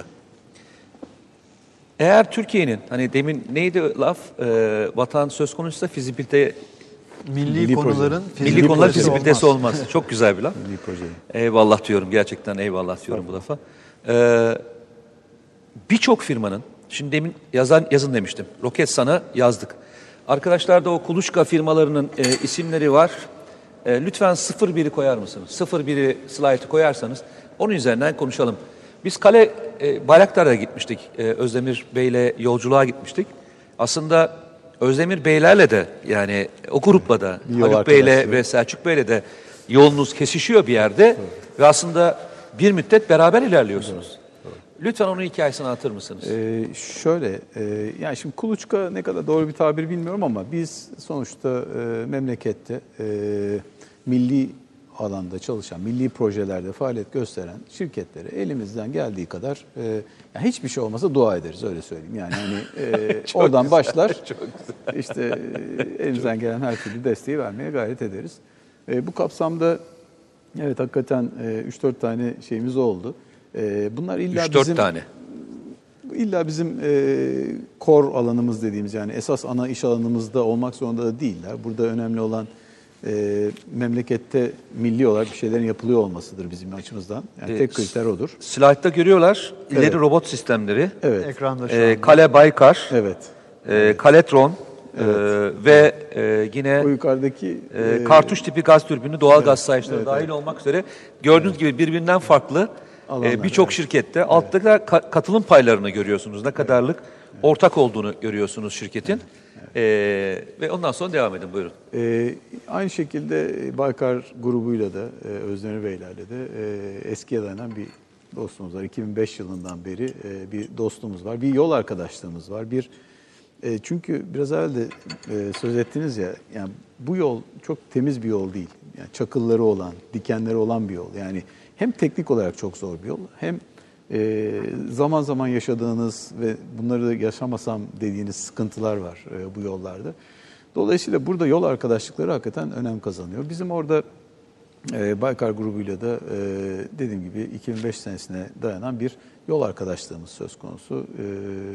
Eğer Türkiye'nin, hani demin neydi laf, e, vatan söz konusuysa fizibilite Milli, Milli konuların proje. fizik Milli konular projesi fizibilitesi olmaz. olmaz. Çok güzel bir laf. Milli proje. Eyvallah diyorum, gerçekten eyvallah diyorum bu lafa. Ee, Birçok firmanın, şimdi demin yazan, yazın demiştim, Roketsan'a yazdık. Arkadaşlar da o kuluçka firmalarının e, isimleri var. E, lütfen sıfır biri koyar mısınız? sıfır biri slaytı koyarsanız onun üzerinden konuşalım. Biz Kale e, Bayraktar'a gitmiştik. E, Özdemir Bey'le yolculuğa gitmiştik. Aslında Özdemir Beylerle de, yani o grupla da, Bir yol Haluk Bey'le arkadaşlığı. ve Selçuk Bey'le de yolunuz kesişiyor bir yerde. Evet. Ve aslında bir müddet beraber ilerliyorsunuz. Evet. Evet. Lütfen onun hikayesini anlatır mısınız? Ee, şöyle, e, yani şimdi kuluçka ne kadar doğru bir tabir bilmiyorum ama biz sonuçta e, memlekette e, milli alanda çalışan, milli projelerde faaliyet gösteren şirketlere elimizden geldiği kadar e, yani hiçbir şey olmasa dua ederiz, öyle söyleyeyim. Yani hani e, oradan güzel, başlar, işte e, elimizden gelen her türlü desteği vermeye gayret ederiz. E, bu kapsamda evet hakikaten e, üç dört tane şeyimiz oldu. E, bunlar illa üç dört bizim... tane. İlla bizim e, core alanımız dediğimiz, yani esas ana iş alanımızda olmak zorunda da değiller. Burada önemli olan e, memlekette milli olarak bir şeylerin yapılıyor olmasıdır bizim açımızdan. Yani E, tek kriter odur. Slide'da görüyorlar ileri Evet. robot sistemleri. Evet. Ekranda şu E, anda. Kale Baykar, Evet. e, Kaletron e, ve e, yine O yukarıdaki e, e, kartuş tipi gaz türbini, doğal gaz sayıçları evet, dahil evet. olmak üzere gördüğünüz evet. gibi birbirinden farklı e, birçok evet. şirkette evet. alttaki ka- katılım paylarını görüyorsunuz. Ne kadarlık evet. ortak olduğunu görüyorsunuz şirketin. Evet. Ee, ve ondan sonra devam edin, buyurun. Ee, aynı şekilde Baykar grubuyla da, e, Özdemir Beylerle de e, eskiye dayanan bir dostumuz var. iki bin beş yılından beri e, bir dostluğumuz var. Bir yol arkadaşlığımız var. Bir e, çünkü biraz evvel de e, söz ettiniz ya, yani bu yol çok temiz bir yol değil. Yani çakılları olan, dikenleri olan bir yol. Yani hem teknik olarak çok zor bir yol, hem e, zaman zaman yaşadığınız ve bunları yaşamasam dediğiniz sıkıntılar var e, bu yollarda. Dolayısıyla burada yol arkadaşlıkları hakikaten önem kazanıyor. Bizim orada e, Baykar grubuyla da e, dediğim gibi iki bin beş senesine dayanan bir yol arkadaşlığımız söz konusu. E,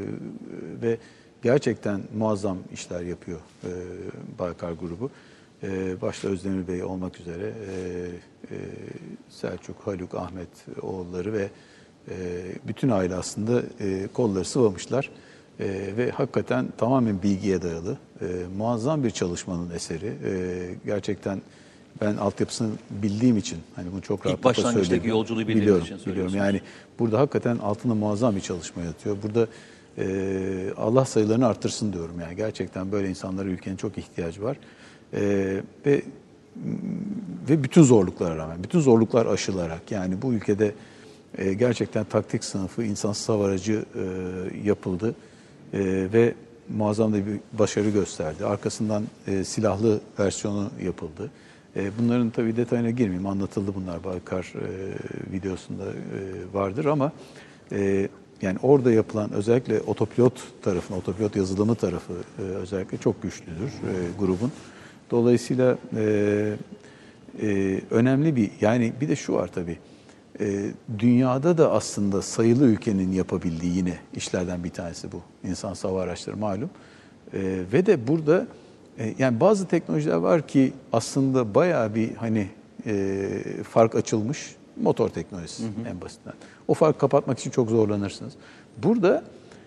ve gerçekten muazzam işler yapıyor e, Baykar grubu. E, başta Özdemir Bey olmak üzere e, e, Selçuk, Haluk, Ahmet oğulları ve e, bütün aile aslında e, kolları sıvamışlar. E, ve hakikaten tamamen bilgiye dayalı, e, muazzam bir çalışmanın eseri. E, gerçekten ben altyapısını bildiğim için, hani bunu çok rahatlıkla söylüyorum. İlk başlangıçtaki yolculuğu bildiğiniz biliyorum, için biliyorum. söylüyorsunuz. Yani burada hakikaten altında muazzam bir çalışma yatıyor. Burada e, Allah sayılarını arttırsın diyorum. Yani gerçekten böyle insanlara ülkenin çok ihtiyacı var. E, ve ve bütün zorluklara rağmen, bütün zorluklar aşılarak, yani bu ülkede e, gerçekten taktik sınıfı insansız hava aracı e, yapıldı. Ee, ve muazzam da bir başarı gösterdi. Arkasından e, silahlı versiyonu yapıldı. E, bunların tabii detayına girmeyeyim, anlatıldı bunlar, Baykar e, videosunda e, vardır ama e, yani orada yapılan özellikle otopilot tarafı, otopilot yazılımı tarafı e, özellikle çok güçlüdür e, grubun. Dolayısıyla e, e, önemli bir, yani bir de şu var tabii. E, dünyada da aslında sayılı ülkenin yapabildiği yine işlerden bir tanesi bu. İnsansız hava araçları malum. E, ve de burada e, yani bazı teknolojiler var ki aslında bayağı bir hani e, fark açılmış. Motor teknolojisi hı hı. en basitinden. O farkı kapatmak için çok zorlanırsınız. Burada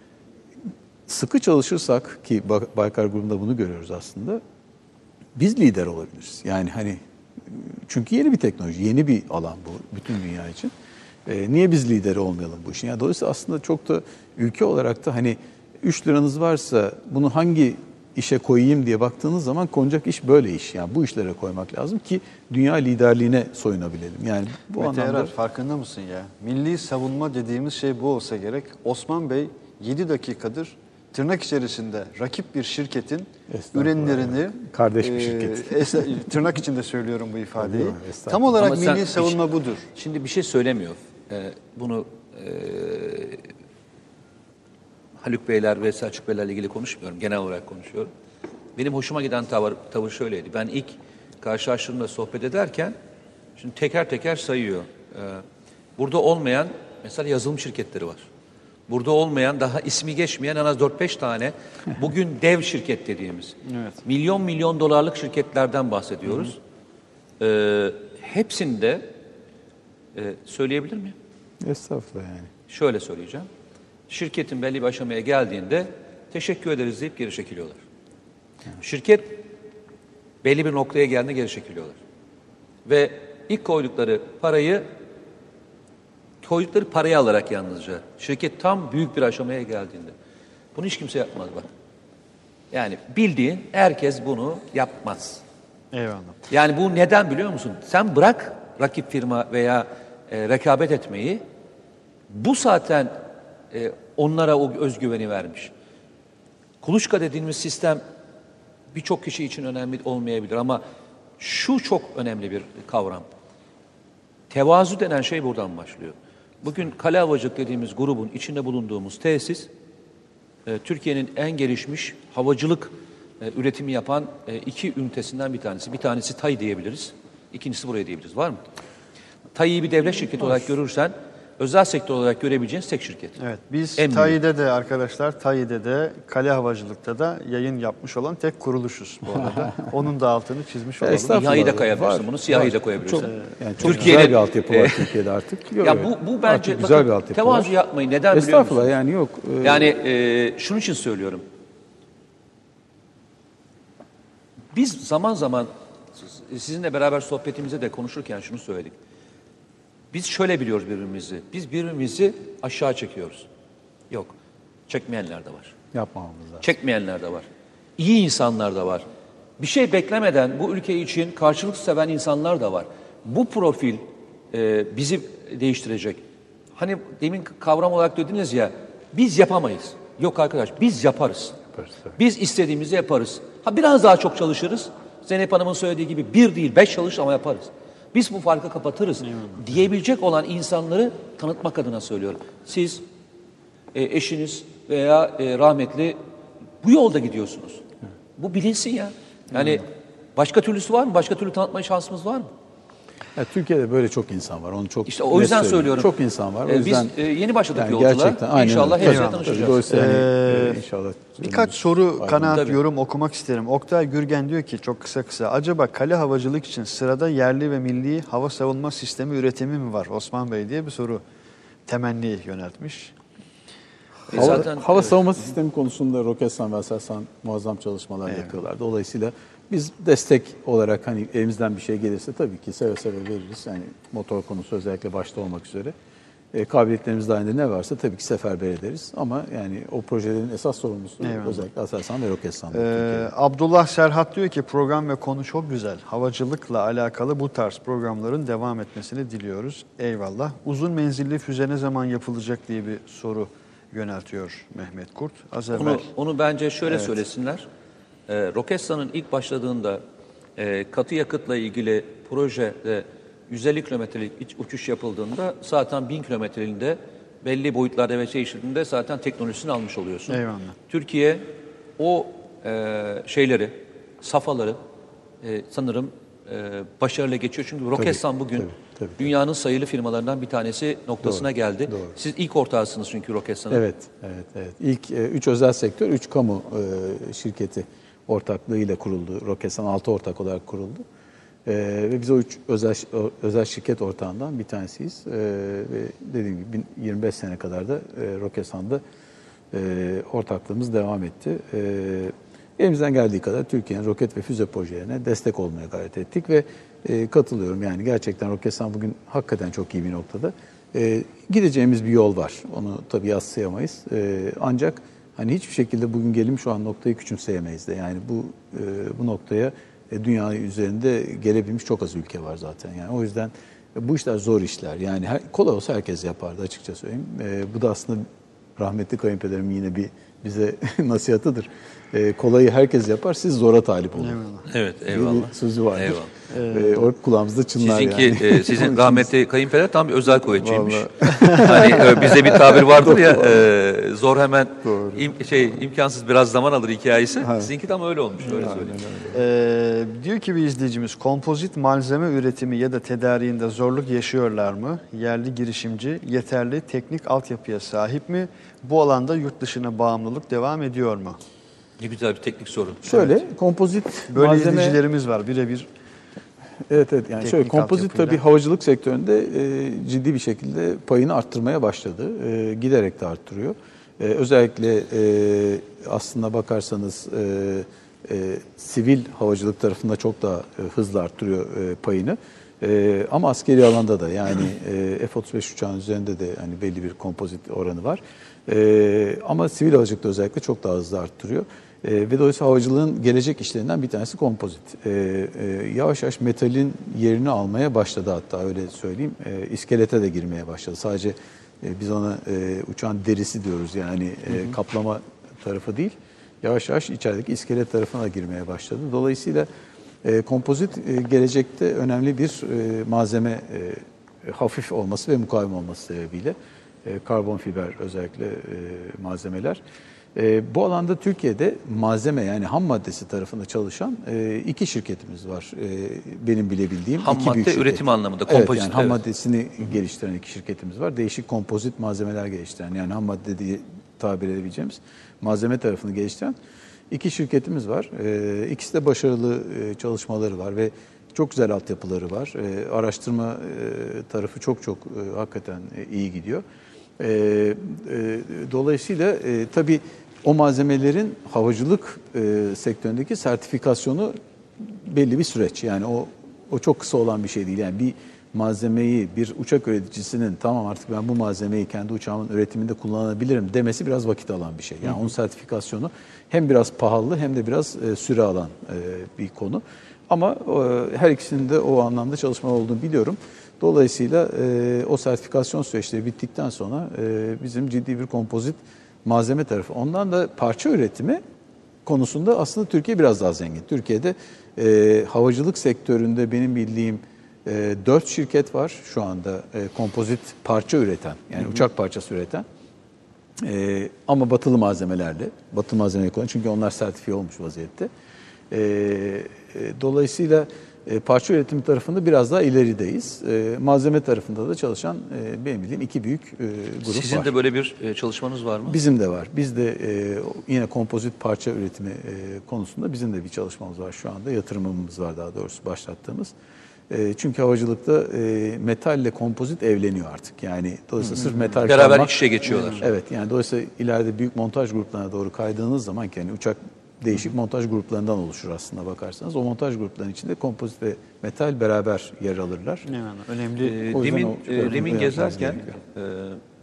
sıkı çalışırsak, ki Baykar grubunda bunu görüyoruz aslında, biz lider olabiliriz. Yani hani çünkü yeni bir teknoloji, yeni bir alan bu bütün dünya için. E, niye biz lideri olmayalım bu işin? Yani dolayısıyla aslında çok da ülke olarak da hani üç liranız varsa bunu hangi işe koyayım diye baktığınız zaman konacak iş böyle iş. Yani bu işlere koymak lazım ki dünya liderliğine soyunabilelim. Yani bu Mete anlamda... Erer, farkında mısın ya? Milli savunma dediğimiz şey bu olsa gerek. Osman Bey yedi dakikadır tırnak içerisinde rakip bir şirketin ürünlerini, kardeş bir şirket. E, tırnak içinde söylüyorum bu ifadeyi. Tam olarak Ama milli savunma hiç, budur. Şimdi bir şey söylemiyor. Ee, bunu e, Haluk Beyler ve Selçuk Beylerle ilgili konuşmuyorum. Genel olarak konuşuyorum. Benim hoşuma giden tavır, tavır şöyleydi. Ben ilk karşılaştığımda sohbet ederken şimdi teker teker sayıyor. Ee, burada olmayan mesela yazılım şirketleri var. Burada olmayan, daha ismi geçmeyen en az dört beş tane bugün dev şirket dediğimiz. Evet. Milyon milyon dolarlık şirketlerden bahsediyoruz. Ee, hepsinde e, söyleyebilir miyim? Estağfurullah yani. Şöyle söyleyeceğim. Şirketin belli bir aşamaya geldiğinde teşekkür ederiz deyip geri çekiliyorlar. Şirket belli bir noktaya geldiğinde geri çekiliyorlar. Ve ilk koydukları parayı koydukları parayı alarak yalnızca. Şirket tam büyük bir aşamaya geldiğinde. Bunu hiç kimse yapmaz bak. Yani bildiğin herkes bunu yapmaz. Eyvallah. Yani bu neden biliyor musun? Sen bırak rakip firma veya e, rekabet etmeyi, bu zaten e, onlara o özgüveni vermiş. Kuluçka dediğimiz sistem birçok kişi için önemli olmayabilir ama şu çok önemli bir kavram. Tevazu denen şey buradan başlıyor. Bugün Kale Havacılık dediğimiz grubun içinde bulunduğumuz tesis, e, Türkiye'nin en gelişmiş havacılık e, üretimi yapan e, iki ünitesinden bir tanesi. Bir tanesi TAI diyebiliriz, ikincisi buraya diyebiliriz. Var mı? TAI'yi bir devlet şirketi olarak görürsen, özel sektör olarak görebileceğiniz tek şirket. Evet, biz En TAI'de de arkadaşlar, TAI'de de Kale Havacılık'ta da yayın yapmış olan tek kuruluşuz bu arada. Onun da altını çizmiş olalım. Estağfurullah. Siyahi de Var, koyabilirsin bunu, siyahi de koyabilirsin. Çok, yani çok Türkiye'nin, güzel bir altyapı var e, Türkiye'de artık. Yok, Ya evet. bu, bu bence Artık güzel bakın, bir altyapı tevazu var. yapmayı neden biliyor Estağfurullah musun? yani yok. Ee, Yani e, şunun için söylüyorum. Biz zaman zaman sizinle beraber sohbetimizde de konuşurken şunu söyledik. Biz şöyle biliyoruz birbirimizi. Biz birbirimizi aşağı çekiyoruz. Yok. Çekmeyenler de var. yapmamamız lazım. Çekmeyenler de var. İyi insanlar da var. Bir şey beklemeden bu ülke için karşılık seven insanlar da var. Bu profil e, bizi değiştirecek. Hani demin kavram olarak dediniz ya, biz yapamayız. Yok arkadaş, biz yaparız. Yaparız, tabii. Biz istediğimizi yaparız. Ha biraz daha çok çalışırız. Zeynep Hanım'ın söylediği gibi bir değil beş çalış ama yaparız. Biz bu farkı kapatırız diyebilecek olan insanları tanıtmak adına söylüyorum. Siz, e, eşiniz veya e, rahmetli bu yolda gidiyorsunuz. Bu bilinsin ya. Yani başka türlüsü var mı? Başka türlü tanıtma şansımız var mı? Ya, Türkiye'de böyle çok insan var. Onu çok İşte o net yüzden söyleyeyim. söylüyorum. Çok insan var. O Ee, yüzden biz e, yeni başladık yani yolculuğa. gerçekten, aynen İnşallah öyle. hepsiyle Eyvallah. tanışacağız. Dolayısıyla hani, Ee, e, inşallah. Birkaç soru, kanaat, Tabii. yorum okumak isterim. Oktay Gürgen diyor ki çok kısa kısa, acaba kale havacılık için sırada yerli ve milli hava savunma sistemi üretimi mi var Osman Bey diye bir soru temenni yöneltmiş. E, Hava, zaten, hava evet. savunma sistemi konusunda Roketsan ve Aselsan muazzam çalışmalar yapıyorlar. Dolayısıyla biz destek olarak hani elimizden bir şey gelirse tabii ki seve seve veririz. Yani motor konusu özellikle başta olmak üzere. E, kabiliyetlerimiz dahilinde ne varsa tabii ki seferber ederiz. Ama yani o projelerin esas sorumlusu Eyvallah. özellikle Aselsan ve Roketsan. Ee, Abdullah Serhat diyor ki program ve konu çok güzel. Havacılıkla alakalı bu tarz programların devam etmesini diliyoruz. Eyvallah. Uzun menzilli füze ne zaman yapılacak diye bir soru yöneltiyor Mehmet Kurt. Az evvel. Onu, onu bence şöyle Evet. söylesinler. E, Roketsan'ın ilk başladığında e, katı yakıtla ilgili projede yüz elli kilometrelik iç uçuş yapıldığında zaten bin kilometreliğinde belli boyutlarda ve çeşitlerinde zaten teknolojisini almış oluyorsun. Eyvallah. Türkiye o e, şeyleri, safhaları e, sanırım e, başarıyla geçiyor. Çünkü Roketsan bugün tabii, tabii. dünyanın sayılı firmalarından bir tanesi noktasına Doğru, geldi. doğru. Siz ilk ortağısınız çünkü Roketsan'ın. Evet, evet, evet. İlk e, üç özel sektör, üç kamu e, şirketi ortaklığıyla kuruldu. Roketsan altı ortak olarak kuruldu. E, ve biz o üç özel o, özel şirket ortağından bir tanesiyiz. E, ve dediğim gibi yirmi beş sene kadar da e, Roketsan'da e, ortaklığımız devam etti. E, elimizden geldiği kadar Türkiye'nin roket ve füze projelerine destek olmaya gayret ettik ve e, katılıyorum. Yani gerçekten Roketsan bugün hakikaten çok iyi bir noktada. E, gideceğimiz bir yol var. Onu tabii yadsıyamayız. E, ancak hani hiçbir şekilde bugün gelin şu an noktayı küçümseyemeyiz de. Yani bu e, bu noktaya e, dünya üzerinde gelebilmiş çok az ülke var zaten. Yani o yüzden e, bu işler zor işler. Yani her, kolay olsa herkes yapardı açıkça söyleyeyim. E, bu da aslında rahmetli kayınpederimin yine bir bize nasihatıdır. E, kolayı herkes yapar, siz zora talip olun. Evet, Diye eyvallah. bir sözü vardır. Eyvallah. E, o hep kulağımızda çınlar Sizinki, yani. e, sizin rahmetli kayınpeder tam bir özel kuvvetçiymiş. Vallahi. Hani e, bizde bir tabir vardır ya, e, zor hemen im, şey imkansız biraz zaman alır hikayesi. Sizinki tam öyle olmuş, öyle söyleyeyim. Ee, diyor ki bir izleyicimiz, kompozit malzeme üretimi ya da tedariğinde zorluk yaşıyorlar mı? Yerli girişimci yeterli teknik altyapıya sahip mi? Bu alanda yurt dışına bağımlılık devam ediyor mu? Ne güzel bir teknik soru. Şöyle, kompozit Böyle malzeme... izleyicilerimiz var birebir. Evet, evet. Yani Teknik şöyle, kompozit altyapıyla. tabii havacılık sektöründe e, ciddi bir şekilde payını arttırmaya başladı. E, giderek de arttırıyor. E, özellikle e, aslına bakarsanız e, e, sivil havacılık tarafında çok daha e, hızlı arttırıyor e, payını. E, ama askeri alanda da, yani e, F otuz beş uçağın üzerinde de hani belli bir kompozit oranı var. E, ama sivil havacılıkta özellikle çok daha hızlı arttırıyor. E, ve dolayısıyla havacılığın gelecek işlerinden bir tanesi kompozit. E, e, yavaş yavaş metalin yerini almaya başladı, hatta öyle söyleyeyim. E, iskelete de girmeye başladı. Sadece e, biz ona e, uçağın derisi diyoruz, yani e, kaplama tarafı değil. Yavaş yavaş içerideki iskelet tarafına da girmeye başladı. Dolayısıyla e, kompozit e, gelecekte önemli bir e, malzeme, e, hafif olması ve mukavim olması sebebiyle e, karbon fiber özellikle e, malzemeler. E, bu alanda Türkiye'de malzeme, yani ham maddesi tarafında çalışan e, iki şirketimiz var. E, benim bilebildiğim Ham iki madde büyük şirket. üretim anlamında, Evet, kompozit, yani ham evet. maddesini geliştiren iki şirketimiz var. Değişik kompozit malzemeler geliştiren, yani ham madde diye tabir edebileceğimiz malzeme tarafını geliştiren iki şirketimiz var. E, ikisi de başarılı e, çalışmaları var ve çok güzel altyapıları var. E, araştırma e, tarafı çok çok e, hakikaten e, iyi gidiyor. E, e, dolayısıyla e, tabii o malzemelerin havacılık e, sektöründeki sertifikasyonu belli bir süreç. Yani o o çok kısa olan bir şey değil. Yani bir malzemeyi bir uçak üreticisinin tamam artık ben bu malzemeyi kendi uçağımın üretiminde kullanabilirim demesi biraz vakit alan bir şey. Yani onun sertifikasyonu hem biraz pahalı hem de biraz e, süre alan e, bir konu. Ama e, her ikisinin de o anlamda çalışma olduğunu biliyorum. Dolayısıyla e, o sertifikasyon süreçleri bittikten sonra e, bizim ciddi bir kompozit malzeme tarafı. Ondan da parça üretimi konusunda aslında Türkiye biraz daha zengin. Türkiye'de e, havacılık sektöründe benim bildiğim e, dört şirket var şu anda e, kompozit parça üreten, yani hı hı. uçak parçası üreten. E, ama batılı malzemelerle, batılı malzemeyi kullanan, çünkü onlar sertifiye olmuş vaziyette. E, e, dolayısıyla e, parça üretimi tarafında biraz daha ilerideyiz. E, malzeme tarafında da çalışan e, benim bildiğim iki büyük e, grup Sizin var. Sizin de böyle bir e, çalışmanız var mı? Bizim de var. Biz de e, yine kompozit parça üretimi e, konusunda bizim de bir çalışmamız var şu anda. Yatırımımız var daha doğrusu başlattığımız. E, çünkü havacılıkta e, metalle kompozit evleniyor artık. Yani dolayısıyla hmm. sırf metal beraber kalmak, iç içe geçiyorlar. Evet, yani dolayısıyla ileride büyük montaj gruplarına doğru kaydığınız zaman ki yani uçak değişik montaj gruplarından oluşur aslında bakarsanız. O montaj gruplarının içinde kompozit ve metal beraber yer alırlar. Evet, önemli. Ee, O yüzden demin o- e, demin o- gezerken o- e,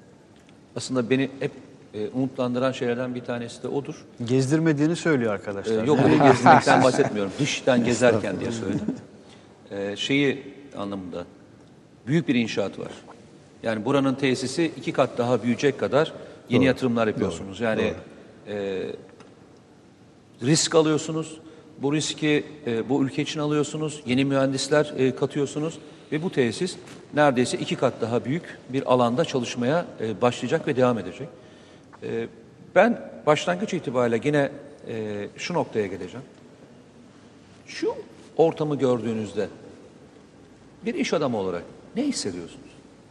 aslında beni hep e, umutlandıran şeylerden bir tanesi de odur. Gezdirmediğini söylüyor arkadaşlar. Ee, yok öyle gezdirmekten bahsetmiyorum. Dıştan gezerken diye söyledim. Ee, şeyi anlamında büyük bir inşaat var. Yani buranın tesisi iki kat daha büyüyecek kadar yeni Doğru. yatırımlar yapıyorsunuz. Yani e, risk alıyorsunuz. Bu riski e, bu ülke için alıyorsunuz. Yeni mühendisler e, katıyorsunuz. Ve bu tesis neredeyse iki kat daha büyük bir alanda çalışmaya e, başlayacak ve devam edecek. E, ben başlangıç itibariyle yine e, şu noktaya geleceğim. Şu ortamı gördüğünüzde bir iş adamı olarak ne hissediyorsunuz?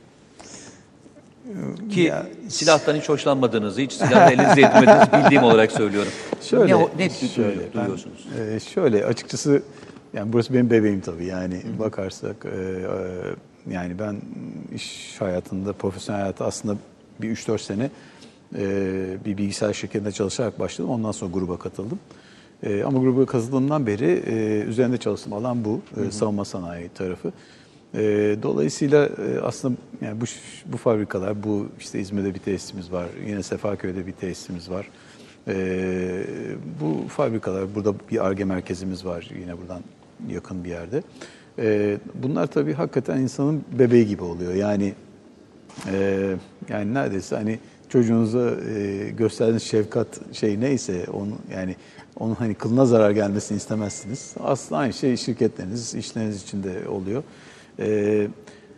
Ki Ya, silahtan hiç hoşlanmadığınızı, hiç silahı elinizde etmediğinizi bildiğim olarak söylüyorum. Şöyle, ne, ne şöyle, duyuyorsunuz? Ben, e, şöyle açıkçası yani burası benim bebeğim tabii yani Hı. bakarsak e, e, yani ben iş hayatında, profesyonel hayatı aslında bir üç dört sene e, bir bilgisayar şirketinde çalışarak başladım. Ondan sonra gruba katıldım. E, ama gruba katıldığımdan beri e, üzerinde çalıştığım alan bu, e, savunma sanayi tarafı. E, dolayısıyla e, aslında yani bu bu fabrikalar, bu işte İzmir'de bir tesisimiz var, yine Sefaköy'de bir tesisimiz var. E, bu fabrikalar, burada bir Ar-Ge merkezimiz var yine buradan yakın bir yerde. E, bunlar tabii hakikaten insanın bebeği gibi oluyor. Yani e, yani neredeyse hani çocuğunuza e, gösterdiğiniz şefkat şey neyse onu yani onun hani kılına zarar gelmesini istemezsiniz. Aslında aynı şey şirketleriniz, işleriniz için de oluyor. E,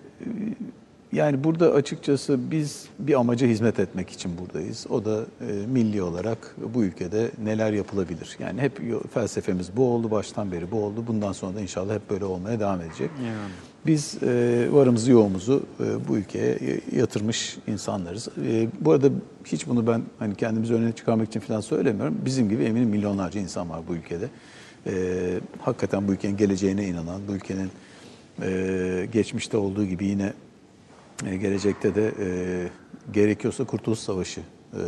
Yani burada açıkçası biz bir amaca hizmet etmek için buradayız. O da e, milli olarak bu ülkede neler yapılabilir? Yani hep felsefemiz bu oldu, baştan beri bu oldu. Bundan sonra da inşallah hep böyle olmaya devam edecek. Yani. Biz e, varımızı yoğumuzu e, bu ülkeye yatırmış insanlarız. E, bu arada hiç bunu ben hani kendimizi öne çıkarmak için falan söylemiyorum. Bizim gibi eminim milyonlarca insan var bu ülkede. E, hakikaten bu ülkenin geleceğine inanan, bu ülkenin e, geçmişte olduğu gibi yine gelecekte de e, gerekiyorsa Kurtuluş Savaşı e,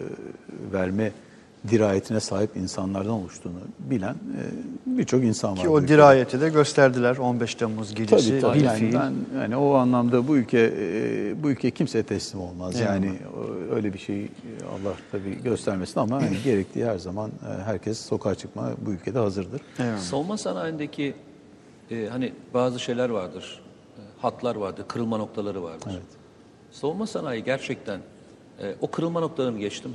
verme dirayetine sahip insanlardan oluştuğunu bilen e, birçok insan var. Ki o dirayeti de gösterdiler on beş Temmuz gecesi. Tabii tabii. Yani ben yani o anlamda bu ülke e, bu ülke kimseye teslim olmaz. Evet. Yani öyle bir şey Allah tabii göstermesin ama hani gerektiği her zaman e, herkes sokağa çıkma bu ülkede hazırdır. Evet. Savunma sanayindeki e, hani bazı şeyler vardır. Hatlar vardır, kırılma noktaları vardır. Evet. Savunma sanayi gerçekten e, o kırılma noktalarını geçti mi?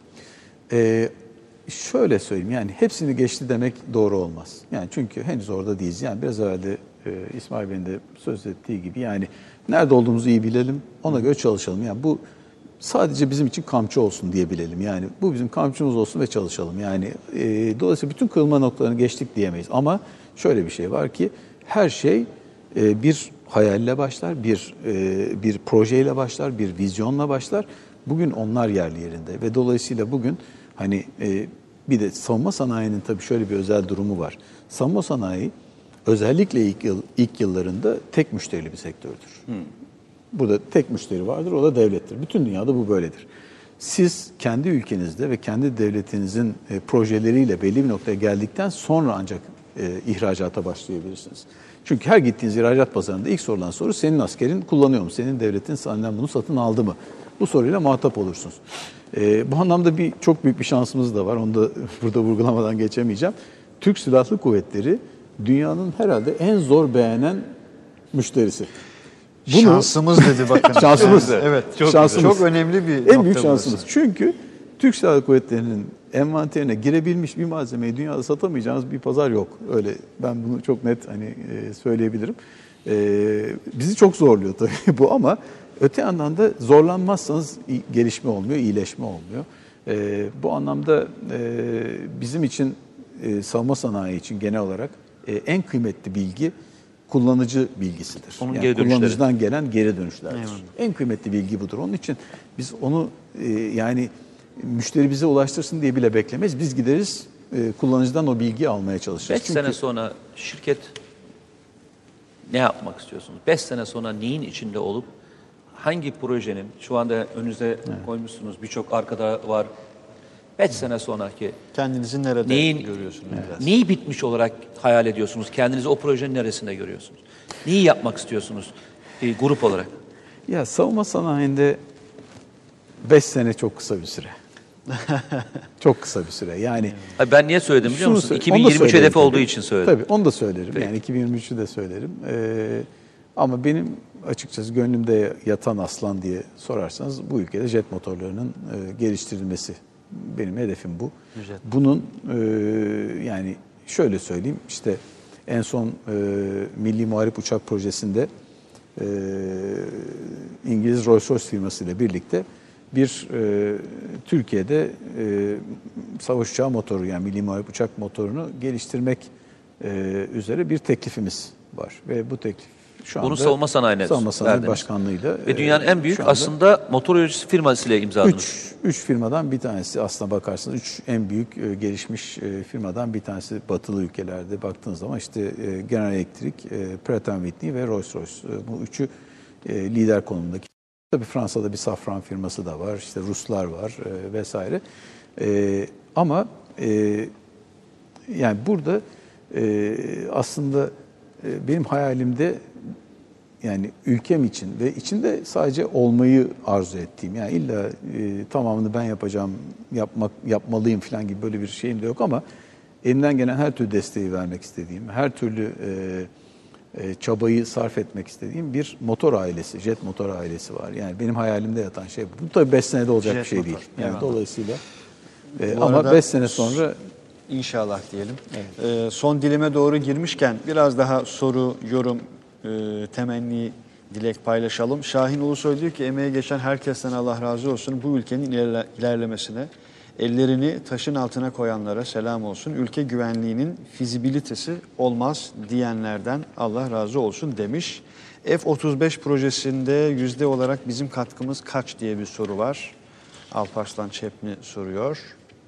Ee, şöyle söyleyeyim, yani hepsini geçti demek doğru olmaz. Yani çünkü henüz orada değiliz. Yani biraz evvel de e, İsmail Bey'in de söz ettiği gibi yani nerede olduğumuzu iyi bilelim, ona göre çalışalım. Yani bu sadece bizim için kamçı olsun diye bilelim. Yani bu bizim kamçımız olsun ve çalışalım. Yani e, dolayısıyla bütün kırılma noktalarını geçtik diyemeyiz. Ama şöyle bir şey var ki her şey e, bir hayalle başlar, bir e, bir projeyle başlar, bir vizyonla başlar. Bugün onlar yerli yerinde ve dolayısıyla bugün hani e, bir de savunma sanayinin tabii şöyle bir özel durumu var. Savunma sanayi özellikle ilk yıl, ilk yıllarında tek müşterili bir sektördür. Hmm. Burada tek müşteri vardır, o da devlettir. Bütün dünyada bu böyledir. Siz kendi ülkenizde ve kendi devletinizin e, projeleriyle belli bir noktaya geldikten sonra ancak e, ihracata başlayabilirsiniz. Çünkü her gittiğiniz ihracat pazarında ilk sorulan soru senin askerin kullanıyor mu? Senin devletin senden bunu satın aldı mı? Bu soruyla muhatap olursunuz. Ee, bu anlamda bir çok büyük bir şansımız da var. Onu da burada vurgulamadan geçemeyeceğim. Türk Silahlı Kuvvetleri dünyanın herhalde en zor beğenen müşterisi. Bunu, şansımız dedi bakın. Şansımız. Evet, evet çok, şansımız. Çok önemli bir En büyük şansımız. Burası. Çünkü Türk Silahlı Kuvvetleri'nin envanterine girebilmiş bir malzemeyi dünyada satamayacağınız bir pazar yok. Öyle ben bunu çok net hani e, söyleyebilirim. E, bizi çok zorluyor tabii bu ama öte yandan da zorlanmazsanız gelişme olmuyor, iyileşme olmuyor. E, bu anlamda e, bizim için e, savunma sanayi için genel olarak e, en kıymetli bilgi kullanıcı bilgisidir. Onun yani kullanıcıdan gelen geri dönüşlerdir. Evet. En kıymetli bilgi budur. Onun için biz onu e, yani müşteri bize ulaştırsın diye bile beklemeyiz. Biz gideriz e, kullanıcıdan o bilgiyi almaya çalışırız. Beş Çünkü... sene sonra şirket ne yapmak istiyorsunuz? Beş sene sonra neyin içinde olup hangi projenin şu anda önünüze evet. koymuşsunuz birçok arkada var. Beş evet. sene sonraki kendinizi nerede neyin, görüyorsunuz? Evet. Neyi bitmiş olarak hayal ediyorsunuz? Kendinizi o projenin neresinde görüyorsunuz? Neyi yapmak istiyorsunuz e, grup olarak? Ya savunma sanayinde beş sene çok kısa bir süre. Çok kısa bir süre. Yani Abi ben niye söyledim biliyor musun? iki bin yirmi üç hedefi tabii. olduğu için söyledim. Tabii onu da söylerim. Peki. Yani iki bin yirmi üçü de söylerim. Ee, ama benim açıkçası gönlümde yatan aslan diye sorarsanız bu ülkede jet motorlarının e, geliştirilmesi. Benim hedefim bu. Güzel. Bunun e, yani şöyle söyleyeyim işte en son e, Milli Muharip Uçak Projesi'nde e, İngiliz Rolls-Royce firması ile birlikte bir e, Türkiye'de e, savaş uçağı motoru yani milli muharip uçak motorunu geliştirmek e, üzere bir teklifimiz var ve bu teklif şu anda bunu savunma sanayine savunma sanayi başkanlığıyla ve dünyanın en büyük aslında motor üreticisi firmasıyla imzaladınız. Üç, üç firmadan bir tanesi aslına bakarsanız üç en büyük e, gelişmiş e, firmadan bir tanesi batılı ülkelerde baktığınız zaman işte e, General Electric, e, Pratt and Whitney ve Rolls-Royce e, bu üçü e, lider konumdaki. Tabii Fransa'da bir safran firması da var, işte Ruslar var e, vesaire. E, ama e, yani burada e, aslında e, benim hayalimde yani ülkem için ve içinde sadece olmayı arzu ettiğim yani illa e, tamamını ben yapacağım, yapmak yapmalıyım falan gibi böyle bir şeyim de yok ama elimden gelen her türlü desteği vermek istediğim, her türlü e, e, çabayı sarf etmek istediğim bir motor ailesi, jet motor ailesi var. Yani benim hayalimde yatan şey bu. Bu tabii beş senede olacak Jet bir şey motor. değil. Yani Eyvallah. dolayısıyla e, Bu ama arada beş sene sonra İnşallah diyelim. Ee, son dilime doğru girmişken biraz daha soru, yorum, e, temenni, dilek paylaşalım. Şahin Ulusoy diyor ki emeğe geçen herkesten Allah razı olsun. Bu ülkenin ilerle, ilerlemesine, ellerini taşın altına koyanlara selam olsun. Ülke güvenliğinin fizibilitesi olmaz diyenlerden Allah razı olsun demiş. F otuz beş projesinde yüzde olarak bizim katkımız kaç diye bir soru var. Alparslan Çepni soruyor.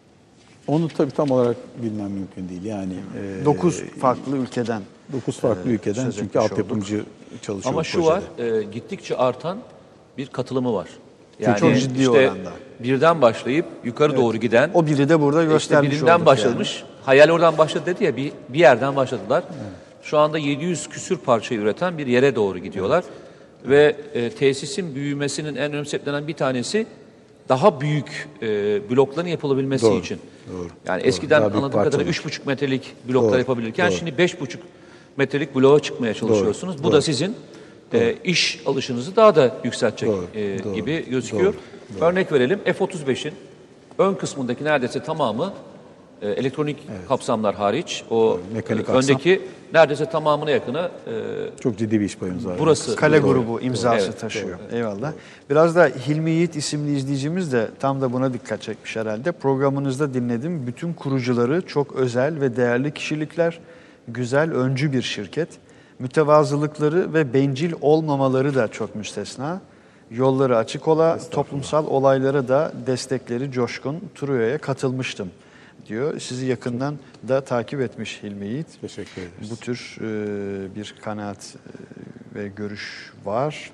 onu tabii tam olarak bilmem mümkün değil. Yani e, dokuz farklı ülkeden. dokuz farklı e, ülkeden söz çünkü etmiş altyapımcı çalışıyor Ama şu projede. var, e, gittikçe artan bir katılımı var. Yani çok ciddi işte oranda. birden başlayıp yukarı doğru giden, O biri de burada işte göstermiş birinden olduk başlamış, hayal oradan başladı dedi ya, bir, bir yerden başladılar. Şu anda yedi yüz küsür parçayı üreten bir yere doğru gidiyorlar. Ve e, tesisin büyümesinin en önemli sebeplerinden bir tanesi daha büyük e, blokların yapılabilmesi Doğru, için. doğru, Yani doğru. eskiden Daha büyük anladığım kadarıyla parçalar. üç buçuk metrelik bloklar Doğru, yapabilirken doğru. şimdi beş buçuk metrelik bloğa çıkmaya çalışıyorsunuz. Bu doğru. da sizin e, iş alışınızı daha da yükseltecek Doğru, e, doğru, gibi gözüküyor. doğru, Örnek verelim, F otuz beşin ön kısmındaki neredeyse tamamı e, elektronik kapsamlar hariç, o mekanik e, aksam. öndeki neredeyse tamamına yakını e, Çok ciddi bir iş payımız var. burası. Kale Doğru. grubu imzası Evet, taşıyor. Eyvallah. Biraz da Hilmi Yiğit isimli izleyicimiz de tam da buna dikkat çekmiş herhalde. Programınızda dinledim. Bütün kurucuları çok özel ve değerli kişilikler. Güzel, öncü bir şirket. Mütevazılıkları ve bencil olmamaları da çok müstesna. Yolları açık ola, toplumsal olaylara da destekleri coşkun. Truyo'ya katılmıştım diyor. Sizi yakından da takip etmiş Hilmi Yiğit. Teşekkür ederiz. Bu tür e, bir kanaat e, ve görüş var.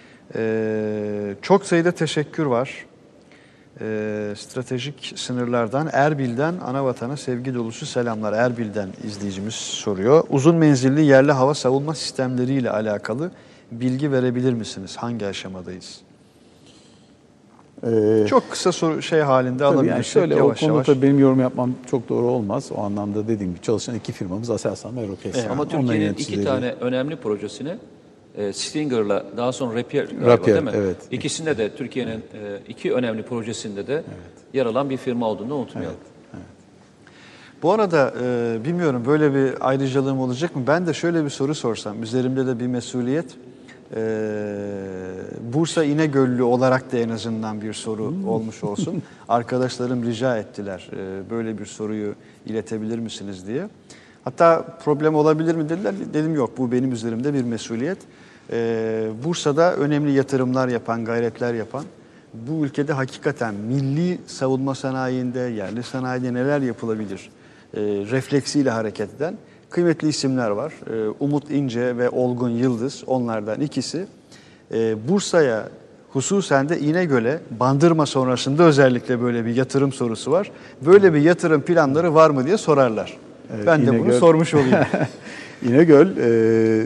E, çok sayıda teşekkür var. E, stratejik sınırlardan, Erbil'den Anavatana sevgi dolusu selamlar. Erbil'den izleyicimiz soruyor. Uzun menzilli yerli hava savunma sistemleriyle alakalı bilgi verebilir misiniz? Hangi aşamadayız? Ee, Çok kısa soru şey halinde Tabii alabilirsek yani şöyle yavaş o konuda yavaş. tabii benim yorum yapmam çok doğru olmaz. O anlamda dediğim gibi çalışan iki firmamız Aselsan ve Roketsan. Ama Onların Türkiye'nin iki yöneticileri- tane önemli projesini e, Stinger'la daha sonra Rapier galiba, Rapier, değil mi? evet. İkisinde de Türkiye'nin e, iki önemli projesinde de yer alan bir firma olduğunu unutmayalım. Bu arada e, bilmiyorum böyle bir ayrıcalığım olacak mı? Ben de şöyle bir soru sorsam, üzerimde de bir mesuliyet. E, Bursa İnegöllü olarak da en azından bir soru olmuş olsun. Arkadaşlarım rica ettiler e, böyle bir soruyu iletebilir misiniz diye. Hatta problem olabilir mi dediler. Dedim yok, bu benim üzerimde bir mesuliyet. E, Bursa'da önemli yatırımlar yapan, gayretler yapan, bu ülkede hakikaten milli savunma sanayinde, yerli sanayide neler yapılabilir e, refleksiyle hareket eden kıymetli isimler var. E, Umut İnce ve Olgun Yıldız onlardan ikisi. E, Bursa'ya, hususen de İnegöl'e, Bandırma sonrasında özellikle böyle bir yatırım sorusu var. Böyle bir yatırım planları var mı diye sorarlar. Evet, ben de İnegöl- bunu sormuş olayım. İnegöl e,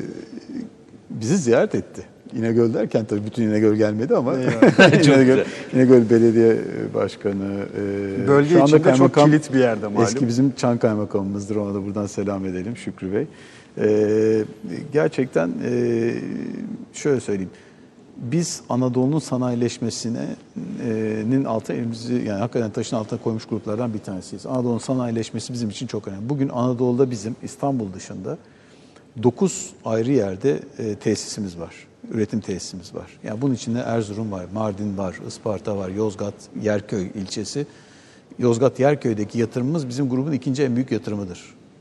bizi ziyaret etti. İnegöl derken tabii bütün İnegöl gelmedi ama İnegöl, İnegöl Belediye Başkanı, e, Bölge şu anda içinde çok kaymakam, kilit bir yerde malum. eski bizim Çan kaymakamımızdır, ona da buradan selam edelim Şükrü Bey. E, gerçekten e, şöyle söyleyeyim. Biz Anadolu'nun sanayileşmesinin altına elimizi, yani hakikaten taşın altına koymuş gruplardan bir tanesiyiz. Anadolu'nun sanayileşmesi bizim için çok önemli. Bugün Anadolu'da bizim İstanbul dışında dokuz ayrı yerde e, tesisimiz var. Üretim tesisimiz var. Yani bunun içinde Erzurum var, Mardin var, Isparta var, Yozgat, Yerköy ilçesi. Yozgat Yerköy'deki yatırımımız bizim grubun ikinci en büyük yatırımıdır.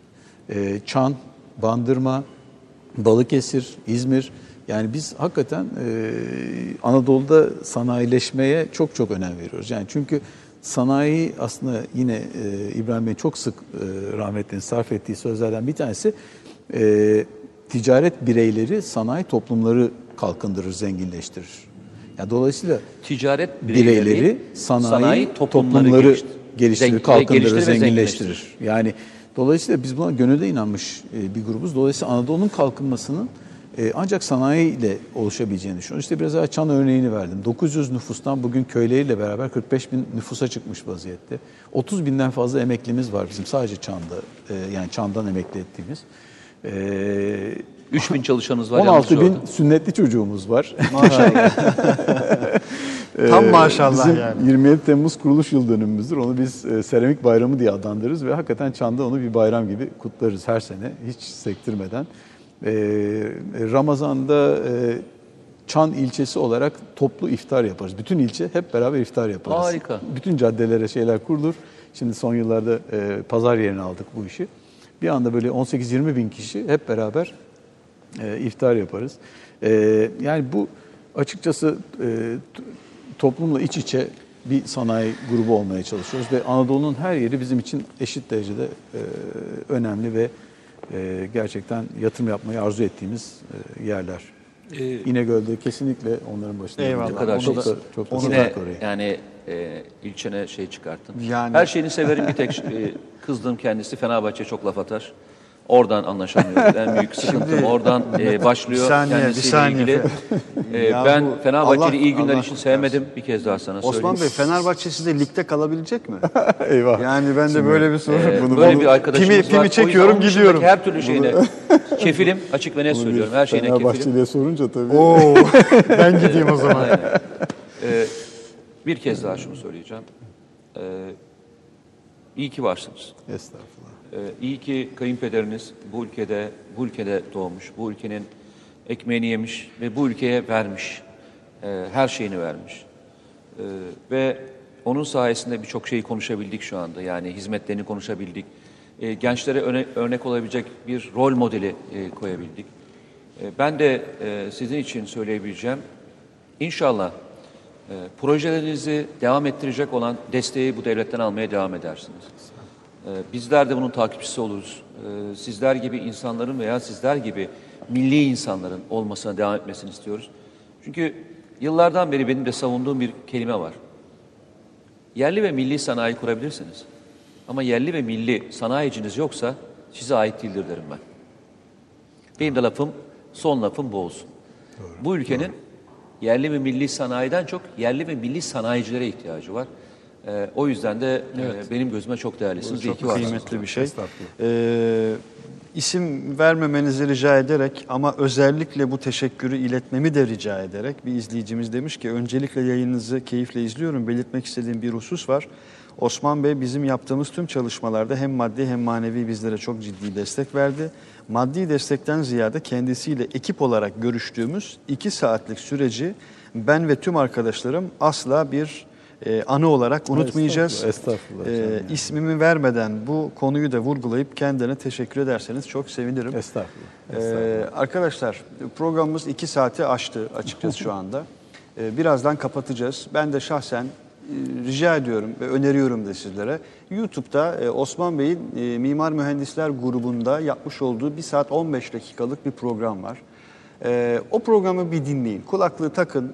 E, Çan, Bandırma, Balıkesir, İzmir. Yani biz hakikaten e, Anadolu'da sanayileşmeye çok çok önem veriyoruz. Yani çünkü sanayi aslında yine e, İbrahim Bey'in çok sık e, rahmetli'nin sarf ettiği sözlerden bir tanesi, e, ticaret bireyleri sanayi toplumları kalkındırır, zenginleştirir. Yani dolayısıyla Ticaret bireyleri, bireyleri sanayi, sanayi toplumları, toplumları geliştir- geliştirir, zengin- kalkındırır, geliştirir ve zenginleştirir. Yani dolayısıyla biz buna gönülde inanmış bir grubuz. Dolayısıyla Anadolu'nun kalkınmasının ancak sanayi ile oluşabileceğini düşünüyoruz. İşte biraz daha Çan örneğini verdim. dokuz yüz nüfustan bugün köyleriyle beraber kırk beş bin nüfusa çıkmış vaziyette. otuz binden fazla emeklimiz var bizim sadece Çan'da, yani Çan'dan emekli ettiğimiz. üç bin çalışanınız var. on altı yalnızca bin orada. sünnetli çocuğumuz var. Maşallah. Tam maşallah Bizim yani. yirmi yedi Temmuz kuruluş yıl dönümümüzdür. Onu biz e, Seramik Bayramı diye adlandırırız ve hakikaten Çan'da onu bir bayram gibi kutlarız her sene hiç sektirmeden. E, Ramazan'da e, Çan ilçesi olarak toplu iftar yaparız. Bütün ilçe hep beraber iftar yaparız. Harika. Bütün caddelere şeyler kurulur. Şimdi son yıllarda e, pazar yerine aldık bu işi. Bir anda böyle on sekiz yirmi bin kişi hep beraber e, iftar yaparız. E, yani bu açıkçası e, toplumla iç içe bir sanayi grubu olmaya çalışıyoruz ve Anadolu'nun her yeri bizim için eşit derecede e, önemli ve e, gerçekten yatırım yapmayı arzu ettiğimiz e, yerler. Ee, İnegöl'de kesinlikle onların başında. Eyvallah. Ne kadar çok şey- da, çok da Yine sıcak orayı. yani e, ilçene şey çıkarttın. Yani- Her şeyini severim, bir tek e, kızdığım kendisi Fenerbahçe çok laf atar. Oradan anlaşamıyoruz. En büyük sıkıntım Şimdi- oradan e, başlıyor Bir saniye, bir kendisiyle saniye. ilgili. E, Ya ben bu- Fenerbahçe'yi Allah- iyi günler Allah için kurtarsın. sevmedim. Bir kez daha sana söyleyeyim. Osman Bey, Fenerbahçe size ligde kalabilecek mi? Eyvah. Yani ben de böyle bir soru. Ee, bunu, böyle bunu- bir arkadaşımız pimi, var. pimi O yüzden çekiyorum, onun dışındaki gidiyorum. Her türlü şeyine kefilim. Açık ve net söylüyorum. Her şeyine kefilim. Fenerbahçeli'ye sorunca tabii. Oo, ben gideyim o zaman. Aynen. Ee, bir kez daha şunu söyleyeceğim. Ee, iyi ki varsınız. Estağfurullah. Ee, iyi ki kayınpederiniz bu ülkede, bu ülkede doğmuş, bu ülkenin ekmeğini yemiş ve bu ülkeye vermiş, Ee, her şeyini vermiş. Ee, ve onun sayesinde birçok şeyi konuşabildik şu anda. Yani hizmetlerini konuşabildik. Ee, gençlere öne- örnek olabilecek bir rol modeli e, koyabildik. Ee, ben de e, sizin için söyleyebileceğim, İnşallah e, projelerinizi devam ettirecek olan desteği bu devletten almaya devam edersiniz. E, bizler de bunun takipçisi oluruz. E, sizler gibi insanların veya sizler gibi milli insanların olmasına devam etmesini istiyoruz. Çünkü yıllardan beri benim de savunduğum bir kelime var. Yerli ve milli sanayi kurabilirsiniz. Ama yerli ve milli sanayiciniz yoksa size ait değildir derim ben. Benim de lafım, son lafım bu olsun. Bu ülkenin yerli ve milli sanayiden çok yerli ve milli sanayicilere ihtiyacı var. Ee, o yüzden de e, benim gözüme çok değerlisiniz. İyi ki Çok varsınız. kıymetli bir şey. Estağfurullah. Ee, isim vermemenizi rica ederek ama özellikle bu teşekkürü iletmemi de rica ederek bir izleyicimiz demiş ki öncelikle yayınınızı keyifle izliyorum. Belirtmek istediğim bir husus var. Osman Bey bizim yaptığımız tüm çalışmalarda hem maddi hem manevi bizlere çok ciddi destek verdi. Maddi destekten ziyade kendisiyle ekip olarak görüştüğümüz iki saatlik süreci ben ve tüm arkadaşlarım asla bir e, anı olarak unutmayacağız. Estağfurullah, estağfurullah E, canım ya. ismimi vermeden bu konuyu da vurgulayıp kendine teşekkür ederseniz çok sevinirim. Estağfurullah. Ee, arkadaşlar programımız iki saati aştı açıkçası şu anda. Ee, birazdan kapatacağız. Ben de şahsen e, rica ediyorum ve öneriyorum da sizlere. YouTube'da e, Osman Bey'in e, Mimar Mühendisler grubunda yapmış olduğu bir saat on beş dakikalık bir program var. Ee, o programı bir dinleyin. Kulaklığı takın.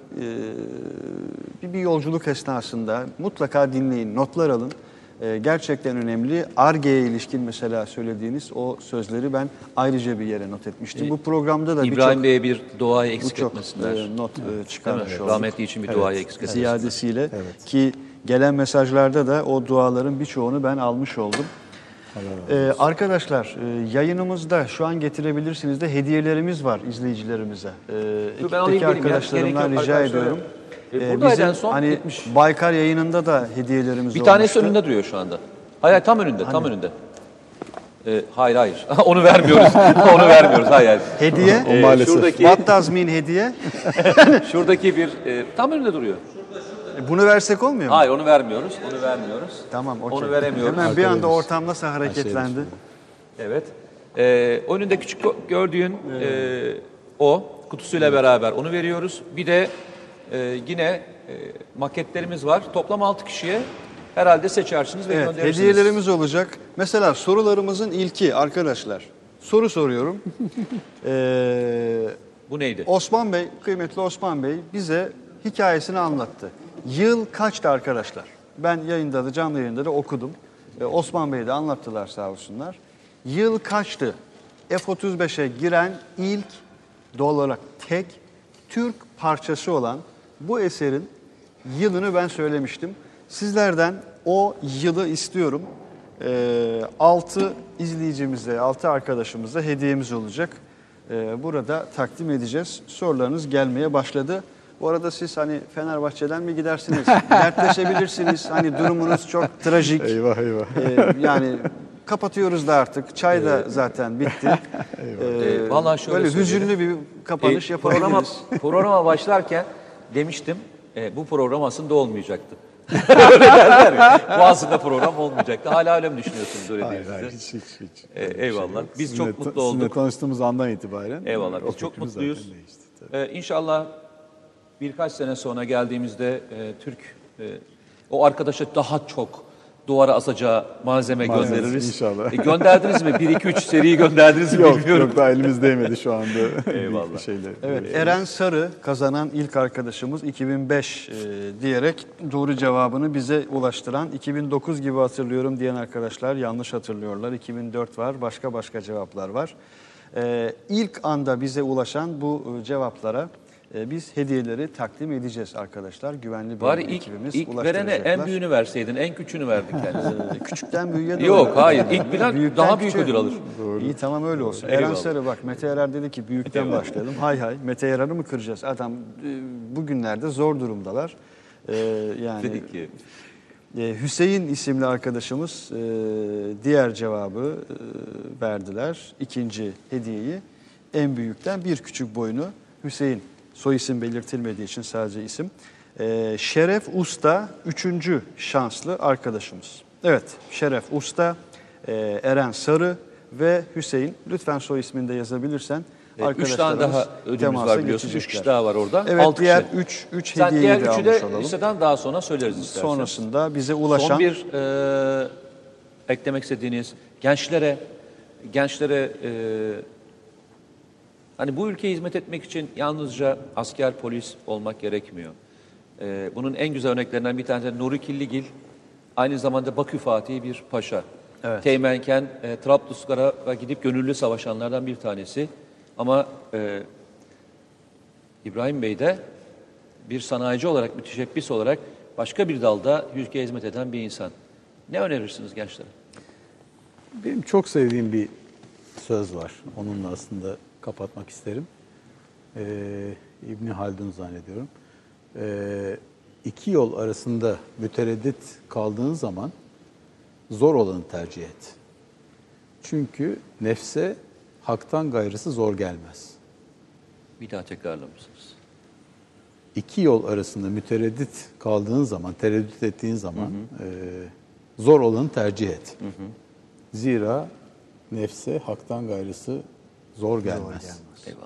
Ee, bir, bir yolculuk esnasında mutlaka dinleyin, notlar alın. Ee, gerçekten önemli. Ar-Ge'ye ilişkin mesela söylediğiniz o sözleri ben ayrıca bir yere not etmiştim. Bu programda da İbrahim birçok Bey'e bir duayı eksik birçok, etmesinler. e, not e, Değil mi? çıkarmış olduk. Rahmetli için bir duayı eksik etmesinler. Ziyadesiyle ki gelen mesajlarda da o duaların birçoğunu ben almış oldum. Ee, arkadaşlar e, yayınımızda şu an getirebilirsiniz de hediyelerimiz var izleyicilerimize. Ee, Dur, ben alayım ekipteki geleyim ya. arkadaşlarımdan Gerek yok rica arkadaşlar. ediyorum. E, Ee, buradaydı bizim en son, hani gitmiş. Baykar yayınında da hediyelerimiz Bir tanesi olmuştu. önünde duruyor şu anda. Hayır, hayır, tam önünde, tam önünde. Ee, hayır, hayır. Onu vermiyoruz. Onu vermiyoruz. Hayır, hayır. Hediye. Ee, maalesef. Şuradaki, What does mean hediye? şuradaki bir, e, tam önünde duruyor. E, Bunu versek olmuyor mu? Hayır, onu vermiyoruz. Onu vermiyoruz. Tamam, okey. Onu veremiyoruz. Hemen bir anda Arkadaşız. ortam nasıl hareketlendi? Evet. Ee, önünde küçük gö- gördüğün e, o kutusuyla beraber onu veriyoruz. Bir de e, yine e, maketlerimiz var. Toplam altı kişiye herhalde seçersiniz ve Evet, gönderirsiniz. hediyelerimiz olacak. Mesela sorularımızın ilki arkadaşlar. Soru soruyorum. Ee, Bu neydi? Osman Bey, kıymetli Osman Bey bize hikayesini anlattı. Yıl kaçtı arkadaşlar? Ben yayında da canlı yayında da okudum. Ee, Osman Bey de anlattılar sağ olsunlar. Yıl kaçtı? F otuz beşe giren ilk doğal olarak tek Türk parçası olan bu eserin yılını ben söylemiştim. Sizlerden o yılı istiyorum. Ee, altı izleyicimize, altı arkadaşımıza hediyemiz olacak. e, burada takdim edeceğiz. Sorularınız gelmeye başladı. Bu arada siz hani Fenerbahçe'den mi gidersiniz? Dertleşebilirsiniz. Hani durumunuz çok trajik. Eyvah eyvah. Ee, yani kapatıyoruz da artık. Çay da zaten bitti. Ee, vallahi şöyle böyle söyleyeyim. hüzünlü bir kapanış E, yapabiliriz. programa, programa başlarken demiştim e, bu program aslında olmayacaktı. Öyle derler ya. Bu aslında program olmayacaktı. Hala öyle mi düşünüyorsunuz? Öyle Hayır, değil hayır, size? hiç, hiç, hiç. E, Öyle bir şey eyvallah. yok. Biz Sizinle çok ta- mutlu Sizinle olduk. tanıştığımız andan itibaren. Eyvallah. o Biz çok fikrimiz mutluyuz. zaten değişti, tabii. Ee, inşallah birkaç sene sonra geldiğimizde e, Türk e, o arkadaşa daha çok duvara asacağı malzeme Malzeme, göndeririz. inşallah. E, gönderdiniz mi? Bir iki üç seriyi gönderdiniz mi Yok bilmiyorum. yok daha elimiz değmedi şu anda. Eyvallah. Büyük bir şeyle. Evet, Eren Sarı kazanan ilk arkadaşımız iki bin beş e, diyerek doğru cevabını bize ulaştıran, iki bin dokuz gibi hatırlıyorum diyen arkadaşlar yanlış hatırlıyorlar. iki bin dört var, başka başka cevaplar var. E, ilk anda bize ulaşan bu e, cevaplara e, biz hediyeleri takdim edeceğiz arkadaşlar. Güvenli Bari bölge ilk, ekibimiz ilk verene ulaştıracaklar. en büyüğünü verseydin, en küçüğünü verdik kendisine. E, Küçükten büyüğe doğru. Yok, hayır. İlk bilen Büyükten daha büyük küçüğe. ödül alır. İyi tamam öyle olsun. Eren Eyvallah. Sarı bak Mete Erer dedi ki büyükten Eyvallah. başlayalım. Hay hay Mete Erer'i mi kıracağız? Adam e, bugünlerde zor durumdalar. E, yani Peki. e, Hüseyin isimli arkadaşımız e, diğer cevabı e, verdiler. İkinci hediyeyi en büyükten bir küçük boyunu Hüseyin. Soy isim belirtilmediği için sadece isim. E, Şeref Usta üçüncü şanslı arkadaşımız. Evet Şeref Usta, e, Eren Sarı ve Hüseyin. Lütfen soy ismini de yazabilirsen. Evet, üç tane daha ödülümüz temasa var biliyorsunuz. Üç geçecekler. kişi daha var orada. Evet Altı diğer kişi. üç, üç Sen hediyeyi diğer de üçü de almış olalım. listeden daha sonra söyleriz istersen. Sonrasında bize ulaşan... Son bir e, eklemek istediğiniz gençlere, gençlere e, hani bu ülkeye hizmet etmek için yalnızca asker, polis olmak gerekmiyor. E, bunun en güzel örneklerinden bir tanesi Nuri Killigil, aynı zamanda Bakü Fatihi bir paşa. Evet. Teğmenken e, Trablusgarp'a gidip gönüllü savaşanlardan bir tanesi. Ama e, İbrahim Bey de bir sanayici olarak, müteşebbis olarak başka bir dalda ülkeye hizmet eden bir insan. Ne önerirsiniz gençlere? Benim çok sevdiğim bir söz var. Onunla aslında kapatmak isterim. Ee, İbni Haldun zannediyorum. Ee, iki yol arasında mütereddit kaldığın zaman zor olanı tercih et. Çünkü nefse haktan gayrısı zor gelmez. Bir daha tekrarlar mısınız? İki yol arasında mütereddit kaldığın zaman, tereddüt ettiğin zaman hı hı. E, zor olanı tercih et. Hı hı. Zira nefse haktan gayrısı zor gelmez. Zor gelmez. Eyvallah.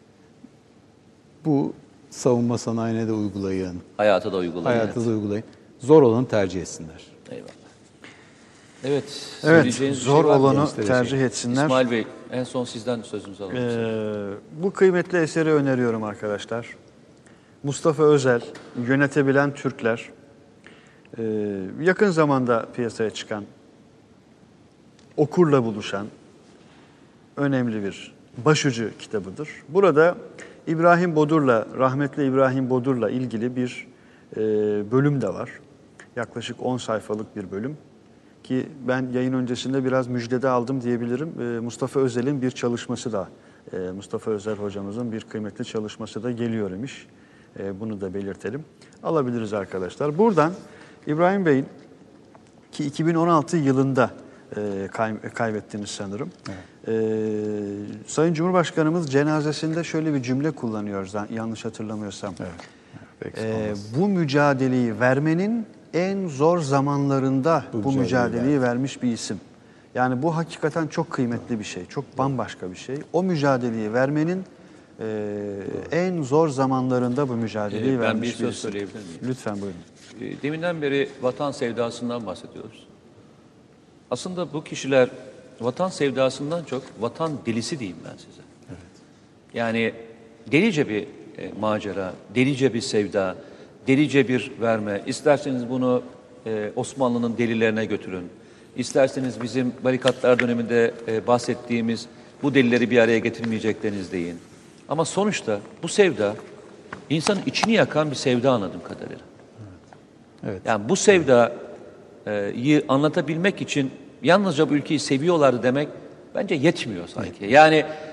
Bu savunma sanayine de uygulayın. Hayata da uygulayın. Hayata evet. da uygulayın. Zor olanı tercih etsinler. Eyvallah. Evet. Evet, zor şey olanı tercih etsinler. İsmail Bey, en son sizden sözünüzü alalım. Ee, bu kıymetli eseri öneriyorum arkadaşlar. Mustafa Özel, Yönetebilen Türkler. Ee, yakın zamanda piyasaya çıkan, okurla buluşan önemli bir başucu kitabıdır. Burada İbrahim Bodur'la, rahmetli İbrahim Bodur'la ilgili bir e, bölüm de var. Yaklaşık on sayfalık bir bölüm. Ki ben yayın öncesinde biraz müjdede aldım diyebilirim. E, Mustafa Özel'in bir çalışması da, e, Mustafa Özel hocamızın bir kıymetli çalışması da geliyor imiş. E, bunu da belirtelim. Alabiliriz arkadaşlar. Buradan İbrahim Bey'in ki iki bin on altı yılında e, kay, kaybettiniz sanırım. Evet. E, Sayın Cumhurbaşkanımız cenazesinde şöyle bir cümle kullanıyor yanlış hatırlamıyorsam. Evet. E, bu mücadeleyi vermenin en zor zamanlarında bu, bu mücadeleyi vermiş bir isim. Yani bu hakikaten çok kıymetli bir şey, çok bambaşka bir şey. O mücadeleyi vermenin e, en zor zamanlarında bu mücadeleyi ee, vermiş bir bir söz isim. söyleyebilir miyim? Lütfen buyurun. E, deminden beri vatan sevdasından bahsediyoruz. Aslında bu kişiler vatan sevdasından çok vatan delisi diyeyim ben size. Evet. Yani delice bir e, macera, delice bir sevda, delice bir verme. İsterseniz bunu e, Osmanlı'nın delilerine götürün. İsterseniz bizim barikatlar döneminde e, bahsettiğimiz bu delileri bir araya getirmeyecekleriniz deyin. Ama sonuçta bu sevda insanın içini yakan bir sevda anladığım kadarıyla. Evet. Evet. Yani bu sevdayı anlatabilmek için yalnızca bu ülkeyi seviyorlardı demek bence yetmiyor sanki. Yani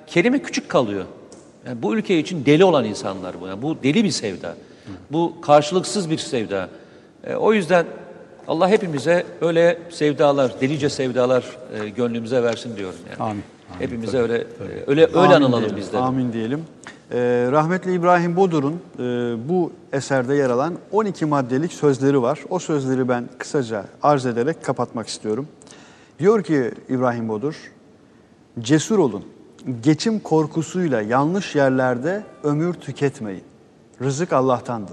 kelime küçük kalıyor. Yani bu ülke için deli olan insanlar bu. Yani bu deli bir sevda. Bu karşılıksız bir sevda. E, o yüzden Allah hepimize öyle sevdalar, delice sevdalar e, gönlümüze versin diyorum yani. Amin. Amin. Hepimize Tabii, öyle tabii. e, öyle öyle Amin anılalım diyelim, biz de. Amin diyelim. Ee, rahmetli İbrahim Bodur'un e, bu eserde yer alan on iki maddelik sözleri var. O sözleri ben kısaca arz ederek kapatmak istiyorum. Diyor ki İbrahim Bodur, cesur olun, geçim korkusuyla yanlış yerlerde ömür tüketmeyin. Rızık Allah'tandır.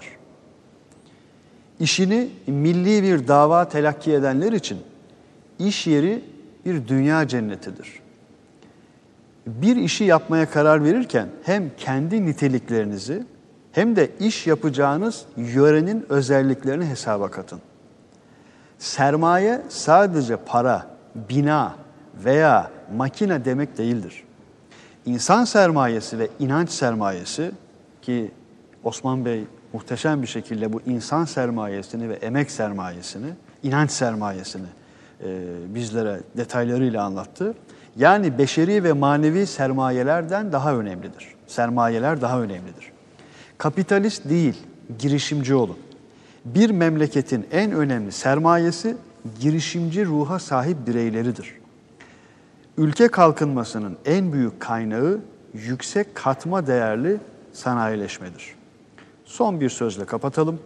İşini milli bir dava telakki edenler için iş yeri bir dünya cennetidir. Bir işi yapmaya karar verirken hem kendi niteliklerinizi hem de iş yapacağınız yörenin özelliklerini hesaba katın. Sermaye sadece para, bina veya makine demek değildir. İnsan sermayesi ve inanç sermayesi, ki Osman Bey muhteşem bir şekilde bu insan sermayesini ve emek sermayesini, inanç sermayesini e, bizlere detaylarıyla anlattı. Yani beşeri ve manevi sermayelerden daha önemlidir. Sermayeler daha önemlidir. Kapitalist değil, girişimci olun. Bir memleketin en önemli sermayesi girişimci ruha sahip bireyleridir. Ülke kalkınmasının en büyük kaynağı yüksek katma değerli sanayileşmedir. Son bir sözle kapatalım.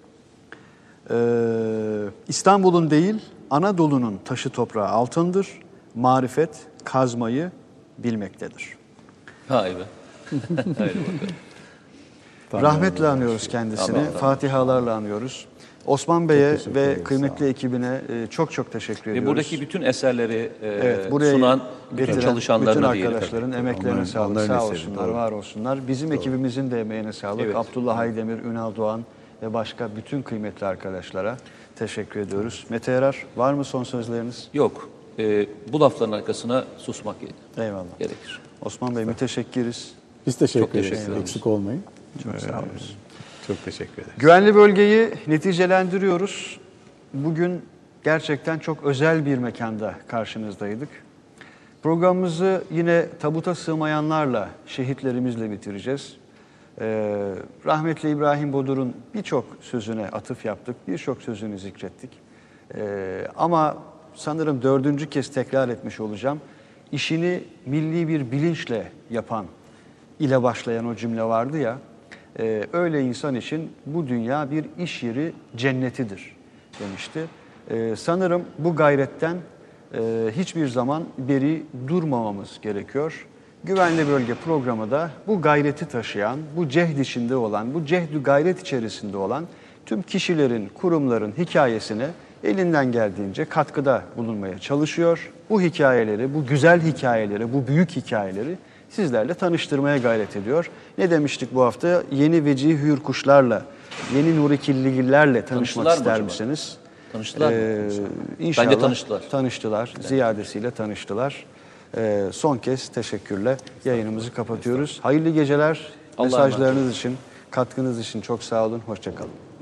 Ee, İstanbul'un değil, Anadolu'nun taşı toprağı altındır. Marifet kazmayı bilmektedir. Hay be. Haydi bakalım. Rahmetle anıyoruz kendisini, Allah Allah. Fatihalarla anıyoruz. Osman Bey'e teşekkür ve ederiz, kıymetli ekibine e, çok çok teşekkür Ve ediyoruz. buradaki bütün eserleri e, Evet, buraya sunan bütün getiren çalışanlarına bütün diyelim. arkadaşların emeklerine Onların- sağlık, onların sağ eseri, olsunlar, doğru. var olsunlar. Bizim ekibimizin de emeğine sağlık. Evet. Abdullah Aydemir, Ünal Doğan ve başka bütün kıymetli arkadaşlara teşekkür ediyoruz. Mete Erar, var mı son sözleriniz? Yok. E, bu lafların arkasına susmak Eyvallah. gerekir. Osman Bey müteşekkiriz. Biz teşekkür, Çok teşekkür ederiz. ederiz. Eksik olmayın. Çok sağ olun. Çok teşekkür ederiz. Güvenli bölgeyi neticelendiriyoruz. Bugün gerçekten çok özel bir mekanda karşınızdaydık. Programımızı yine tabuta sığmayanlarla, şehitlerimizle bitireceğiz. Ee, rahmetli İbrahim Bodur'un birçok sözüne atıf yaptık, birçok sözünü zikrettik. Ee, ama sanırım dördüncü kez tekrar etmiş olacağım. İşini milli bir bilinçle yapan ile başlayan o cümle vardı ya, e, öyle insan için bu dünya bir iş yeri cennetidir demişti. E, sanırım bu gayretten e, hiçbir zaman beri durmamamız gerekiyor. Güvenli Bölge programı da bu gayreti taşıyan, bu cehd içinde olan, bu cehdü gayret içerisinde olan tüm kişilerin, kurumların hikayesine elinden geldiğince katkıda bulunmaya çalışıyor. Bu hikayeleri, bu güzel hikayeleri, bu büyük hikayeleri sizlerle tanıştırmaya gayret ediyor. Ne demiştik bu hafta? Yeni vecihi hür kuşlarla, yeni Nuri Killigillerle tanışmak Tanıştılar mı ister acaba? misiniz? Tanıştılar mı? Ee, inşallah Bence tanıştılar. Tanıştılar, ziyadesiyle tanıştılar. Ee, son kez teşekkürle yayınımızı kapatıyoruz. Hayırlı geceler, Allah'a mesajlarınız için, katkınız için çok sağ olun, hoşça kalın.